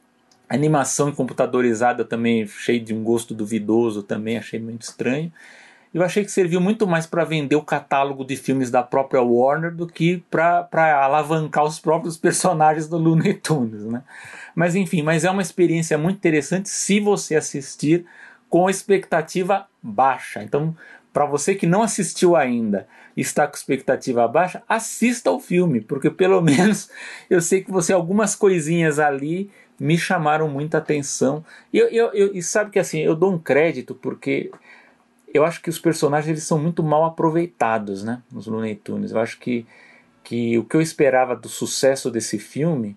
A animação computadorizada também, cheia de um gosto duvidoso, também achei muito estranho. Eu achei que serviu muito mais para vender o catálogo de filmes da própria Warner do que para alavancar os próprios personagens do Looney Tunes, né? Mas enfim, mas é uma experiência muito interessante se você assistir com expectativa baixa. Então, para você que não assistiu ainda e está com expectativa baixa, assista o filme, porque pelo menos eu sei que você, algumas coisinhas ali me chamaram muita atenção. E, eu, eu, eu, e sabe que assim, eu dou um crédito porque eu acho que os personagens eles são muito mal aproveitados, né, nos Looney Tunes. Eu acho que, que o que eu esperava do sucesso desse filme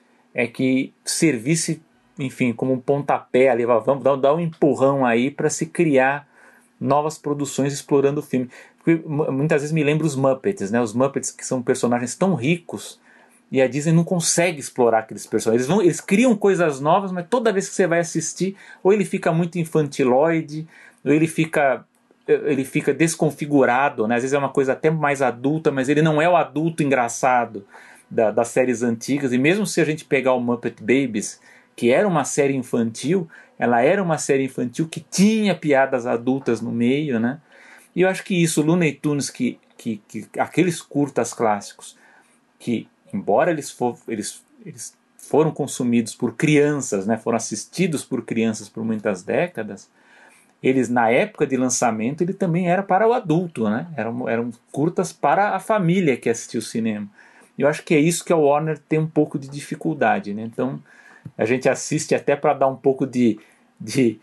é que servisse, enfim, como um pontapé ali, vamos dar, dar um empurrão aí para se criar novas produções explorando o filme. Porque muitas vezes me lembro os Muppets, né? Os Muppets que são personagens tão ricos e a Disney não consegue explorar aqueles personagens. Eles, vão, eles criam coisas novas, mas toda vez que você vai assistir, ou ele fica muito infantiloide, ou ele fica, ele fica desconfigurado, né? Às vezes é uma coisa até mais adulta, mas ele não é o adulto engraçado da, das séries antigas. E mesmo se a gente pegar o Muppet Babies, que era uma série infantil, ela era uma série infantil que tinha piadas adultas no meio, né? E eu acho que isso, Looney Tunes, que, que, que aqueles curtas clássicos, que embora eles, for, eles, eles foram consumidos por crianças, né? Foram assistidos por crianças por muitas décadas, eles na época de lançamento ele também era para o adulto, né? Eram, eram curtas para a família que assistia o cinema. Eu acho que é isso que a Warner tem um pouco de dificuldade, né? Então a gente assiste até para dar um pouco de, de,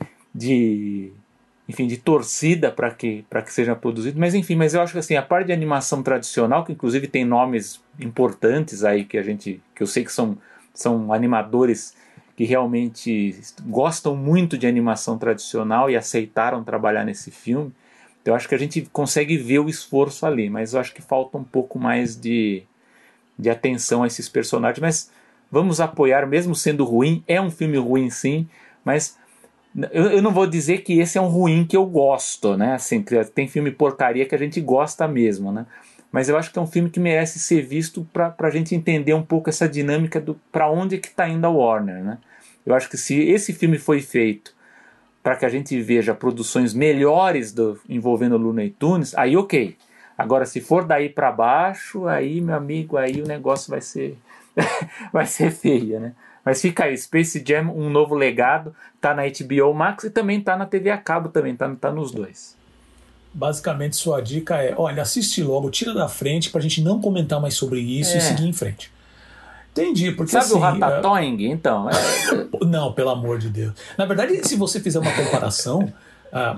de, enfim, de torcida para que, para que seja produzido, mas enfim, mas eu acho que assim, a parte de animação tradicional, que inclusive tem nomes importantes aí que a gente, que eu sei que são, são animadores que realmente gostam muito de animação tradicional e aceitaram trabalhar nesse filme. Então eu acho que a gente consegue ver o esforço ali, mas eu acho que falta um pouco mais de, de atenção a esses personagens, mas vamos apoiar, mesmo sendo ruim. É um filme ruim sim, mas eu, eu não vou dizer que esse é um ruim que eu gosto, né? Assim, tem filme porcaria que a gente gosta mesmo, né? Mas eu acho que é um filme que merece ser visto para a gente entender um pouco essa dinâmica do para onde que está indo a Warner, né? Eu acho que se esse filme foi feito para que a gente veja produções melhores do, envolvendo Looney Tunes, aí ok. Agora, se for daí para baixo, aí, meu amigo, aí o negócio vai ser vai ser feia, né? Mas fica aí, Space Jam, um novo legado, tá na H B O Max e também tá na T V a cabo também, tá, tá nos dois. Basicamente, sua dica é, olha, assiste logo, tira da frente pra gente não comentar mais sobre isso É. e seguir em frente. Entendi, porque Sabe assim... o Ratatouille? Uh... Então... É... Não, pelo amor de Deus. Na verdade, se você fizer uma comparação uh,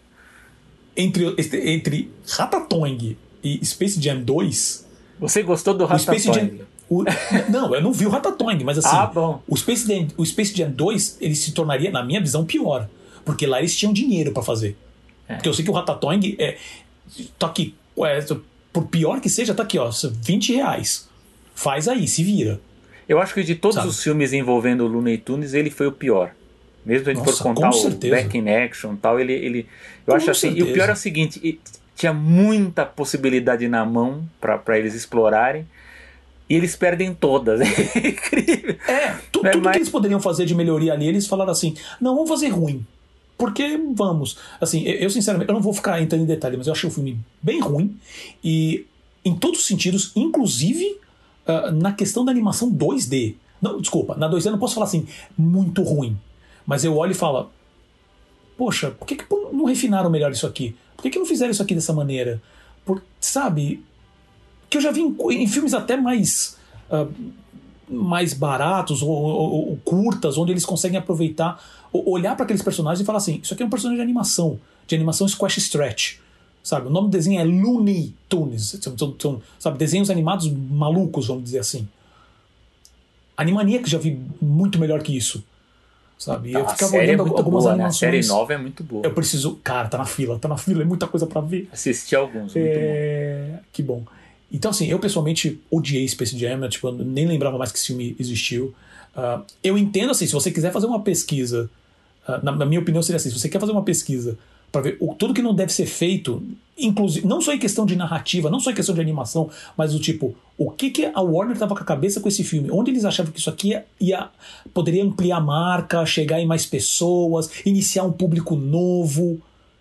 entre, entre Ratatouille e Space Jam dois... Você gostou do Ratatouille? O, não, eu não vi o Ratatouille, mas assim, ah, bom. O, Space Jam, o Space Jam dois, ele se tornaria, na minha visão, pior. Porque lá eles tinham dinheiro pra fazer. É. Porque eu sei que o Ratatouille é, tá aqui, é, por pior que seja, tá aqui, ó, vinte reais. Faz aí, se vira. Eu acho que de todos Sabe? os filmes envolvendo o Looney Tunes, ele foi o pior. Mesmo se a gente Nossa, for contar o certeza. Back in Action e tal, ele, ele... Eu com acho assim, certeza. E o pior é o seguinte, tinha muita possibilidade na mão pra eles explorarem, e eles perdem todas. É incrível. É, tu, é tudo mais... que eles poderiam fazer de melhoria ali, eles falaram assim, não, vamos fazer ruim. Porque vamos. Assim, eu sinceramente, eu não vou ficar entrando em detalhe, mas eu achei o filme bem ruim. E em todos os sentidos, inclusive uh, na questão da animação dois D. Não, desculpa, na dois D eu não posso falar assim, muito ruim. Mas eu olho e falo, poxa, por que, que não refinaram melhor isso aqui? Por que, que não fizeram isso aqui dessa maneira? Por, sabe, que eu já vi em, em filmes até mais... Uh, mais baratos ou, ou, ou curtas, onde eles conseguem aproveitar, olhar para aqueles personagens e falar assim, isso aqui é um personagem de animação, de animação squash stretch, sabe? O nome do desenho é Looney Tunes, são, são, sabe? Desenhos animados malucos, vamos dizer assim. Animaniacs já vi muito melhor que isso, sabe? Tá, eu ficava olhando é algumas boa, animações. Né? A série nova é muito boa. Eu preciso, cara, tá na fila, tá na fila, é muita coisa para ver. Assisti alguns, muito é... bom. Que bom. Então, assim, eu pessoalmente odiei Space Jam, né? Tipo, eu nem lembrava mais que esse filme existiu. Uh, eu entendo, assim, se você quiser fazer uma pesquisa, uh, na, na minha opinião seria assim, se você quer fazer uma pesquisa para ver o, tudo que não deve ser feito, inclusive, não só em questão de narrativa, não só em questão de animação, mas do tipo, o que, que a Warner tava com a cabeça com esse filme? Onde eles achavam que isso aqui ia, ia, poderia ampliar a marca, chegar em mais pessoas, iniciar um público novo...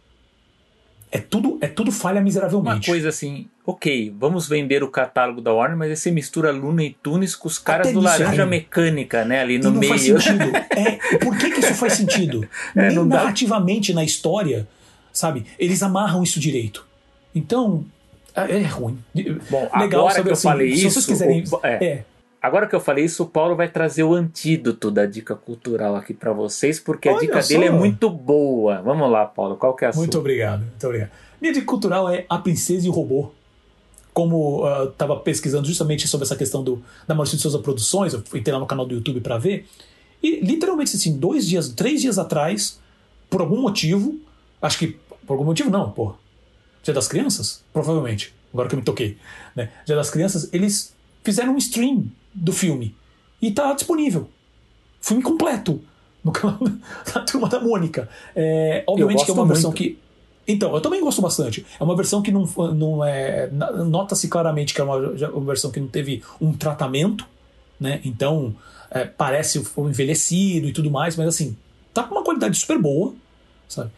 É tudo, é tudo falha miseravelmente. Uma coisa assim, ok, vamos vender o catálogo da Warner, mas aí você mistura Looney Tunes com os caras Até do Laranja é Mecânica, né, ali no e não meio. Faz sentido. É, por que, que isso faz sentido? É, Nem não narrativamente dá... na história, sabe? Eles amarram isso direito. Então, é, é ruim. Bom, legal, agora sabe, que eu assim, falei se isso... vocês quiserem... O, é. é. Agora que eu falei isso, o Paulo vai trazer o antídoto da dica cultural aqui para vocês, porque Olha a dica só. dele é muito boa. Vamos lá, Paulo, qual que é a Muito sua? obrigado, muito obrigado. Minha dica cultural é A Princesa e o Robô. Como eu uh, estava pesquisando justamente sobre essa questão do, da Maurício de Souza Produções, eu fui ter lá no canal do YouTube para ver, e literalmente assim, dois dias, três dias atrás, por algum motivo, acho que por algum motivo não, pô, Dia das Crianças? Provavelmente, agora que eu me toquei, né? Dia das Crianças, eles fizeram um stream do filme e tá disponível. Filme completo no canal da Turma da Mônica. É, obviamente que é uma muito. versão que... Então, eu também gosto bastante. É uma versão que não, não é... Nota-se claramente que é uma, uma versão que não teve um tratamento, né? Então, é, parece um envelhecido e tudo mais, mas assim, tá com uma qualidade super boa, sabe?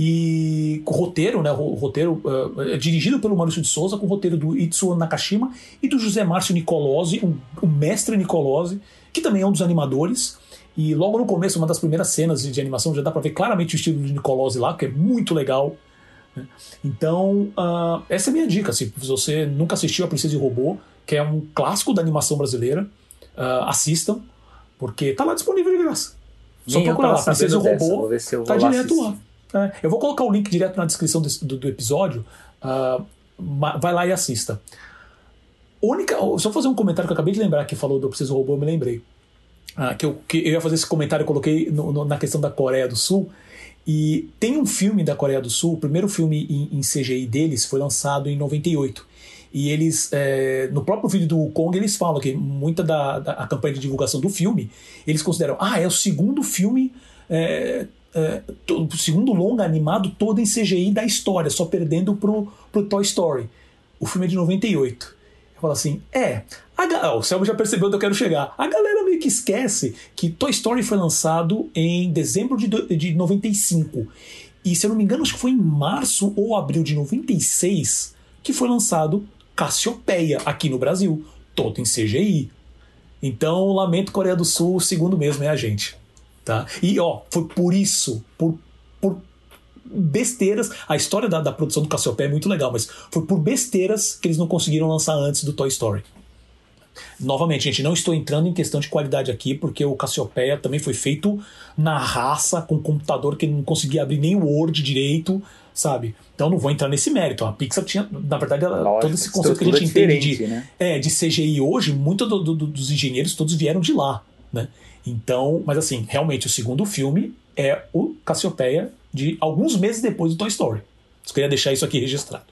E o roteiro, né? O roteiro uh, é dirigido pelo Maurício de Souza, com o roteiro do Itsuo Nakashima e do José Márcio Nicolosi, o um, um mestre Nicolosi, que também é um dos animadores. E logo no começo, uma das primeiras cenas de, de animação, já dá pra ver claramente o estilo de Nicolosi lá, que é muito legal. Né? Então, uh, essa é a minha dica. Se você nunca assistiu A Princesa e o Robô, que é um clássico da animação brasileira, uh, assistam, porque tá lá disponível de graça. Só Nem procurar lá, A Princesa e o Robô, tá direto lá. É, eu vou colocar o link direto na descrição desse, do, do episódio. Uh, vai lá e assista. Única, só fazer um comentário que eu acabei de lembrar que falou do Preciso Robô, eu me lembrei. Uh, que, eu, que eu ia fazer esse comentário, eu coloquei no, no, na questão da Coreia do Sul. E tem um filme da Coreia do Sul, o primeiro filme em, em C G I deles foi lançado em noventa e oito. E eles, é, no próprio vídeo do Kong, eles falam que muita da, da a campanha de divulgação do filme, eles consideram, ah, é o segundo filme... É, É, o segundo longa animado todo em C G I da história, só perdendo pro, pro Toy Story. O filme é de noventa e oito. Eu falo assim, é, A, oh, o Selby já percebeu onde eu quero chegar. A galera meio que esquece que Toy Story foi lançado em dezembro de, de noventa e cinco. E, se eu não me engano, acho que foi em março ou abril de noventa e seis que foi lançado Cassiopeia aqui no Brasil, todo em C G I. Então, lamento, Coreia do Sul, segundo mesmo é a gente. Tá? E, ó, foi por isso, por, por besteiras, a história da, da produção do Cassiopeia é muito legal, mas foi por besteiras que eles não conseguiram lançar antes do Toy Story. Novamente, gente, não estou entrando em questão de qualidade aqui, porque o Cassiopeia também foi feito na raça, com um computador que não conseguia abrir nem o Word direito, sabe? Então não vou entrar nesse mérito. A Pixar tinha, na verdade, ela, Lógico, todo esse conceito que a gente entende de, né? é, de C G I hoje, muitos do, do, dos engenheiros todos vieram de lá, né? Então, mas assim, realmente o segundo filme é o Cassiopeia de alguns meses depois do Toy Story. Eu queria deixar isso aqui registrado.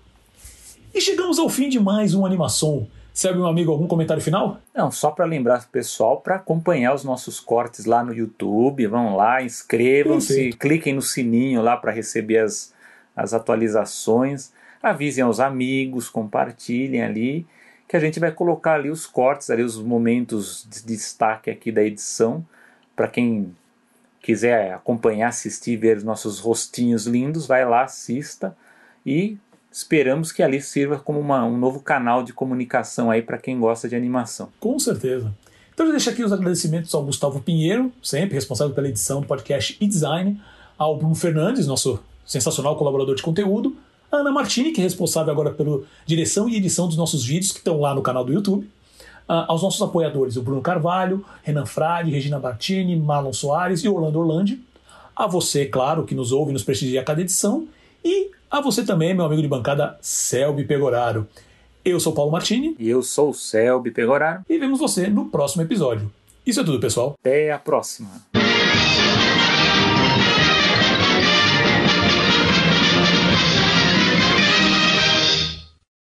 E chegamos ao fim de mais um Animação. Sabe, meu amigo, algum comentário final? Não, só para lembrar o pessoal para acompanhar os nossos cortes lá no YouTube. Vão lá, inscrevam-se, Perfeito. Cliquem no sininho lá para receber as, as atualizações. Avisem aos amigos, compartilhem ali, que a gente vai colocar ali os cortes, ali os momentos de destaque aqui da edição, para quem quiser acompanhar, assistir, ver os nossos rostinhos lindos, vai lá, assista e esperamos que ali sirva como uma, um novo canal de comunicação aí para quem gosta de animação. Com certeza. Então eu deixo aqui os agradecimentos ao Gustavo Pinheiro, sempre responsável pela edição do podcast e design, ao Bruno Fernandes, nosso sensacional colaborador de conteúdo, a Ana Martini, que é responsável agora pela direção e edição dos nossos vídeos, que estão lá no canal do YouTube, aos nossos apoiadores, o Bruno Carvalho, Renan Frade, Regina Bartini, Marlon Soares e Orlando Orlandi, a você, claro, que nos ouve e nos prestigia a cada edição, e a você também, meu amigo de bancada, Selby Pegoraro. Eu sou Paulo Martini. E eu sou o Selby Pegoraro. E vemos você no próximo episódio. Isso é tudo, pessoal. Até a próxima.